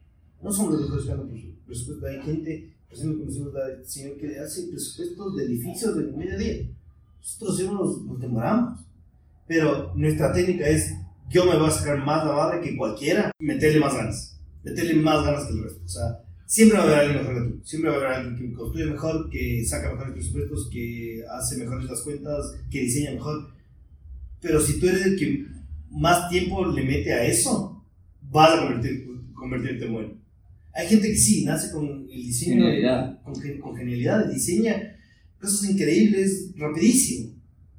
No somos los mejores creando presupuesto. Hay gente... Recién lo conocimos al señor que hace presupuestos de edificios de medio día. Nosotros nos, nos demoramos. Pero nuestra técnica es: yo me voy a sacar más la madre que cualquiera, meterle más ganas. Meterle más ganas que el resto. O sea, siempre va a haber alguien mejor que tú. Siempre va a haber alguien que construye mejor, que saca mejores presupuestos, que hace mejores las cuentas, que diseña mejor. Pero si tú eres el que más tiempo le mete a eso, vas a convertir, convertirte en bueno. Hay gente que sí, nace con el diseño, genialidad. Con, con genialidad, diseña cosas increíbles rapidísimo.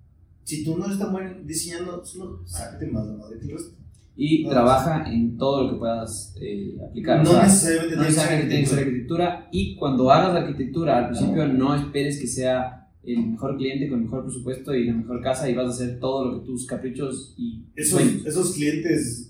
Si tú no eres tan bueno diseñando, solo sácate más la madre que el resto. Y no, trabaja no. en todo lo que puedas eh, aplicar. No, o sea, necesariamente, no necesariamente tiene que ser arquitectura. Y cuando hagas la arquitectura, al principio no esperes que sea el mejor cliente con el mejor presupuesto y la mejor casa y vas a hacer todo lo que tus caprichos y esos, sueños. Esos clientes...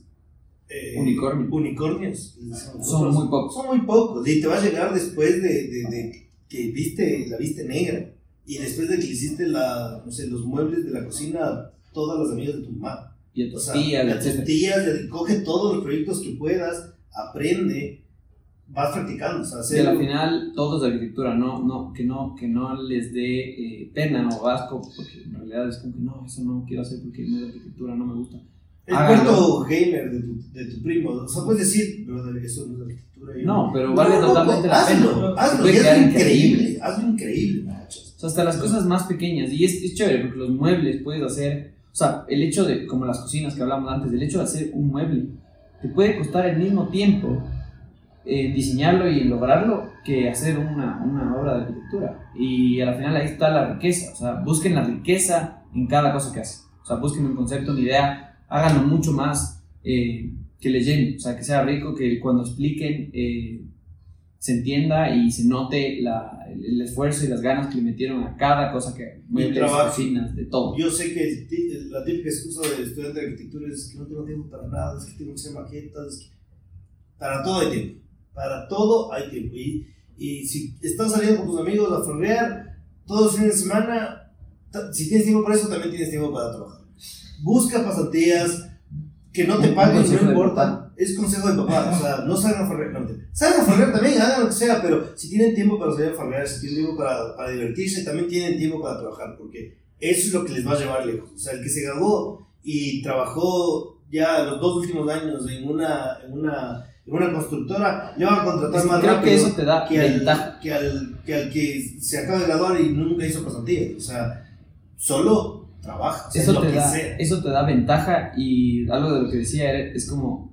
Eh, Unicornio. unicornios son muy pocos son muy pocos y te va a llegar después de, de, de que viste la viste negra y después de que le hiciste la, no sé, los muebles de la cocina a todas las amigas de tu mamá y a tus o sea, tías, a tus tías, coge todos los proyectos que puedas, aprende, vas practicando, o sea, y al final todo es de arquitectura, no, no, que, no, que no les dé eh, pena o asco, porque en realidad es como que no, eso no quiero hacer porque no es de arquitectura, no me gusta. El cuarto gamer de tu, de tu primo, o sea, puedes decir, brother, eso no es arquitectura. No, pero vale no, totalmente no, la hazlo, pena. Hazlo, puede hazlo, quedar increíble, increíble. Hazlo increíble, muchachos. O sea, hasta las cosas más pequeñas. Y es, es chévere porque los muebles puedes hacer. O sea, el hecho de, como las cocinas que hablamos antes, el hecho de hacer un mueble te puede costar el mismo tiempo eh, diseñarlo y lograrlo que hacer una, una obra de arquitectura. Y al final ahí está la riqueza. O sea, busquen la riqueza en cada cosa que hacen. O sea, busquen un concepto, una idea, háganlo mucho más. Eh, que les llene, o sea, que sea rico, que cuando expliquen eh, se entienda y se note la, el, el esfuerzo y las ganas que le metieron a cada cosa que muebles, cocinas, de todo. Yo sé que el, la típica excusa del estudiante de arquitectura es que no tengo tiempo para nada, es que tengo que hacer maquetas, es que... para todo hay tiempo, para todo hay tiempo. Y, y si estás saliendo con tus amigos a farrear todos los fines de semana, si tienes tiempo para eso, también tienes tiempo para trabajar. Busca pasantías. Que no te paguen, no importa, es consejo de papá, o sea, no salgan a farrear, no, salgan a farrear también, hagan lo que sea, pero si tienen tiempo para salir a farrear, si tienen tiempo para, para divertirse, también tienen tiempo para trabajar, porque eso es lo que les va a llevar lejos. O sea, el que se graduó y trabajó ya los dos últimos años en una, en una, en una constructora, le van a contratar más creo rápido que eso te da que al, ventaja. que, al, que al que se acaba de graduar y nunca hizo pasantías, o sea, solo... trabaja, o sea, eso, te da, sea. eso te da ventaja. Y algo de lo que decía era, es como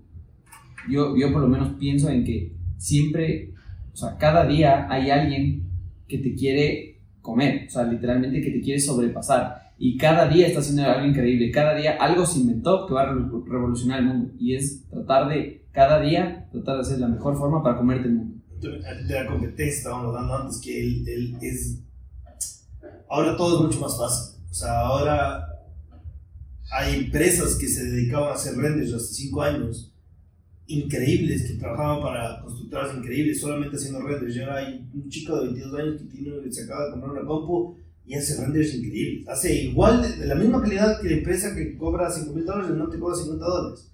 yo, yo por lo menos pienso en que siempre, o sea, cada día hay alguien que te quiere comer, o sea, literalmente que te quiere sobrepasar. Y cada día está haciendo algo increíble, cada día algo se inventó que va a revolucionar el mundo. Y es tratar de, cada día, tratar de hacer la mejor forma para comerte el mundo. De la competencia estábamos hablando antes, que él, él es... Ahora todo es mucho más fácil. O sea, ahora hay empresas que se dedicaban a hacer renders hace cinco años, increíbles, que trabajaban para constructoras increíbles, solamente haciendo renders. Y ahora hay un chico de veintidós años que tiene, se acaba de comprar una compu y hace renders increíbles. Hace igual, de, de la misma calidad que la empresa que cobra cinco mil dólares, no te cobra cincuenta dólares.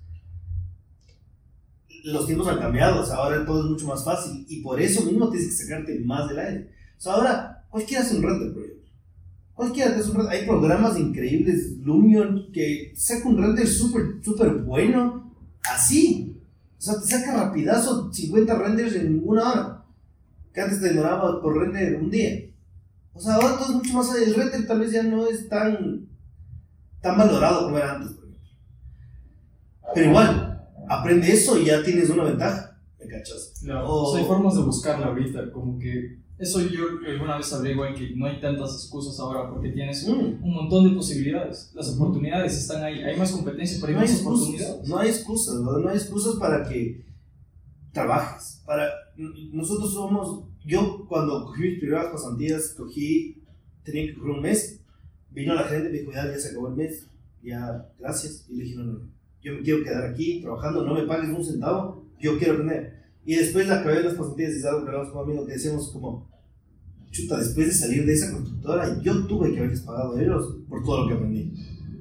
Los tiempos han cambiado, o sea, ahora todo es mucho más fácil y por eso mismo tienes que sacarte más del aire. O sea, ahora cualquiera hace un render, por ejemplo. Cualquiera hace un render. Hay programas increíbles, Lumion, que saca un render súper, súper bueno, así. O sea, te saca rapidazo cincuenta renders en una hora, que antes te demoraba por render un día. O sea, ahora todo es mucho más. El render tal vez ya no es tan, tan valorado como era antes, por ejemplo. Pero igual, aprende eso y ya tienes una ventaja, ¿me cachas? Claro, O... o sea, hay formas de buscarla ahorita, como que eso yo alguna vez hablé igual, que no hay tantas excusas ahora porque tienes Mm. un montón de posibilidades, las oportunidades están ahí, hay más competencia, pero hay No hay más excusas, oportunidades. no hay excusas, ¿no? No hay excusas para que trabajes. Para... Nosotros somos, yo cuando cogí mis primeras pasantías, cogí, tenía que coger un mes, vino la gente y me dijo, ya, ya se acabó el mes, ya, gracias, y le dije, no, no, yo me quiero quedar aquí trabajando, no me pagues un centavo, yo quiero aprender. Y después la acabé las pasantías y es algo que hablamos con amigos que decíamos como, chuta, después de salir de esa constructora, yo tuve que haberles pagado a ellos por todo lo que aprendí.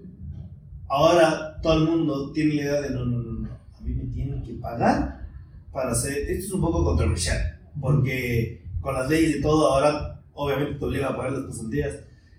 Ahora todo el mundo tiene la idea de, no, no, no, no, a mí me tienen que pagar para hacer, esto es un poco controversial, porque con las leyes y todo, ahora obviamente te obliga a pagar las pasantías,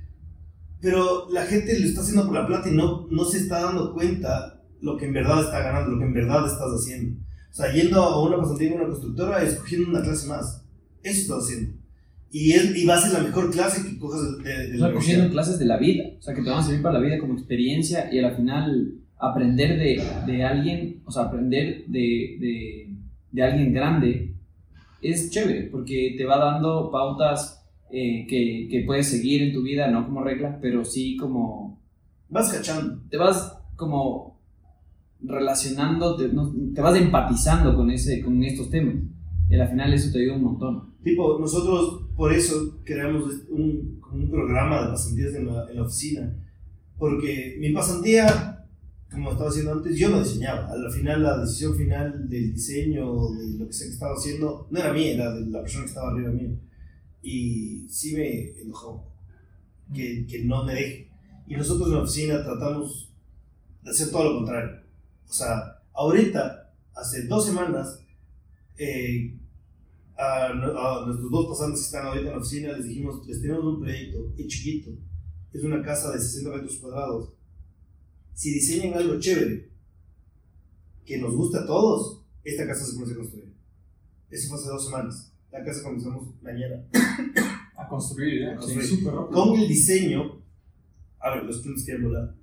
pero la gente lo está haciendo por la plata y no, no se está dando cuenta lo que en verdad está ganando, lo que en verdad estás haciendo. O sea, yendo a una pasantía en una constructora, escogiendo una clase más, eso estás haciendo. Y, es, y va a ser la mejor clase que cojas de, de, de o sea, cogiendo clases de la vida, o sea, que te van a servir para la vida como experiencia y al final aprender de, de alguien, o sea, aprender de, de, de alguien grande es chévere porque te va dando pautas eh, que, que puedes seguir en tu vida, no como regla, pero sí como... Vas cachando. Te vas como relacionando, te, no, te vas empatizando con, ese, con estos temas y al final eso te ayuda un montón. Tipo, nosotros por eso creamos un, un programa de pasantías en la, en la oficina, porque mi pasantía, como estaba haciendo antes, yo no diseñaba. Al final, la decisión final del diseño, de lo que sé que estaba haciendo, no era mía, era de la persona que estaba arriba mío. Y sí me enojó que, que no me deje. Y nosotros en la oficina tratamos de hacer todo lo contrario. O sea, ahorita, hace dos semanas, eh, A, a nuestros dos pasantes que están ahorita en la oficina les dijimos, les tenemos un proyecto, es chiquito, es una casa de sesenta metros cuadrados. Si diseñan algo chévere, que nos gusta a todos, esta casa se comienza a construir. Eso fue hace dos semanas. La casa comenzamos mañana. A construir, ¿eh? A construir. Sí, súper rápido. Con el diseño, a ver, los clientes quieren volar.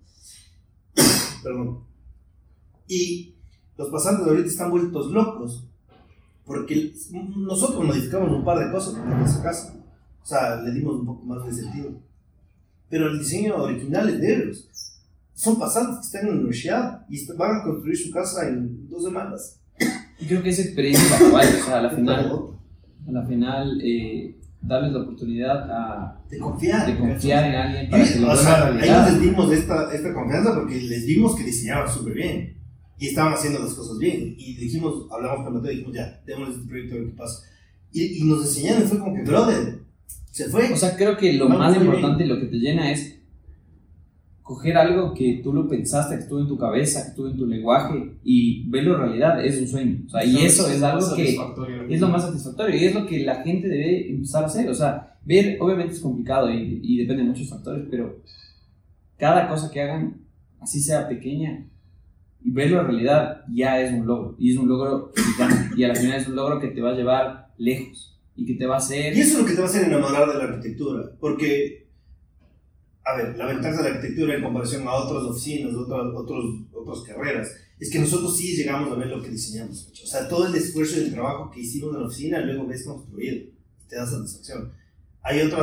Perdón. Y los pasantes de ahorita están vueltos locos. Porque nosotros modificamos un par de cosas en nuestra casa. O sea, le dimos un poco más de sentido. Pero el diseño original es de ellos. Son pasantes que están en la universidad y van a construir su casa en dos semanas. Y creo que esa experiencia es la cual, o sea, a la final, a la final eh, darles la oportunidad a, de confiar, de confiar en alguien para que lo o vuelva sea, a a ellos realidad. les dimos esta, esta confianza porque les vimos que diseñaban súper bien. Y estaban haciendo las cosas bien. Y dijimos, hablamos con Mateo y dijimos, ya, démosle este proyecto a ver qué pasa. Y, y nos enseñaron y fue como que, brother, se fue. O sea, creo que lo Vamos más muy importante y bien. lo que te llena es coger algo que tú lo pensaste, que estuvo en tu cabeza, que estuvo en tu lenguaje y verlo en realidad es un sueño. O sea, y eso es algo que es lo más satisfactorio y es lo que la gente debe empezar a hacer. O sea, ver, obviamente es complicado y, y depende de muchos factores, pero cada cosa que hagan, así sea pequeña, y verlo en realidad ya es un logro, y es un logro gigante, y al final es un logro que te va a llevar lejos, y que te va a hacer... Y eso es lo que te va a hacer enamorar de la arquitectura, porque, a ver, la ventaja de la arquitectura en comparación a otras oficinas, otras, otros, otras carreras, es que nosotros sí llegamos a ver lo que diseñamos. O sea, todo el esfuerzo y el trabajo que hicimos en la oficina, luego ves construido, y te da satisfacción. Hay otras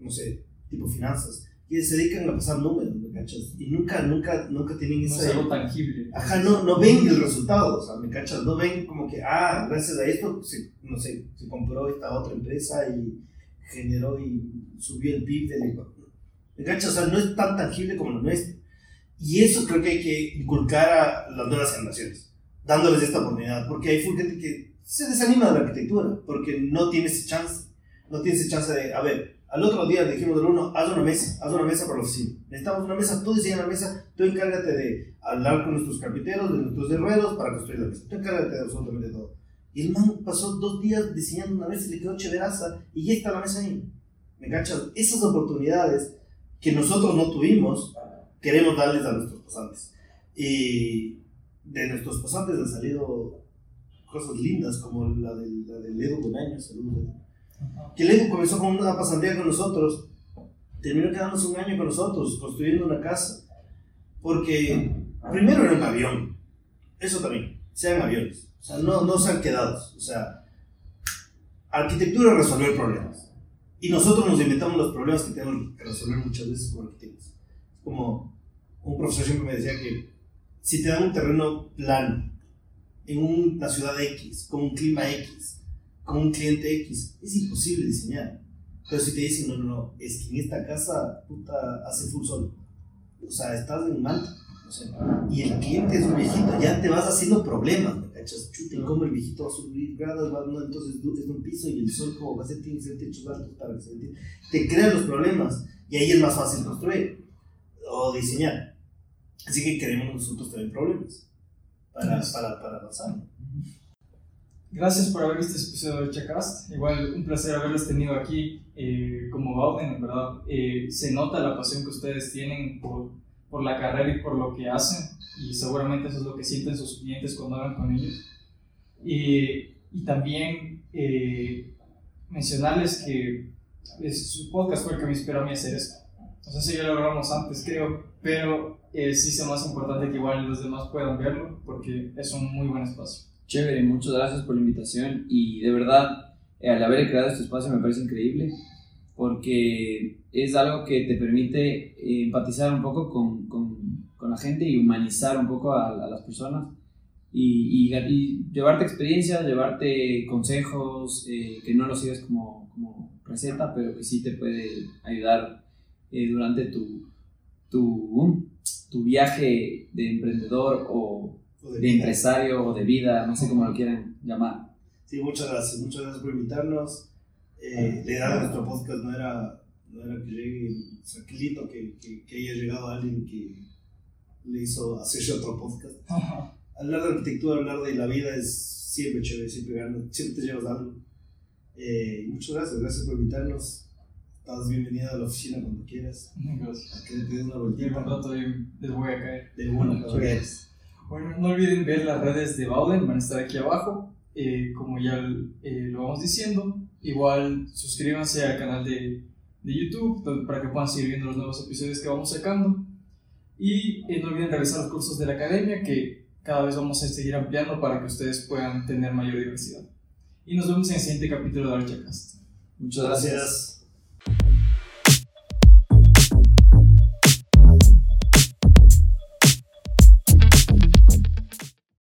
no sé, tipo finanzas, que se dedican a pasar números, ¿me cachas? Y nunca, nunca, nunca tienen No esa... es algo tangible. Ajá, no, no ven el resultado, o sea, ¿me cachas? No ven como que, ah, gracias a esto, se, no sé, se compró esta otra empresa y generó y subió el P I B del Ecuador. ¿Me cachas? O sea, no es tan tangible como lo nuestro. Y eso creo que hay que inculcar a las nuevas generaciones, dándoles esta oportunidad, porque hay full gente que se desanima de la arquitectura, porque no tiene ese chance, no tiene ese chance de, a ver, al otro día le dijimos al uno, haz una mesa, haz una mesa para la oficina. Necesitamos una mesa, tú diseña la mesa, tú encárgate de hablar con nuestros carpinteros, de nuestros herreros para construir la mesa. Tú encárgate de absolutamente todo. Y el man pasó dos días diseñando una mesa y le quedó chéveraza y ya está la mesa ahí. ¿Me cachas? Esas oportunidades que nosotros no tuvimos, queremos darles a nuestros pasantes. Y de nuestros pasantes han salido cosas lindas como la del, la del Edu Bonaño, saludos. Que el Edu comenzó con una pasantía con nosotros, terminó quedándose un año con nosotros, construyendo una casa, porque primero era un avión, eso también, sean aviones, o sea, no, no sean quedados, o sea, arquitectura es resolver problemas, y nosotros nos inventamos los problemas que tenemos que resolver muchas veces como arquitectos. Como un profesor siempre me decía que si te dan un terreno plano, en una ciudad X, con un clima X, con un cliente X, es imposible diseñar. Pero si te dicen, no, no, no, es que en esta casa, puta, hace full sol. O sea, estás en Manta, no sé, y el cliente es un viejito, ya te vas haciendo problemas, ¿me cachas? Chuta, ¿y cómo el viejito va a subir gradas? Va, no, entonces es de un piso y el sol, como va a ser, tiene que ser techos altos para que se entienda. Te crean los problemas y ahí es más fácil construir o diseñar. Así que queremos nosotros tener problemas para, para, para avanzar. Gracias por haber visto este episodio de Chacast. Igual un placer haberlos tenido aquí eh, como Bauden, en verdad. Eh, se nota la pasión que ustedes tienen por, por la carrera y por lo que hacen, y seguramente eso es lo que sienten sus clientes cuando hablan con ellos. Y, y también eh, mencionarles que es, su podcast fue el que me inspiró a mí a hacer esto. No sé si ya lo logramos antes, creo, pero eh, sí es más importante que igual los demás puedan verlo, porque es un muy buen espacio. Chévere, muchas gracias por la invitación y de verdad, eh, al haber creado este espacio me parece increíble porque es algo que te permite eh, empatizar un poco con, con, con la gente y humanizar un poco a, a las personas y, y, y llevarte experiencias, llevarte consejos, eh, que no los sigas como, como receta, pero que sí te puede ayudar eh, durante tu, tu, tu viaje de emprendedor o de, de empresario o de vida, no sé cómo lo quieran llamar. Sí, muchas gracias, muchas gracias por invitarnos. Eh, la idea de nuestro podcast no era, no era que llegue, o sea, qué lindo que, que, que haya llegado alguien que le hizo hacerse otro podcast. Hablar de arquitectura, hablar de la vida es siempre chévere, siempre gana, siempre te llevas algo. Eh, muchas gracias, gracias por invitarnos. Estás bienvenida a la oficina cuando quieras. Gracias. A que te des una Y vueltita. un rato les voy a caer. De una, cuando quieras. Bueno, no olviden ver las redes de Bauden, van a estar aquí abajo, eh, como ya eh, lo vamos diciendo. Igual suscríbanse al canal de, de YouTube para que puedan seguir viendo los nuevos episodios que vamos sacando. Y eh, no olviden realizar los cursos de la academia, que cada vez vamos a seguir ampliando para que ustedes puedan tener mayor diversidad. Y nos vemos en el siguiente capítulo de Archacast. Muchas gracias. Gracias.